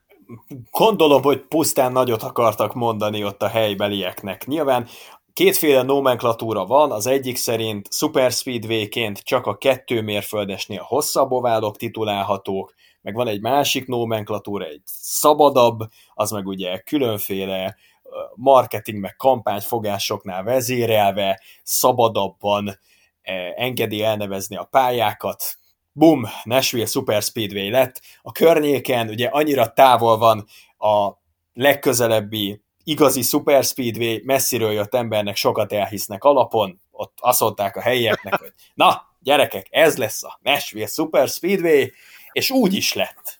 Gondolom, hogy pusztán nagyot akartak mondani ott a helybelieknek. Nyilván kétféle nomenklatúra van, az egyik szerint Superspeedway-ként csak a kettő mérföldesnél hosszabb oválok titulálhatók, meg van egy másik nomenklatúra, egy szabadabb, az meg ugye különféle marketing meg kampányfogásoknál vezérelve, szabadabban engedi elnevezni a pályákat. Bum, Nashville Superspeedway lett. A környéken ugye annyira távol van a legközelebbi igazi Superspeedway, messziről jött embernek sokat elhisznek alapon, ott azt mondták a helyieknek, hogy na, gyerekek, ez lesz a Nashville Superspeedway, és úgy is lett.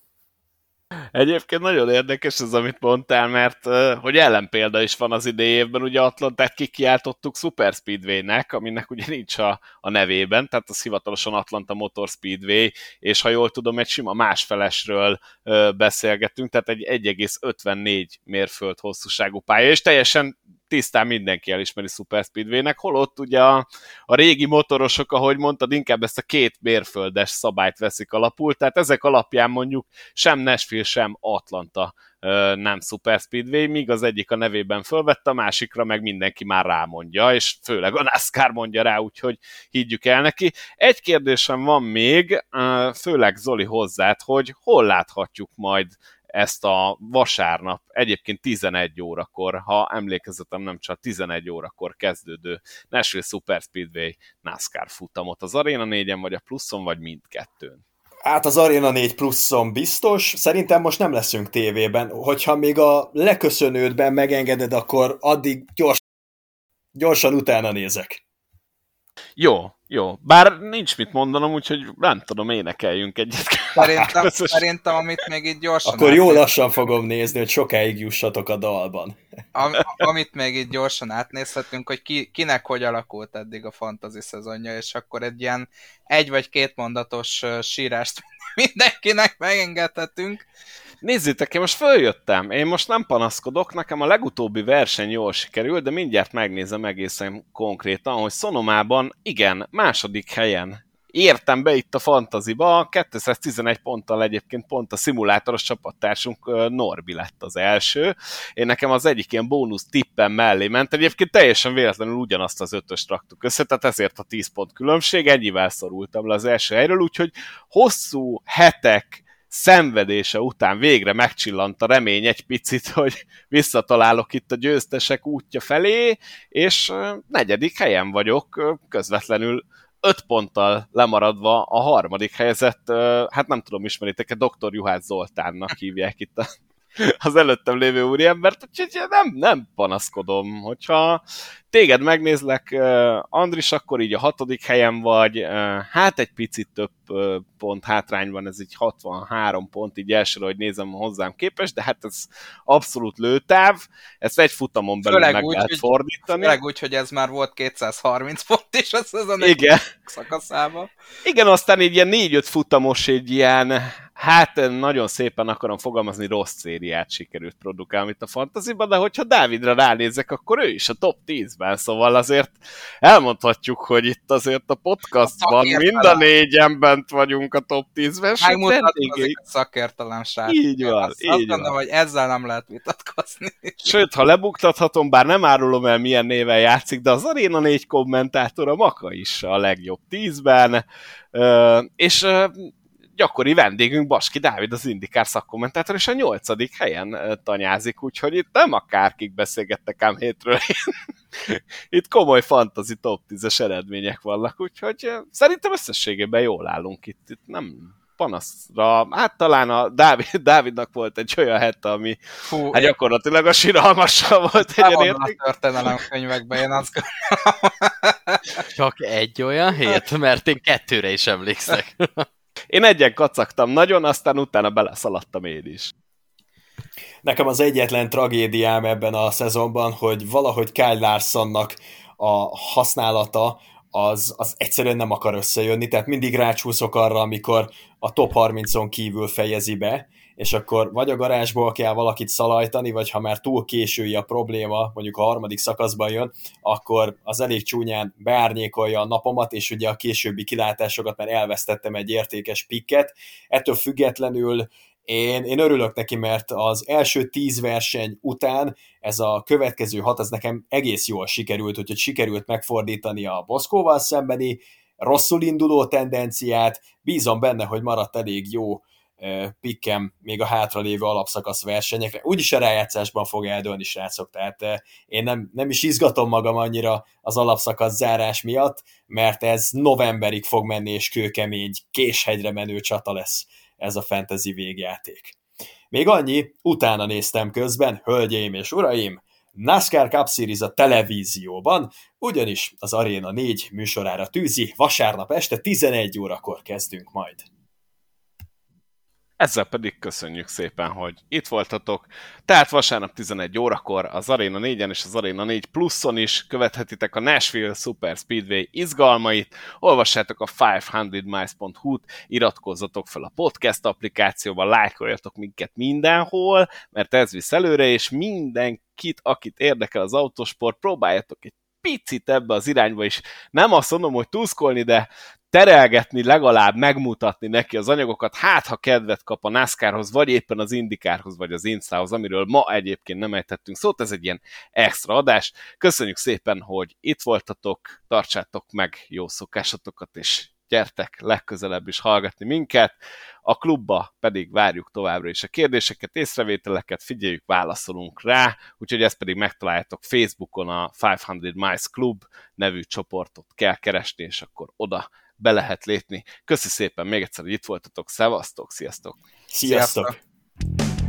Egyébként nagyon érdekes ez, amit mondtál, mert uh, hogy ellenpélda is van az idei évben, ugye Atlantát kikiáltottuk Super Speedway-nek, aminek ugye nincs a, a nevében, tehát az hivatalosan Atlanta Motor Speedway, és ha jól tudom, egy sima másfelesről uh, beszélgetünk, tehát egy egy egész ötvennégy mérföld hosszúságú pálya, és teljesen tisztán mindenki elismeri Super Speedway-nek, holott ugye a, a régi motorosok, ahogy mondtad, inkább ezt a két mérföldes szabályt veszik alapul, tehát ezek alapján mondjuk sem Nashville, sem Atlanta nem Super Speedway, míg az egyik a nevében fölvette, a másikra meg mindenki már rámondja, és főleg a NASCAR mondja rá, úgyhogy higgyük el neki. Egy kérdésem van még, főleg Zoli hozzád, hogy hol láthatjuk majd ezt a vasárnap, egyébként tizenegy órakor, ha emlékezetem nem csak tizenegy órakor kezdődő Nashville Super Speedway NASCAR futamot az Arena négyen, vagy a pluszon, vagy mindkettőn? Hát az Arena négy pluszon biztos, szerintem most nem leszünk tévében, hogyha még a leköszönődben megengeded, akkor addig gyors, gyorsan utána nézek. Jó, jó. Bár nincs mit mondanom, úgyhogy nem tudom, énekeljünk egyet. Szerintem, szerintem amit még így gyorsan... Akkor jó lassan fogom nézni, hogy sokáig jussatok a dalban. Am, amit még így gyorsan átnézhetünk, hogy ki, kinek hogy alakult eddig a fantasy szezonja, és akkor egy ilyen egy vagy két mondatos sírást mindenkinek megengedhetünk. Nézzétek, én most följöttem, én most nem panaszkodok, nekem a legutóbbi verseny jól sikerült, de mindjárt megnézem egészen konkrétan, hogy Sonomában, igen, második helyen értem be itt a fantaziba, kétszáztizenegy ponttal egyébként pont a szimulátoros csapattársunk Norbi lett az első. Én nekem az egyik ilyen bónusz tippem mellé ment, egyébként teljesen véletlenül ugyanazt az ötöst raktuk össze, tehát ezért a tíz pont különbség, ennyivel szorultam le az első helyről, úgyhogy hosszú hetek szenvedése után végre megcsillant a remény egy picit, hogy visszatalálok itt a győztesek útja felé, és negyedik helyen vagyok, közvetlenül öt ponttal lemaradva a harmadik helyezett, hát nem tudom, ismeritek-e, doktor Juhász Zoltánnak hívják itt a, az előttem lévő úriembert, úgyhogy nem, nem panaszkodom, hogyha téged megnézlek, Andris, akkor így a hatodik helyen vagy, hát egy picit több pont hátrányban, ez így hatvanhárom pont így elsőre, hogy nézem hozzám képest, de hát ez abszolút lőtáv, ezt egy futamon belül főleg meg úgy, lehet hogy, fordítani. Főleg úgy, hogy ez már volt kétszázharminc pont is a szezon egy szakaszában. Igen, aztán így ilyen négy-öt futamos, egy ilyen, hát nagyon szépen akarom fogalmazni, rossz szériát sikerült produkálni itt a fantasyban, de hogyha Dávidra ránézek, akkor ő is a top tízben, szóval azért elmondhatjuk, hogy itt azért a podcastban a mind a négyen bent vagyunk a top tízben. Megmutatkozik a szakértelem srác. Így van, azt, így azt van. gondolom, hogy ezzel nem lehet vitatkozni. Sőt, ha lebuktathatom, bár nem árulom el, milyen néven játszik, de az Arena négy kommentátora Maka is a legjobb tízben, és gyakori vendégünk Baski Dávid, az IndyCar szakkommentátor, és a nyolcadik helyen tanyázik, úgyhogy itt nem akárkik beszélgettek ám hétről. Itt komoly fantasy top tízes eredmények vannak, úgyhogy szerintem összességében jól állunk itt. Itt nem panaszra, hát talán a Dávid, Dávidnak volt egy olyan hete, ami Fú, hát gyakorlatilag a síralmassal volt egyenérték. A történelem könyvekben én azt gondolom. Csak egy olyan hét, mert én kettőre is emlékszek. Én egyen kacagtam nagyon, aztán utána beleszaladtam én is. Nekem az egyetlen tragédiám ebben a szezonban, hogy valahogy Kyle Larsonnak a használata az, az egyszerűen nem akar összejönni, tehát mindig rácsúszok arra, amikor a top harmincon kívül fejezi be, és akkor vagy a garázsból kell valakit szalajtani, vagy ha már túl késői a probléma, mondjuk a harmadik szakaszban jön, akkor az elég csúnyán beárnyékolja a napomat, és ugye a későbbi kilátásokat, mert elvesztettem egy értékes pikket. Ettől függetlenül én, én örülök neki, mert az első tíz verseny után ez a következő hat, az nekem egész jól sikerült, úgyhogy sikerült megfordítani a Boszkóval szembeni rosszul induló tendenciát, bízom benne, hogy maradt elég jó pikkem még a hátralévő alapszakasz versenyekre. Úgyis a rájátszásban fog eldőlni, srácok, tehát én nem, nem is izgatom magam annyira az alapszakasz zárás miatt, mert ez novemberig fog menni, és kőkemény, késhegyre menő csata lesz ez a fantasy végjáték. Még annyi, utána néztem közben, hölgyeim és uraim, NASCAR Cup Series a televízióban, ugyanis az Arena négy műsorára tűzi, vasárnap este tizenegy órakor kezdünk majd. Ezzel pedig köszönjük szépen, hogy itt voltatok. Tehát vasárnap tizenegy órakor az Arena négyen és az Arena négy pluszon is követhetitek a Nashville Super Speedway izgalmait, olvassátok a ötszáz miles pont hu-t, iratkozzatok fel a podcast applikációban, lájkoljatok minket mindenhol, mert ez visz előre, és mindenkit, akit érdekel az autósport, próbáljatok egy picit ebbe az irányba is. Nem azt mondom, hogy tuszkolni, de terelgetni, legalább megmutatni neki az anyagokat, hát ha kedvet kap a NASCARhoz, vagy éppen az IndyCarhoz, vagy az IMSA-hoz, amiről ma egyébként nem ejtettünk szót, ez egy ilyen extra adás. Köszönjük szépen, hogy itt voltatok, tartsátok meg jó szokásotokat, és gyertek legközelebb is hallgatni minket. A klubba pedig várjuk továbbra is a kérdéseket, észrevételeket, figyeljük, válaszolunk rá, úgyhogy ezt pedig megtaláljátok Facebookon, a ötszáz Miles Club nevű csoportot kell keresni, és akkor oda be lehet lépni. Köszi szépen még egyszer, hogy itt voltatok, szevasztok, sziasztok! Sziasztok! Sziasztok.